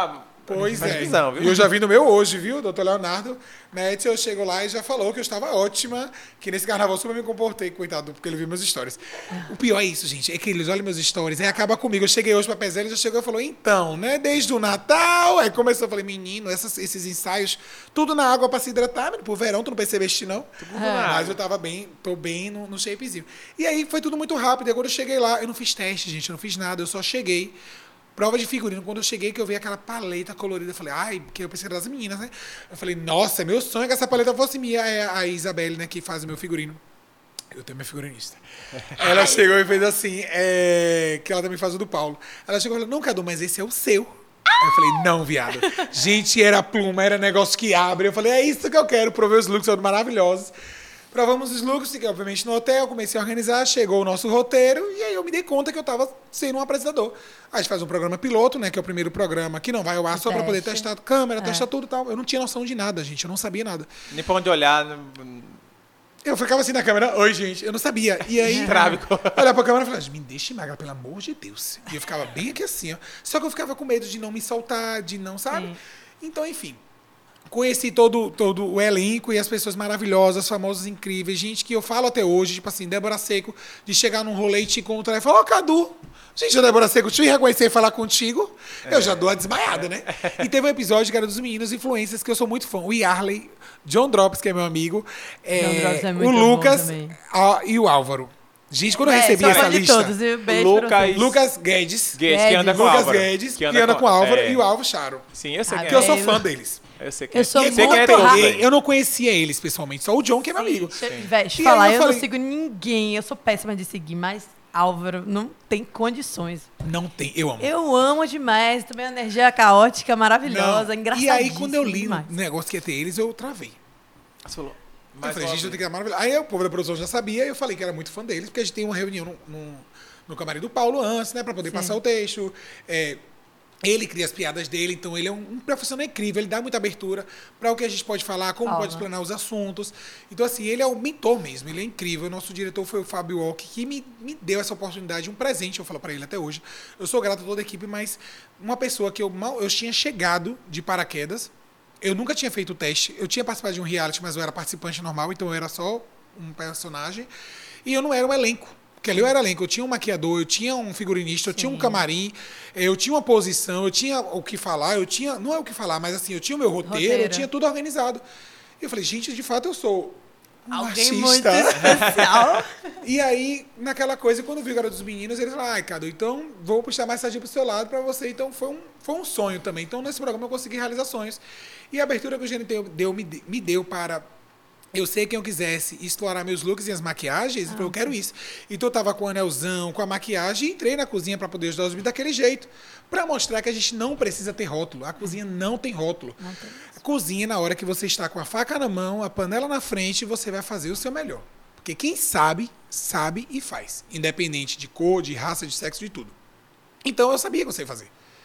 Pois Faz é. visão, viu? E eu já vi no meu hoje, viu? Doutor Leonardo Médici, eu chego lá e já falou que eu estava ótima, que nesse carnaval super me comportei, coitado, porque ele viu meus stories. O pior é isso, gente, é que eles olham meus stories, aí acaba comigo. Eu cheguei hoje pra Pezela, ele já chegou e falou, então, né, desde o Natal, aí começou, eu falei, menino, esses ensaios, tudo na água pra se hidratar, pro verão, tu não percebeste, não? Mas eu tava bem, tô bem no shapezinho. E aí foi tudo muito rápido, e agora eu cheguei lá, eu não fiz teste, gente, eu não fiz nada, eu só cheguei. Prova de figurino, quando eu cheguei, que eu vi aquela paleta colorida, eu falei, ai, porque eu pensei das meninas, né? Eu falei, nossa, meu sonho é que essa paleta fosse minha. É a Isabelle, né, que faz o meu figurino. Eu tenho minha figurinista. Ela chegou e fez assim, que ela também faz o do Paulo. Ela chegou e falou, não, Cadu, mas esse é o seu. Aí eu falei, não, viado. Gente, era pluma, era negócio que abre. Eu falei, é isso que eu quero, provei os looks, são maravilhosos. Provamos os looks, fiquei obviamente no hotel, comecei a organizar, chegou o nosso roteiro, e aí eu me dei conta que eu estava sendo um apresentador. A gente faz um programa piloto, né, que é o primeiro programa que não vai ao ar só para poder testar câmera, testar tudo e tal. Eu não tinha noção de nada, gente, eu não sabia nada. Nem pra onde olhar. Eu ficava assim na câmera, oi, gente, eu não sabia. E aí, olhar pra câmera e falar, me deixe magra, pelo amor de Deus. E eu ficava bem aqui assim, ó. Só que eu ficava com medo de não me soltar, de não, sabe? Então, enfim. Conheci todo o elenco e as pessoas maravilhosas, famosas, incríveis. Gente que eu falo até hoje, tipo assim, Débora Seco, de chegar num rolê e te encontrar e falar, Cadu, gente, a Débora Seco, deixa eu reconhecer e falar contigo. Eu já dou a desmaiada, né? E teve um episódio que era dos meninos influencers que eu sou muito fã. O Yarley, John Drops, que é meu amigo, o Lucas e o Álvaro. Gente, quando eu recebi essa lista... Lucas Guedes, que anda com o Álvaro. Guedes, que anda com o Álvaro, e o Álvaro Charo. Sim, eu sei que eu sou fã deles. Eu sei que é. Eu não conhecia eles pessoalmente, só o John, que é meu amigo. Deixa eu falar, eu não sigo ninguém, eu sou péssima de seguir, mas Álvaro não tem condições. Não tem, eu amo. Eu amo demais, também a energia caótica, maravilhosa, engraçadíssima. E aí, quando eu li no negócio que ia ter eles, eu travei. Você falou... Eu falei, gente, eu tenho que dar maravilhoso. Aí o povo da produção já sabia, e eu falei que era muito fã deles, porque a gente tem uma reunião no camarim do Paulo antes, né, pra poder passar o texto. Ele cria as piadas dele, então ele é um profissional incrível, ele dá muita abertura para o que a gente pode falar, como pode explanar os assuntos. Então, assim, ele é o mentor mesmo, ele é incrível. O nosso diretor foi o Fábio Walk, que me deu essa oportunidade, um presente, eu falo para ele até hoje. Eu sou grato a toda a equipe, mas uma pessoa que eu tinha chegado de paraquedas, eu nunca tinha feito o teste, eu tinha participado de um reality, mas eu era participante normal, então eu era só um personagem, e eu não era um elenco. Porque ali eu era elenco, eu tinha um maquiador, eu tinha um figurinista, eu tinha um camarim, eu tinha uma posição, eu tinha o que falar, não é o que falar, mas assim, eu tinha o meu roteiro. Eu tinha tudo organizado. E eu falei, gente, de fato eu sou um alguém artista. Muito especial. E aí, naquela coisa, quando viu que era dos meninos, eles falaram, ai, Cadu, então vou puxar mais sardinha pro seu lado pra você. Então foi um sonho também. Então nesse programa eu consegui realizar sonhos. E a abertura que o GNT me deu para... Eu sei que eu quisesse explorar meus looks e as maquiagens, eu quero isso. Então eu tava com o anelzão, com a maquiagem, e entrei na cozinha para poder ajudar os meninos daquele jeito, para mostrar que a gente não precisa ter rótulo. A cozinha não tem rótulo. Não tem. A cozinha, na hora que você está com a faca na mão, a panela na frente, você vai fazer o seu melhor. Porque quem sabe, sabe e faz. Independente de cor, de raça, de sexo, de tudo. Então eu sabia que eu sei fazer.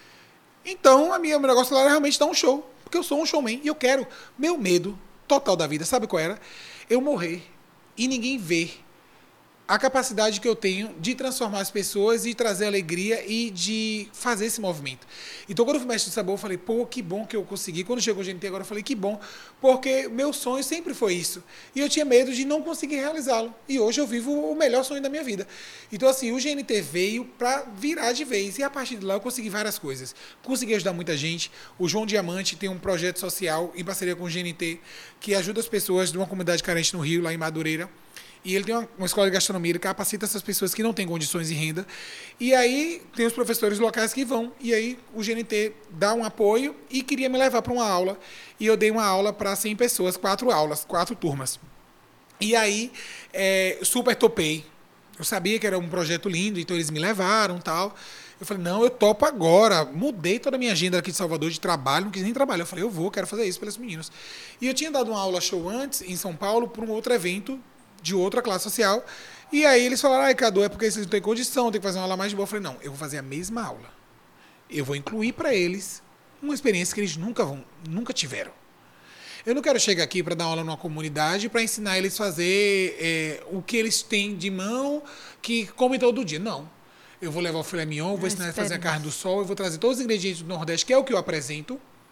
Então meu negócio lá era realmente dar um show. Porque eu sou um showman e eu quero. Meu medo total da vida, sabe qual era? Eu morrer e ninguém ver a capacidade que eu tenho de transformar as pessoas e trazer alegria e de fazer esse movimento. Então, quando eu fui mestre de sabor, eu falei, pô, que bom que eu consegui. Quando chegou o GNT agora, eu falei, que bom, porque meu sonho sempre foi isso. E eu tinha medo de não conseguir realizá-lo. E hoje eu vivo o melhor sonho da minha vida. Então, assim, o GNT veio para virar de vez. E a partir de lá, eu consegui várias coisas. Consegui ajudar muita gente. O João Diamante tem um projeto social em parceria com o GNT que ajuda as pessoas de uma comunidade carente no Rio, lá em Madureira. E ele tem uma escola de gastronomia, ele capacita essas pessoas que não têm condições de renda. E aí tem os professores locais que vão. E aí o GNT dá um apoio e queria me levar para uma aula. E eu dei uma aula para 100 pessoas, 4 aulas, 4 turmas. E aí super topei. Eu sabia que era um projeto lindo, então eles me levaram e tal. Eu falei, não, eu topo agora. Mudei toda a minha agenda aqui de Salvador de trabalho, não quis nem trabalhar. Eu falei, quero fazer isso pelos meninos. E eu tinha dado uma aula show antes, em São Paulo, para um outro evento de outra classe social. E aí eles falaram, ai, Cadu, é porque vocês não têm condição, tem que fazer uma aula mais de boa. Eu falei, não, eu vou fazer a mesma aula. Eu vou incluir para eles uma experiência que eles nunca tiveram. Eu não quero chegar aqui para dar aula numa comunidade para ensinar eles a fazer o que eles têm de mão, que comem todo dia. Não. Eu vou levar o filé mignon, vou ensinar eles a fazer a carne do sol, eu vou trazer todos os ingredientes do Nordeste, que é o que eu apresento,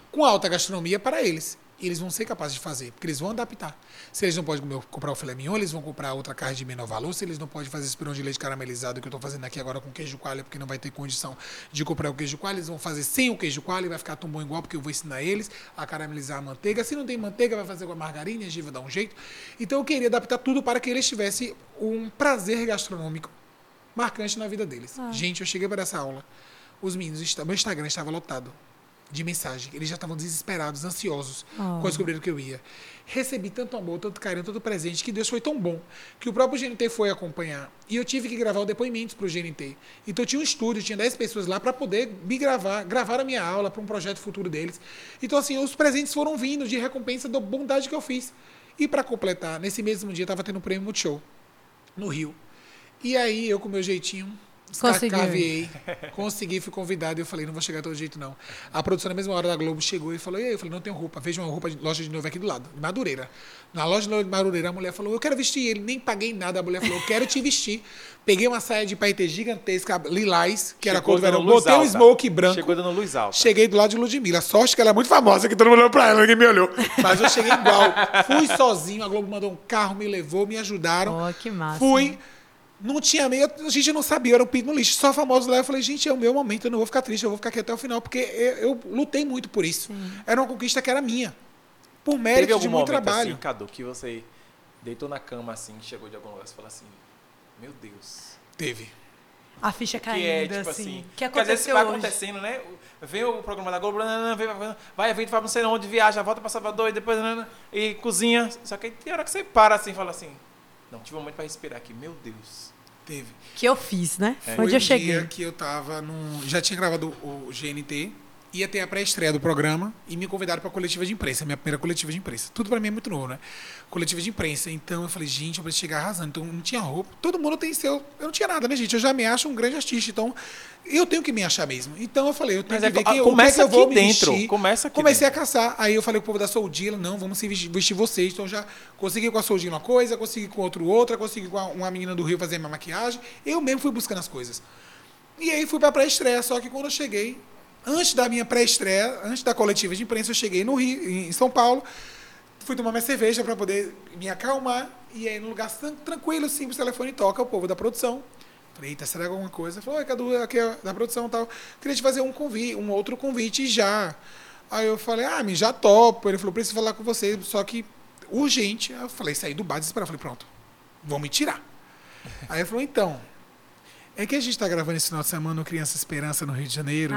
com alta gastronomia para eles. E eles vão ser capazes de fazer, porque eles vão adaptar. Se eles não podem comprar o filé mignon, eles vão comprar outra carne de menor valor. Se eles não podem fazer esse pirão de leite caramelizado que eu estou fazendo aqui agora com queijo coalho, porque não vai ter condição de comprar o queijo coalho, eles vão fazer sem o queijo coalho e vai ficar tão bom igual, porque eu vou ensinar eles a caramelizar a manteiga. Se não tem manteiga, vai fazer com a margarina, a gente vai dar um jeito. Então eu queria adaptar tudo para que eles tivessem um prazer gastronômico marcante na vida deles. Gente, eu cheguei para essa aula, os meninos, meu Instagram estava lotado de mensagem. Eles já estavam desesperados, ansiosos, quando descobriram que eu ia. Recebi tanto amor, tanto carinho, tanto presente, que Deus foi tão bom, que o próprio GNT foi acompanhar. E eu tive que gravar o depoimentos para o GNT. Então eu tinha um estúdio, tinha 10 pessoas lá para poder me gravar a minha aula para um projeto futuro deles. Então, assim, os presentes foram vindo de recompensa da bondade que eu fiz. E para completar, nesse mesmo dia, estava tendo um prêmio Multishow, no Rio. E aí, eu com o meu jeitinho, consegui, fui convidado e eu falei, não vou chegar de todo jeito não. A produção na mesma hora da Globo chegou e falou, e aí? Eu falei, não tenho roupa, veja uma roupa de loja de noiva aqui do lado, de Madureira. Na loja de noiva de Madureira, a mulher falou, eu quero vestir ele, nem paguei nada. A mulher falou, eu quero te vestir. Peguei uma saia de paetê gigantesca, lilás, que era a cor do verão, botei um smoke branco. Chegou dando luz alta. Cheguei do lado de Ludmilla. Sorte que ela é muito famosa, que todo mundo olhou pra ela, ninguém me olhou. Mas eu cheguei igual. Fui sozinho, a Globo mandou um carro, me levou, me ajudaram. Que massa. Fui. Não tinha meio, a gente não sabia, era um pinto no lixo. Só famosos lá, eu falei, gente, é o meu momento, eu não vou ficar triste, eu vou ficar aqui até o final, porque eu lutei muito por isso. Era uma conquista que era minha. Por mérito de muito trabalho. Assim, Cadu, que você deitou na cama assim, chegou de algum lugar e falou assim, meu Deus. Teve. A ficha caindo, que é, tipo assim. Que às vezes vai acontecendo, né? Vem o programa da Globo, vai evento, vai não sei onde, viaja, volta pra Salvador e depois e cozinha. Só que tem hora que você para assim e fala assim, não, tive um momento pra respirar aqui, meu Deus. Teve. Que eu fiz, né? Foi onde eu cheguei. cheguei. Que eu tava já tinha gravado o GNT, ia ter a pré-estreia do programa e me convidaram para a coletiva de imprensa, minha primeira coletiva de imprensa. Tudo para mim é muito novo, né? Coletiva de imprensa. Então eu falei, gente, eu preciso chegar arrasando. Então não tinha roupa. Todo mundo tem seu. Eu não tinha nada, né, gente? Eu já me acho um grande artista. Então eu tenho que me achar mesmo. Então eu falei, eu tenho que ver que começa eu vou aqui me dentro. vestir. Começa aqui Comecei dentro. a caçar. Aí eu falei pro povo da Soldila, não, vamos se vestir vocês. Então já consegui com a Soldila uma coisa, consegui com outra, consegui com uma menina do Rio fazer minha maquiagem. Eu mesmo fui buscando as coisas. E aí fui para a pré-estreia. Só que quando eu cheguei, antes da minha pré-estreia, antes da coletiva de imprensa, eu cheguei no Rio, em São Paulo, fui tomar minha cerveja para poder me acalmar, e aí no lugar tranquilo, simples, o telefone toca, o povo da produção. Falei, eita, será alguma coisa? Falou, oi, Cadu, aqui é da produção e tal. Queria te fazer um outro convite já. Aí eu falei, já topo. Ele falou, preciso falar com você, só que urgente. Aí eu falei, saí do bar, desesperado. Falei, pronto, vão me tirar. Aí ele falou, então, é que a gente está gravando esse final de semana no Criança Esperança, no Rio de Janeiro.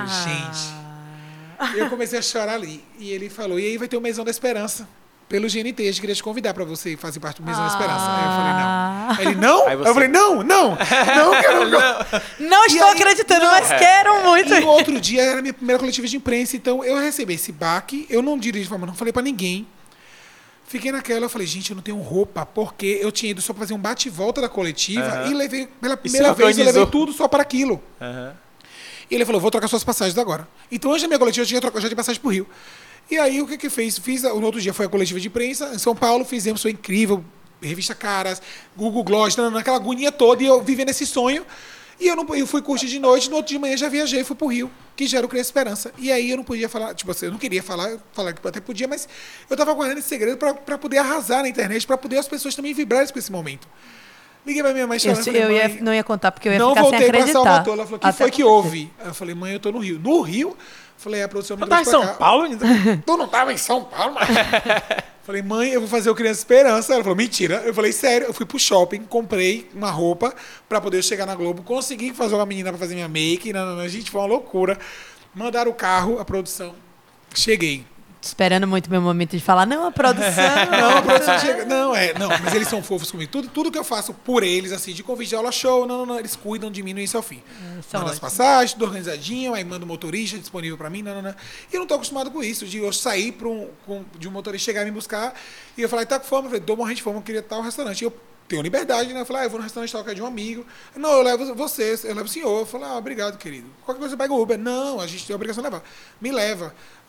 Gente, eu comecei a chorar ali. E ele falou, e aí vai ter o Mesão da Esperança. Pelo GNT, a gente queria te convidar para você fazer parte do Mesão da Esperança. Aí eu falei, não. Ele, não? Aí eu falei, não quero. Não estou acreditando, mas quero muito. E no outro dia era a minha primeira coletiva de imprensa, então eu recebi esse baque, eu não dirigi, não falei para ninguém. Fiquei naquela, eu falei, gente, eu não tenho roupa, porque eu tinha ido só para fazer um bate e volta da coletiva e levei, pela primeira vez, eu levei tudo só para aquilo. E ele falou, vou trocar suas passagens agora. Então hoje na minha coletiva eu tinha trocado já de passagem pro Rio. E aí o que fez? No outro dia foi a coletiva de imprensa, em São Paulo, fizemos, foi incrível, revista Caras, Google Gloss, naquela agonia toda, e eu vivendo esse sonho. E eu fui curtir de noite, no outro dia de manhã já viajei, fui pro Rio, que já era o Criança Esperança. E aí eu não podia falar, tipo assim, eu não queria falar que até podia, mas eu tava guardando esse segredo para poder arrasar na internet, para poder as pessoas também vibrarem com esse momento. Liguei pra minha mãe chorando. Não ia contar porque eu ia ficar sem acreditar. Não voltei pra Salvador. Ela falou, o que foi que houve? Aí eu falei, mãe, eu tô no Rio. No Rio? Falei, a produção me trouxe pra cá. Tu tava em São Paulo? Tu não tava em São Paulo, mãe? Falei, mãe, eu vou fazer o Criança Esperança. Ela falou, mentira. Eu falei, sério. Eu fui pro shopping, comprei uma roupa pra poder chegar na Globo. Consegui fazer uma menina pra fazer minha make. A gente, foi uma loucura. Mandaram o carro, a produção. Cheguei. Esperando muito meu momento de falar, não, a produção. Não, a produção chega. Não, mas eles são fofos comigo. Tudo que eu faço por eles, assim, de convite de aula show, não, eles cuidam de mim no início ao fim. Manda as passagens, tudo organizadinho, aí manda o motorista disponível pra mim, não. E eu não tô acostumado com isso, de eu sair de um motorista chegar e me buscar, e eu falar, tá com fome? Eu falei, tô morrendo de fome, eu queria tal restaurante. E eu tenho liberdade, né? Eu falei, eu vou no restaurante tal, que é de um amigo. Não, eu levo você, eu levo o senhor. Eu falei, obrigado, querido. Qualquer coisa eu pego o Uber. Não, a gente tem a obrigação de levar. Me leva.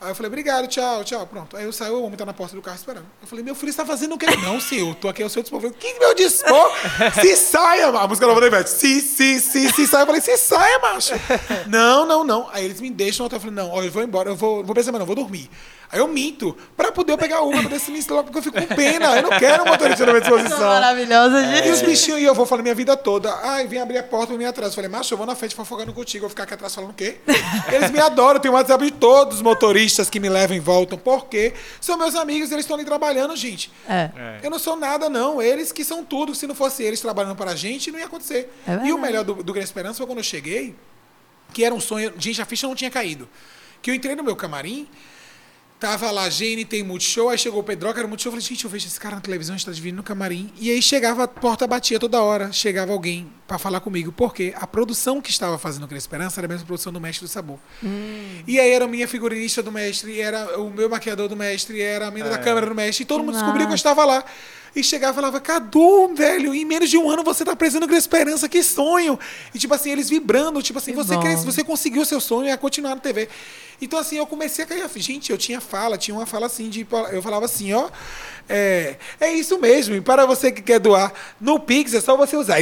Aí eu falei, obrigado, tchau, tchau. Pronto. Aí eu saí, o homem tá na porta do carro esperando. Eu falei, meu filho, você tá fazendo o quê? Não, senhor, eu tô aqui ao seu dispor. Eu falei, que meu dispor? Se saia, a música nova da Ivete. Se saia. Eu falei, se saia, macho. Não. Aí eles me deixam no hotel. Eu falei, não, ó, eu vou embora, eu vou pensar, mas não, eu vou dormir. Aí eu minto, pra poder pegar Uber, pra descer logo, porque eu fico com pena. Eu não quero um motorista na minha disposição. Maravilhosa, gente. E os bichinhos, e eu vou falar minha vida toda. Ai, vim abrir a porta, eu vim atrás. Eu falei, macho, eu vou na frente fofocando contigo. Eu vou ficar aqui atrás falando o quê? Eles me adoram, eu tenho o WhatsApp de todos os motoristas que me levam e voltam. Por quê? São meus amigos, eles estão ali trabalhando, gente. Eu não sou nada, não. Eles que são tudo. Se não fosse eles trabalhando para a gente, não ia acontecer. E o melhor do Grande Esperança foi quando eu cheguei, que era um sonho. Gente, a ficha não tinha caído. Que eu entrei no meu camarim, tava lá, GNT Multishow, aí chegou o Pedroca, era o Multishow, eu falei, gente, eu vejo esse cara na televisão, a gente tá dividindo no camarim. E aí chegava, a porta batia toda hora, chegava alguém pra falar comigo, porque a produção que estava fazendo o Grande Esperança era a mesma produção do Mestre do Sabor. E aí era a minha figurinista do Mestre, era o meu maquiador do Mestre, era a menina da câmera do Mestre, e todo mundo descobriu que eu estava lá. E chegava e falava, Cadu, velho, em menos de um ano você tá apresentando Grande Esperança, que sonho! E tipo assim, eles vibrando, tipo assim, você conseguiu o seu sonho, é continuar na TV. Então assim, eu comecei a cair, gente, eu tinha uma fala assim, eu falava assim, ó, é isso mesmo, e para você que quer doar no Pix, é só você usar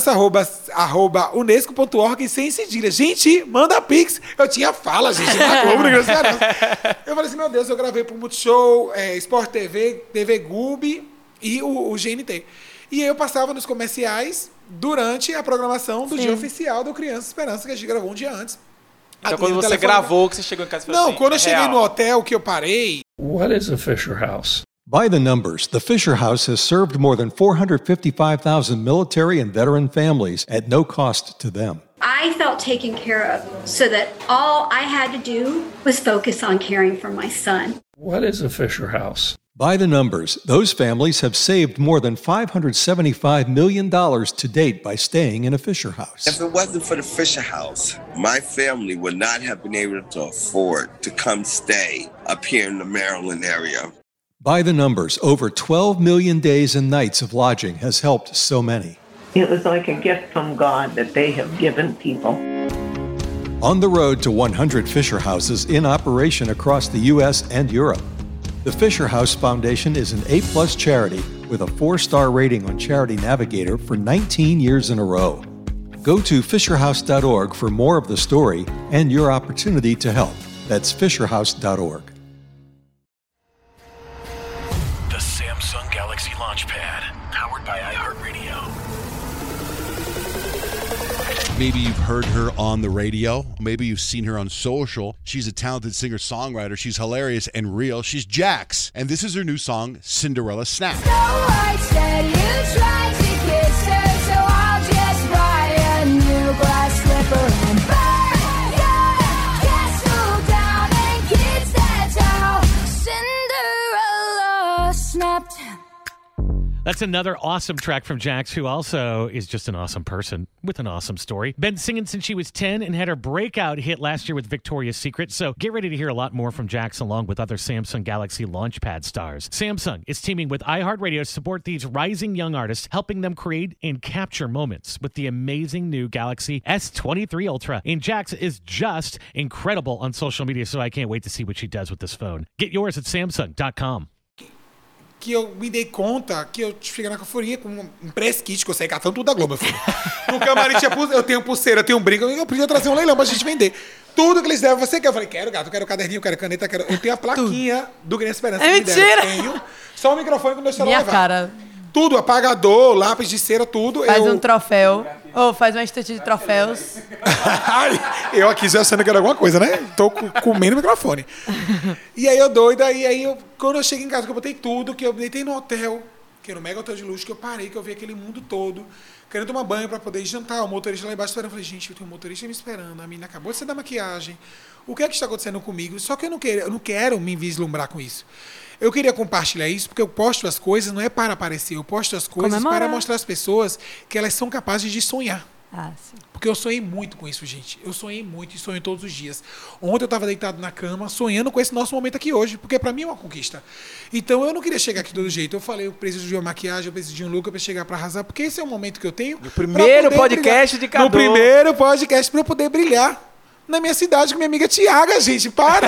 esperança@unesco.org sem cedilha. Gente, manda Pix! Eu tinha fala, gente, na Globo, no Grande Esperança. Eu falei assim, meu Deus, eu gravei pro Multishow, Sport TV, TV Gub, e o GNT. E eu passava nos comerciais durante a programação do dia oficial do Criança Esperança, que a gente gravou um dia antes. Então quando você gravou, que você chegou em casa e falou não, assim, quando eu cheguei no hotel, que eu parei... What is a Fisher House? By the numbers, the Fisher House has served more than 455,000 military and veteran families at no cost to them. I felt taken care of so that all I had to do was focus on caring for my son. What is a Fisher House? By the numbers, those families have saved more than $575 million to date by staying in a Fisher House. If it wasn't for the Fisher House, my family would not have been able to afford to come stay up here in the Maryland area. By the numbers, over 12 million days and nights of lodging has helped so many. It was like a gift from God that they have given people. On the road to 100 Fisher Houses in operation across the U.S. and Europe. The Fisher House Foundation is an A-plus charity with a 4-star rating on Charity Navigator for 19 years in a row. Go to fisherhouse.org for more of the story and your opportunity to help. That's fisherhouse.org. The Samsung Galaxy Launchpad, powered by iHeartRadio. Maybe you've heard her on the radio. Maybe you've seen her on social. She's a talented singer-songwriter. She's hilarious and real. She's Jax. And this is her new song, Cinderella Snap. Snow White said you tried to kiss her, so I'll just buy a new glass slipper and burn your castle down. And kids, that's how Cinderella snapped. That's another awesome track from Jax, who also is just an awesome person with an awesome story. Been singing since she was 10 and had her breakout hit last year with Victoria's Secret. So get ready to hear a lot more from Jax along with other Samsung Galaxy Launchpad stars. Samsung is teaming with iHeartRadio to support these rising young artists, helping them create and capture moments with the amazing new Galaxy S23 Ultra. And Jax is just incredible on social media, so I can't wait to see what she does with this phone. Get yours at Samsung.com. Que eu me dei conta que eu cheguei na caforia com um press kit, que eu saí catando tudo da Globo, meu filho. No camarim eu tenho pulseira, eu tenho um brinco, eu podia trazer um leilão pra gente vender. Tudo que eles deram, você quer? Eu falei, quero, gato, eu quero caderninho, eu quero caneta, eu tenho a plaquinha do Grande Esperança. É mentira! Tenho só o microfone que eu deixaram Minha levar. cara. Tudo, apagador, lápis de cera, tudo. Faz um troféu. Ou faz uma estante de troféus. Eu aqui já achando que era alguma coisa, né? Tô comendo o microfone. E aí eu doida, e aí quando eu cheguei em casa, que eu botei tudo, que eu deitei no hotel, que era um mega hotel de luxo, que eu parei, que eu vi aquele mundo todo, querendo tomar banho pra poder jantar, o motorista lá embaixo esperando. Eu falei, gente, tem um motorista me esperando, a menina acabou de sair da maquiagem. O que é que está acontecendo comigo? Só que eu não quero me vislumbrar com isso. Eu queria compartilhar isso, porque eu posto as coisas, não é para aparecer, eu posto as coisas para mostrar às pessoas que elas são capazes de sonhar. Ah, sim. Porque eu sonhei muito com isso, gente. Eu sonhei muito e sonho todos os dias. Ontem eu estava deitado na cama, sonhando com esse nosso momento aqui hoje, porque para mim é uma conquista. Então eu não queria chegar aqui de todo jeito. Eu falei, eu preciso de uma maquiagem, eu preciso de um look para chegar para arrasar, porque esse é o momento que eu tenho. No primeiro podcast brilhar. de Cadu. No primeiro podcast para eu poder brilhar. na minha cidade com minha amiga Tiaga, gente, para!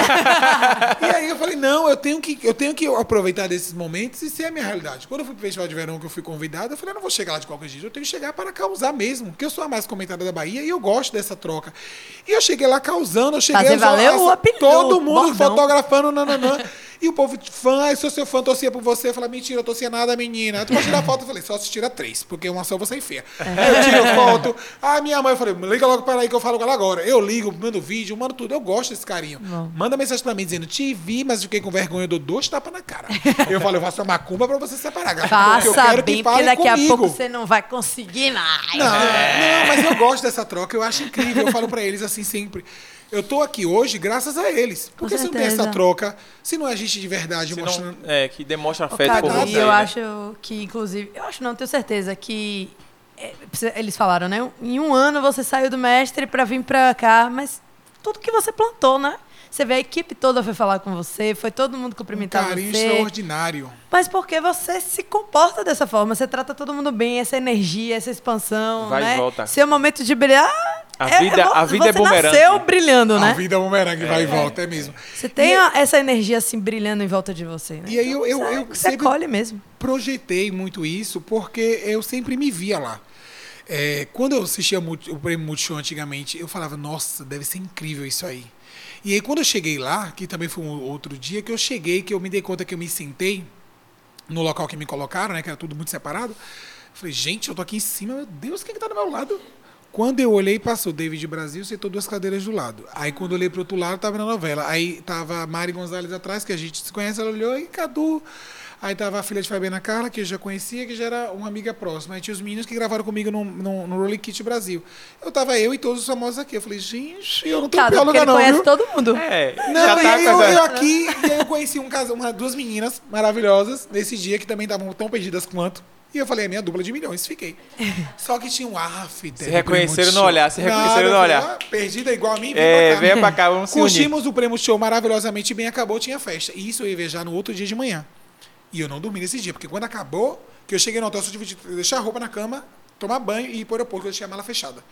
E aí eu falei, não, eu tenho que aproveitar desses momentos e ser a minha realidade. Quando eu fui pro Festival de Verão, que eu fui convidado, eu falei, eu não vou chegar lá de qualquer jeito, eu tenho que chegar para causar mesmo, porque eu sou a mais comentada da Bahia e eu gosto dessa troca. E eu cheguei lá causando, eu cheguei todo mundo fotografando, nananã. E o povo, fã, eu sou seu fã, torcia por você. Eu falei, mentira, eu torcia nada, menina. Tu pode tirar foto? Eu falei, só se tira 3, porque uma só você é feia. Aí eu tiro foto. Ah, minha mãe, eu falei, liga logo para aí que eu falo com ela agora. Eu ligo, mando vídeo, mando tudo. Eu gosto desse carinho. Manda mensagem pra mim dizendo, te vi, mas fiquei com vergonha, eu dou 2 tapas na cara. Eu falei, eu faço uma macumba pra você separar, gata. Porque eu quero que fale daqui comigo. a pouco você não vai conseguir mais. Não, mas eu gosto dessa troca, eu acho incrível. Eu falo pra eles assim sempre. Eu tô aqui hoje graças a eles. Porque se não tem essa troca, se não é gente de verdade mostrando... que demonstra afeto por você. Eu acho que, inclusive... Eu acho não, tenho certeza que... eles falaram, né? Em 1 ano você saiu do mestre pra vir pra cá, mas tudo que você plantou, né? Você vê a equipe toda foi falar com você, foi todo mundo cumprimentar você. Carinho extraordinário. Mas porque você se comporta dessa forma, você trata todo mundo bem, essa energia, essa expansão, vai né? e volta. Seu momento de brilhar... A vida é bumerangue. Você nasceu brilhando, né? A vida é bumerangue, vai e volta, é mesmo. Você tem essa energia assim brilhando em volta de você, né? E aí então, eu você colhe mesmo. Projetei muito isso porque eu sempre me via lá. Quando eu assistia o Prêmio Multishow antigamente, eu falava, nossa, deve ser incrível isso aí. E aí quando eu cheguei lá, que também foi um outro dia que eu cheguei, que eu me dei conta que eu me sentei no local que me colocaram, né, que era tudo muito separado. Falei, gente, eu tô aqui em cima, meu Deus, quem que tá do meu lado? Quando eu olhei, passou David Brasil, sentou 2 cadeiras do lado. Aí quando eu olhei pro outro lado, tava na novela. Aí tava a Mari Gonzalez atrás, que a gente se conhece, ela olhou, e Cadu. Aí tava a filha de Fabiana Carla, que eu já conhecia, que já era uma amiga próxima. Aí tinha os meninos que gravaram comigo no Rolling Kit Brasil. Tava eu e todos os famosos aqui. Eu falei, gente, eu não tô em pior lugar não, conhece viu? todo mundo. Não, e aí eu aqui, e aí eu conheci um casal, 2 meninas maravilhosas nesse dia, que também estavam tão perdidas quanto. E eu falei, é minha dupla de milhões, fiquei. Só que tinha um Se reconheceram no olhar, Perdida igual a mim, venha pra cá, vamos se unir. Curtimos o Prêmio Show maravilhosamente bem, acabou, tinha festa. E isso eu ia viajar no outro dia de manhã. E eu não dormi nesse dia, porque quando acabou, que eu cheguei no hotel, eu só tive que deixar a roupa na cama, tomar banho e ir pro aeroporto, eu deixei a mala fechada.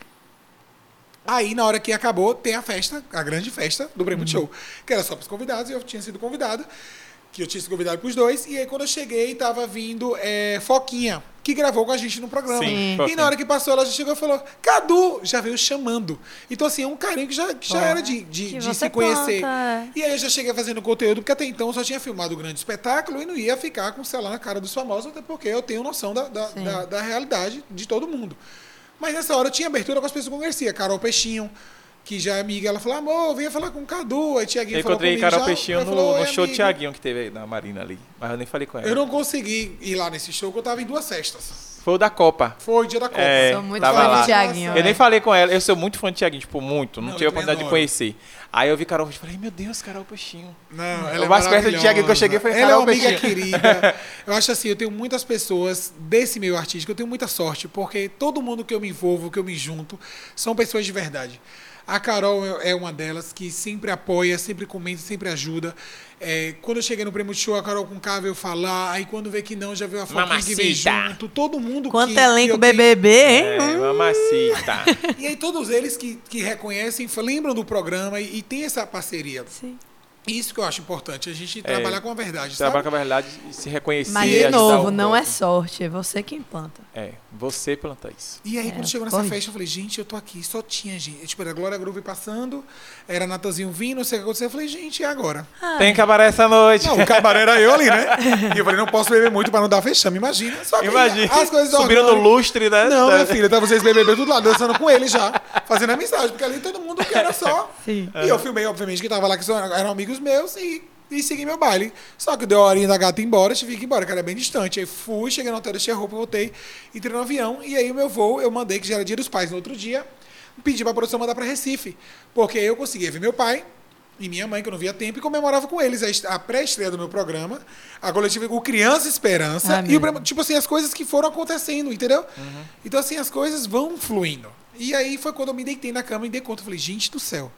Aí, na hora que acabou, tem a festa, a grande festa do Prêmio Show, que era só para os convidados, e eu tinha sido convidado, que eu tinha sido convidado pros 2, e aí quando eu cheguei, tava vindo Foquinha, que gravou com a gente no programa. Sim, e na hora que passou, ela já chegou e falou, Cadu, já veio chamando. Então, assim, é um carinho que já era de se conhecer. E aí eu já cheguei fazendo conteúdo, porque até então eu só tinha filmado o grande espetáculo e não ia ficar com o celular na cara dos famosos, até porque eu tenho noção da realidade de todo mundo. Mas nessa hora eu tinha abertura com as pessoas que eu conhecia, Carol Peixinho, que já é amiga, ela falou, amor, venha falar com o Cadu. Aí Tiaguinho falou comigo. Eu encontrei Carol Peixinho no show do Tiaguinho que teve aí na Marina ali. Mas eu nem falei com ela. Eu não consegui ir lá nesse show, porque eu tava em 2 festas. Foi o da Copa. Foi o dia da Copa. Sou muito fã de Tiaguinho. Eu nem falei com ela. Eu sou muito fã de Tiaguinho, tipo, muito. Não tive a oportunidade de conhecer. Aí eu vi Carol e falei, meu Deus, Carol Peixinho. Não, ela o mais perto de Tiaguinho que eu cheguei foi Carol Peixinho. Ela é uma amiga querida. Eu acho assim, eu tenho muitas pessoas desse meio artístico, eu tenho muita sorte, porque todo mundo que eu me envolvo, que eu me junto, são pessoas de verdade. A Carol é uma delas que sempre apoia, sempre comenta, sempre ajuda. Quando eu cheguei no Prêmio Show, a Carol com K veio falar. Aí quando vê que não, já veio a Foquinha que veio junto. Todo mundo Quanto elenco BBB, hein? Mamacita. E aí todos eles que reconhecem, lembram do programa e tem essa parceria. Sim. Isso que eu acho importante, a gente trabalhar com a verdade, trabalhar com a verdade e se reconhecer. Mas, de novo, não é sorte, é você quem planta. Você planta isso. E aí, quando chegou nessa festa, eu falei, gente, eu tô aqui, só tinha gente. Tipo, era a Glória Groove passando, era Natanzinho vindo, não sei o que aconteceu. Eu falei, gente, e agora? Tem cabaré essa noite. Não, o cabaré era eu ali, né? E eu falei, não posso beber muito pra não dar fechame, imagina. Só que as coisas subiram no lustre, né? Não, minha filha, tava vocês BBB tudo lá, dançando com ele já, fazendo amizade, porque ali todo mundo quer só. Sim. E eu filmei, obviamente, que tava lá, que eram amigos meus, e segui meu baile. Só que deu a horinha da gata embora, tive que ir embora, que era bem distante. Aí fui, cheguei no hotel, deixei a roupa, voltei, entrei no avião, e aí o meu voo, eu mandei, que já era dia dos pais no outro dia, pedi pra produção mandar pra Recife, porque aí eu conseguia ver meu pai e minha mãe, que eu não via tempo, e comemorava com eles a pré-estreia do meu programa, a coletiva com Criança Esperança, e o, tipo assim, as coisas que foram acontecendo, entendeu? Uhum. Então, assim, as coisas vão fluindo. E aí foi quando eu me deitei na cama e dei conta, eu falei, gente do céu,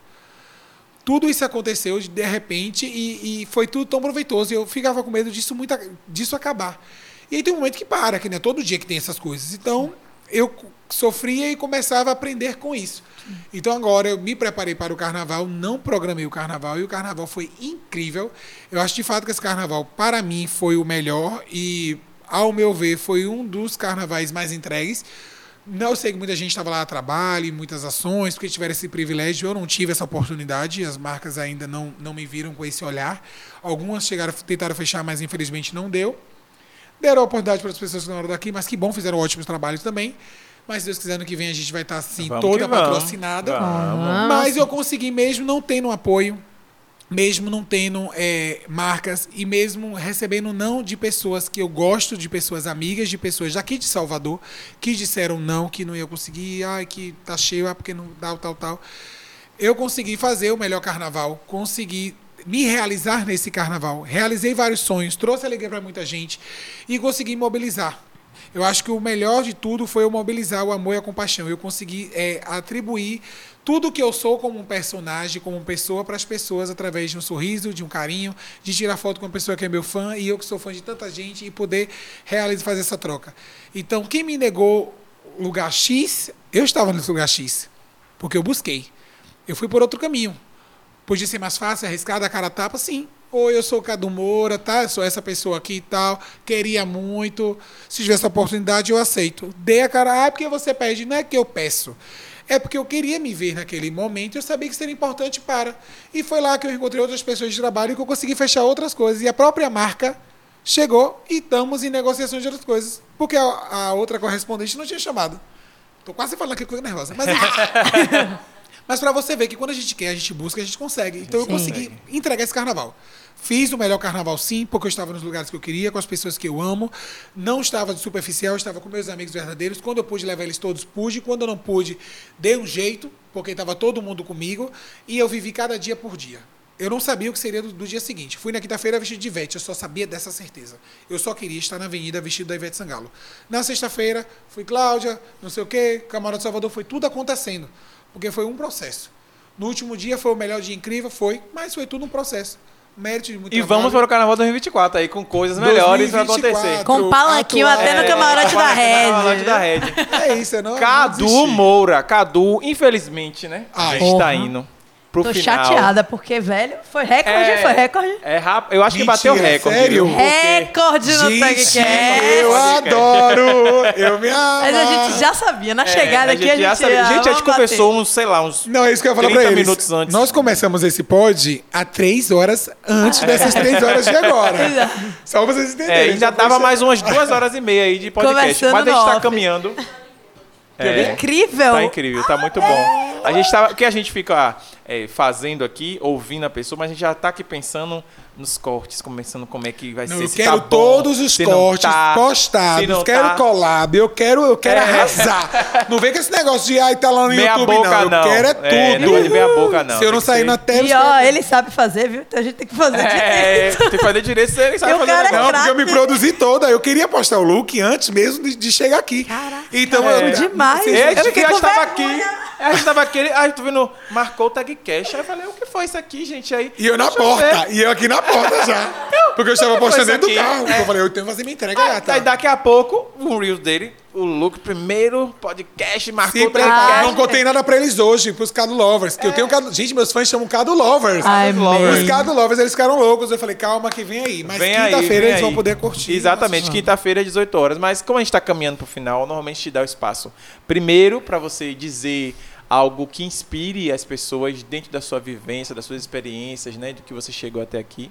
tudo isso aconteceu de repente e foi tudo tão proveitoso. E eu ficava com medo disso acabar. E aí tem um momento que para, que não é todo dia que tem essas coisas. Então, eu sofria e começava a aprender com isso. Então agora eu me preparei para o carnaval, não programei o carnaval e o carnaval foi incrível. Eu acho de fato que esse carnaval para mim foi o melhor e, ao meu ver, foi um dos carnavais mais entregues. Não sei que muita gente estava lá a trabalho, muitas ações, porque tiveram esse privilégio. Eu não tive essa oportunidade, as marcas ainda não me viram com esse olhar. Algumas tentaram fechar, mas infelizmente não deu. Deram a oportunidade para as pessoas que não eram daqui, mas que bom, fizeram ótimos trabalhos também. Mas, Deus quiser, ano que vem a gente vai estar assim, toda patrocinada. Mas eu consegui, mesmo não tendo apoio, mesmo não tendo marcas e mesmo recebendo não de pessoas que eu gosto, de pessoas amigas, de pessoas daqui de Salvador, que disseram não, que não ia conseguir, que tá cheio, porque não dá tal. Eu consegui fazer o melhor carnaval, consegui me realizar nesse carnaval. Realizei vários sonhos, trouxe alegria para muita gente e consegui mobilizar. Eu acho que o melhor de tudo foi eu mobilizar o amor e a compaixão. Eu consegui atribuir tudo que eu sou como um personagem, como pessoa, para as pessoas através de um sorriso, de um carinho, de tirar foto com uma pessoa que é meu fã e eu que sou fã de tanta gente e poder fazer essa troca. Então, quem me negou lugar X, eu estava nesse lugar X, porque eu busquei. Eu fui por outro caminho. Podia ser mais fácil, arriscado, a cara tapa, sim. Oi, eu sou o Cadu Moura, tá? Eu sou essa pessoa aqui e tal. Queria muito. Se tivesse a oportunidade, eu aceito. Dei a cara, porque você pede. Não é que eu peço. É porque eu queria me ver naquele momento e eu sabia que seria importante para. E foi lá que eu encontrei outras pessoas de trabalho e que eu consegui fechar outras coisas. E a própria marca chegou e estamos em negociações de outras coisas. Porque a outra correspondente não tinha chamado. Estou quase falando aqui coisa nervosa. Mas para você ver que quando a gente quer, a gente busca, a gente consegue. Então eu consegui entregar esse carnaval. Fiz o melhor carnaval, sim, porque eu estava nos lugares que eu queria, com as pessoas que eu amo. Não estava de superficial, eu estava com meus amigos verdadeiros. Quando eu pude levar eles todos, pude. Quando eu não pude, dei um jeito, porque estava todo mundo comigo. E eu vivi cada dia por dia. Eu não sabia o que seria do dia seguinte. Fui na quinta-feira vestido de Ivete, eu só sabia dessa certeza. Eu só queria estar na avenida vestido da Ivete Sangalo. Na sexta-feira, fui Cláudia, não sei o quê, Camarote de Salvador, foi tudo acontecendo. Porque foi um processo. No último dia foi o melhor dia incrível, mas foi tudo um processo. Mérito de muito trabalho. Vamos para o Carnaval 2024 aí, com coisas melhores para acontecer. Com palanquinho até no camarote da Rede. É isso, não. Cadu Moura. Cadu, infelizmente, né? A gente está indo pro Tô final. chateada, porque, velho, foi recorde, É rápido. Eu acho que bateu recorde. Sério? Viu? Recorde no TagCast. Eu adoro! Eu me amo! Mas a gente já sabia, na chegada aqui a gente já sabia. Gente, a gente conversou uns Não, é isso que eu ia falar pra eles. minutos antes. Nós começamos esse pod há 3 horas antes dessas 3 horas de agora. Só pra vocês entenderem. A gente já tava mais umas 2 horas e meia aí de podcast. Conversando Mas a gente tá off. caminhando. Incrível! Tá incrível, tá muito bom. A gente o que a gente fica fazendo aqui, ouvindo a pessoa, mas a gente já tá aqui pensando nos cortes, começando como é que vai ser. Eu se quero tá bom, todos os se não cortes tá, se postados, não quero tá. collab, eu quero arrasar. Não vem com esse negócio de tá lá no Meia YouTube, boca, não. Eu quero tudo. Negócio de meia boca, não. Se eu não Tem que sair ser- na tela... E ó, ele sabe fazer, viu? Então a gente tem que fazer direito. Tem que fazer direito, você sabe E o fazer cara é legal. Não, porque eu me produzi toda. Eu queria postar o look antes mesmo de chegar aqui. Caraca, então, demais. Eu fiquei com estava vergonha. aqui. A gente tava aqui, aí tu vendo, marcou o tag cash. Aí eu falei, o que foi isso aqui, gente? Aí, E eu na deixa eu porta. ver. E eu aqui na porta já. Porque eu estava foi postando isso dentro do aqui? carro. Eu falei, eu tenho que fazer minha entrega, gata. Aí daqui a pouco, o Reels dele, o look, primeiro podcast, marcou Se o tag prepara. cash. Não contei nada pra eles hoje, pros Cadu Lovers. Que eu tenho Cadu... Gente, meus fãs chamam Cadu Lovers. Ai, Os Cadu Lovers, eles ficaram loucos. Eu falei, calma que vem aí. Mas Vem aí, quinta-feira vem eles vão aí. poder curtir. Exatamente, quinta-feira, 18 horas. Mas como a gente tá caminhando pro final, normalmente te dá o espaço. Primeiro, pra você dizer algo que inspire as pessoas dentro da sua vivência, das suas experiências, né? Do que você chegou até aqui.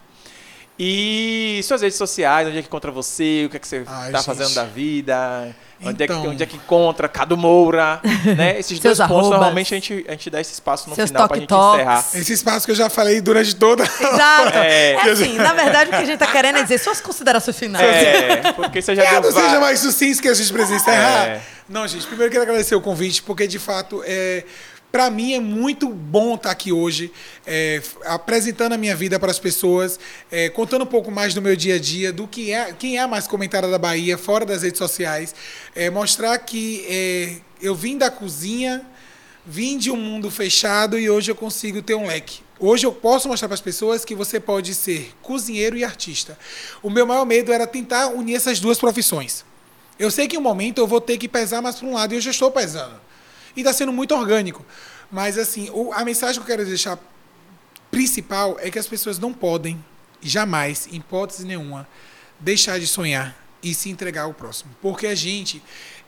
E suas redes sociais, onde é que encontra você, o que é que você tá fazendo da vida, onde é que encontra Cadu Moura, né? Esses dois Seus pontos, arrobas. normalmente a gente dá esse espaço no Seus final pra gente toque-toques. encerrar. Esse espaço que eu já falei durante toda... Exato. É. É assim, na verdade, o que a gente tá querendo é dizer suas considerações finais. Porque você já Não deu seja mais sucinto que a gente precisa encerrar. É. Não, gente, primeiro quero agradecer o convite, porque de fato, para mim é muito bom estar aqui hoje, apresentando a minha vida para as pessoas, contando um pouco mais do meu dia a dia, do que quem é a mais comentada da Bahia, fora das redes sociais, mostrar que eu vim da cozinha, vim de um mundo fechado e hoje eu consigo ter um leque. Hoje eu posso mostrar para as pessoas que você pode ser cozinheiro e artista. O meu maior medo era tentar unir essas duas profissões. Eu sei que em um momento eu vou ter que pesar mais para um lado e eu já estou pesando. E está sendo muito orgânico. Mas, assim, a mensagem que eu quero deixar principal é que as pessoas não podem, jamais, em hipótese nenhuma, deixar de sonhar e se entregar ao próximo. Porque a gente,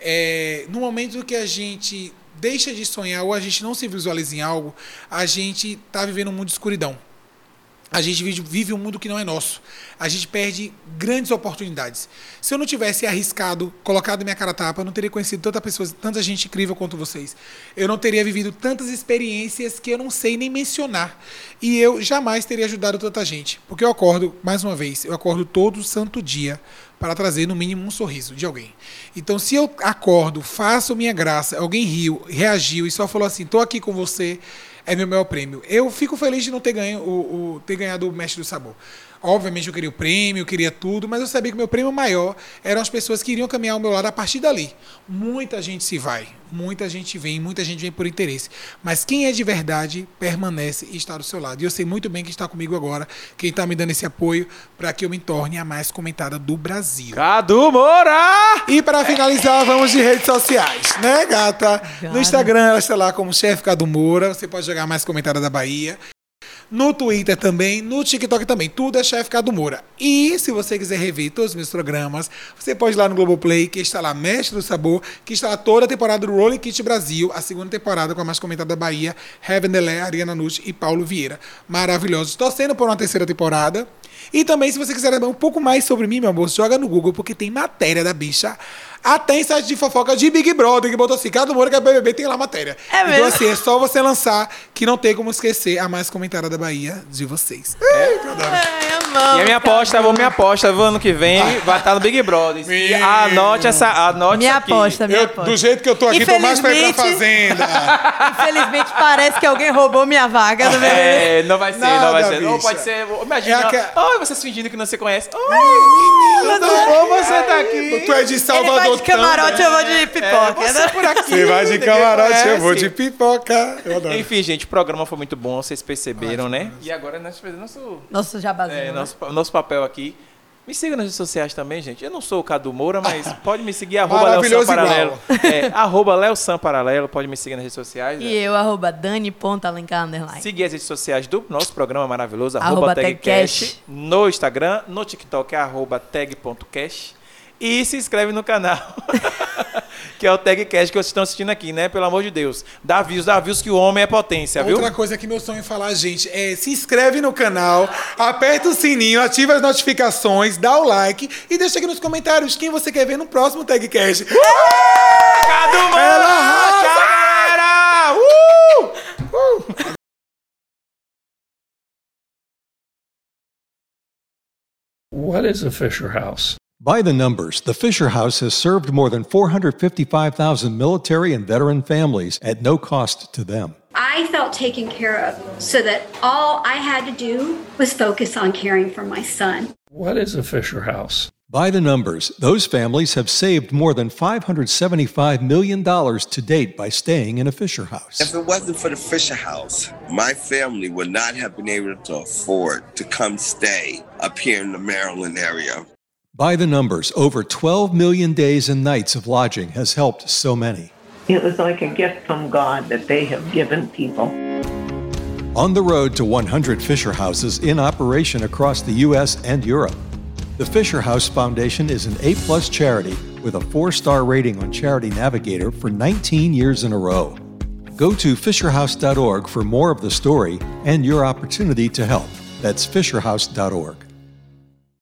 no momento que a gente deixa de sonhar ou a gente não se visualiza em algo, a gente está vivendo um mundo de escuridão. A gente vive um mundo que não é nosso. A gente perde grandes oportunidades. Se eu não tivesse arriscado, colocado minha cara a tapa, eu não teria conhecido tanta gente incrível quanto vocês. Eu não teria vivido tantas experiências que eu não sei nem mencionar. E eu jamais teria ajudado tanta gente. Porque eu acordo, mais uma vez, eu acordo todo santo dia para trazer no mínimo um sorriso de alguém. Então, se eu acordo, faço minha graça, alguém riu, reagiu e só falou assim, estou aqui com você, é meu maior prêmio. Eu fico feliz de não ter ganhado o Mestre do Sabor. Obviamente eu queria o prêmio, eu queria tudo, mas eu sabia que o meu prêmio maior eram as pessoas que iriam caminhar ao meu lado a partir dali. Muita gente se vai, muita gente vem por interesse. Mas quem é de verdade permanece e está do seu lado. E eu sei muito bem quem está comigo agora, quem está me dando esse apoio para que eu me torne a mais comentada do Brasil. Cadu Moura! E para finalizar, vamos de redes sociais, né, gata? No Instagram ela está lá como Chefe Cadu Moura, você pode jogar mais comentada da Bahia. No Twitter também, no TikTok também. Tudo é Chefe Cadu Moura. E se você quiser rever todos os meus programas, você pode ir lá no Globoplay, que está lá Mestre do Sabor, que está lá toda a temporada do Rolling Kit Brasil, a segunda temporada com a mais comentada da Bahia, Heaven Delay, Ariana Nucci e Paulo Vieira. Maravilhosos. Torcendo por uma terceira temporada. E também, se você quiser saber um pouco mais sobre mim, meu amor, joga no Google, porque tem matéria da bicha. Até em site de fofoca de Big Brother, que botou assim, Cadu Moura que é BBB, tem lá matéria. É mesmo? Então, assim, é só você lançar, que não tem como esquecer a mais comentada da Bahia de vocês. Ai, que eu adoro. E a minha aposta, ano que vem, vai estar no Big Brother. E anote isso aqui. Do jeito que eu tô aqui, tô mais pra ir pra Fazenda. Infelizmente, parece que alguém roubou minha vaga do BBB. Não vai ser, não vai ser. Ou pode ser, imagina, você fingindo que não se conhece. Tudo bom você tá aqui? Tu é de Salvador. Ele vai de camarote, eu vou de pipoca. Você por aqui. Você vai de camarote, eu vou de pipoca. Enfim, gente, o programa foi muito bom, vocês perceberam, né? E agora nós fazemos nosso jabazinho. Nosso papel aqui. Me siga nas redes sociais também, gente. Eu não sou o Cadu Moura, mas pode me seguir, @LeoSamParalelo. @LeoSamParalelo, pode me seguir nas redes sociais. E eu, @Dani.Alencar_. Seguir as redes sociais do nosso programa maravilhoso, @TagCast. No Instagram, no TikTok, @tag.cast. E se inscreve no canal, que é o TagCast que vocês estão assistindo aqui, né? Pelo amor de Deus. Dá views que o homem é potência, viu? Outra coisa que meu sonho é falar, gente, é se inscreve no canal, aperta o sininho, ativa as notificações, dá o like e deixa aqui nos comentários quem você quer ver no próximo TagCast. Cadu Moura! Tchau, galera! What is a Fisher House? By the numbers, the Fisher House has served more than 455,000 military and veteran families at no cost to them. I felt taken care of so that all I had to do was focus on caring for my son. What is a Fisher House? By the numbers, those families have saved more than $575 million to date by staying in a Fisher House. If it wasn't for the Fisher House, my family would not have been able to afford to come stay up here in the Maryland area. By the numbers, over 12 million days and nights of lodging has helped so many. It was like a gift from God that they have given people. On the road to 100 Fisher Houses in operation across the U.S. and Europe. The Fisher House Foundation is an A+ charity with a 4-star rating on Charity Navigator for 19 years in a row. Go to fisherhouse.org for more of the story and your opportunity to help. That's fisherhouse.org.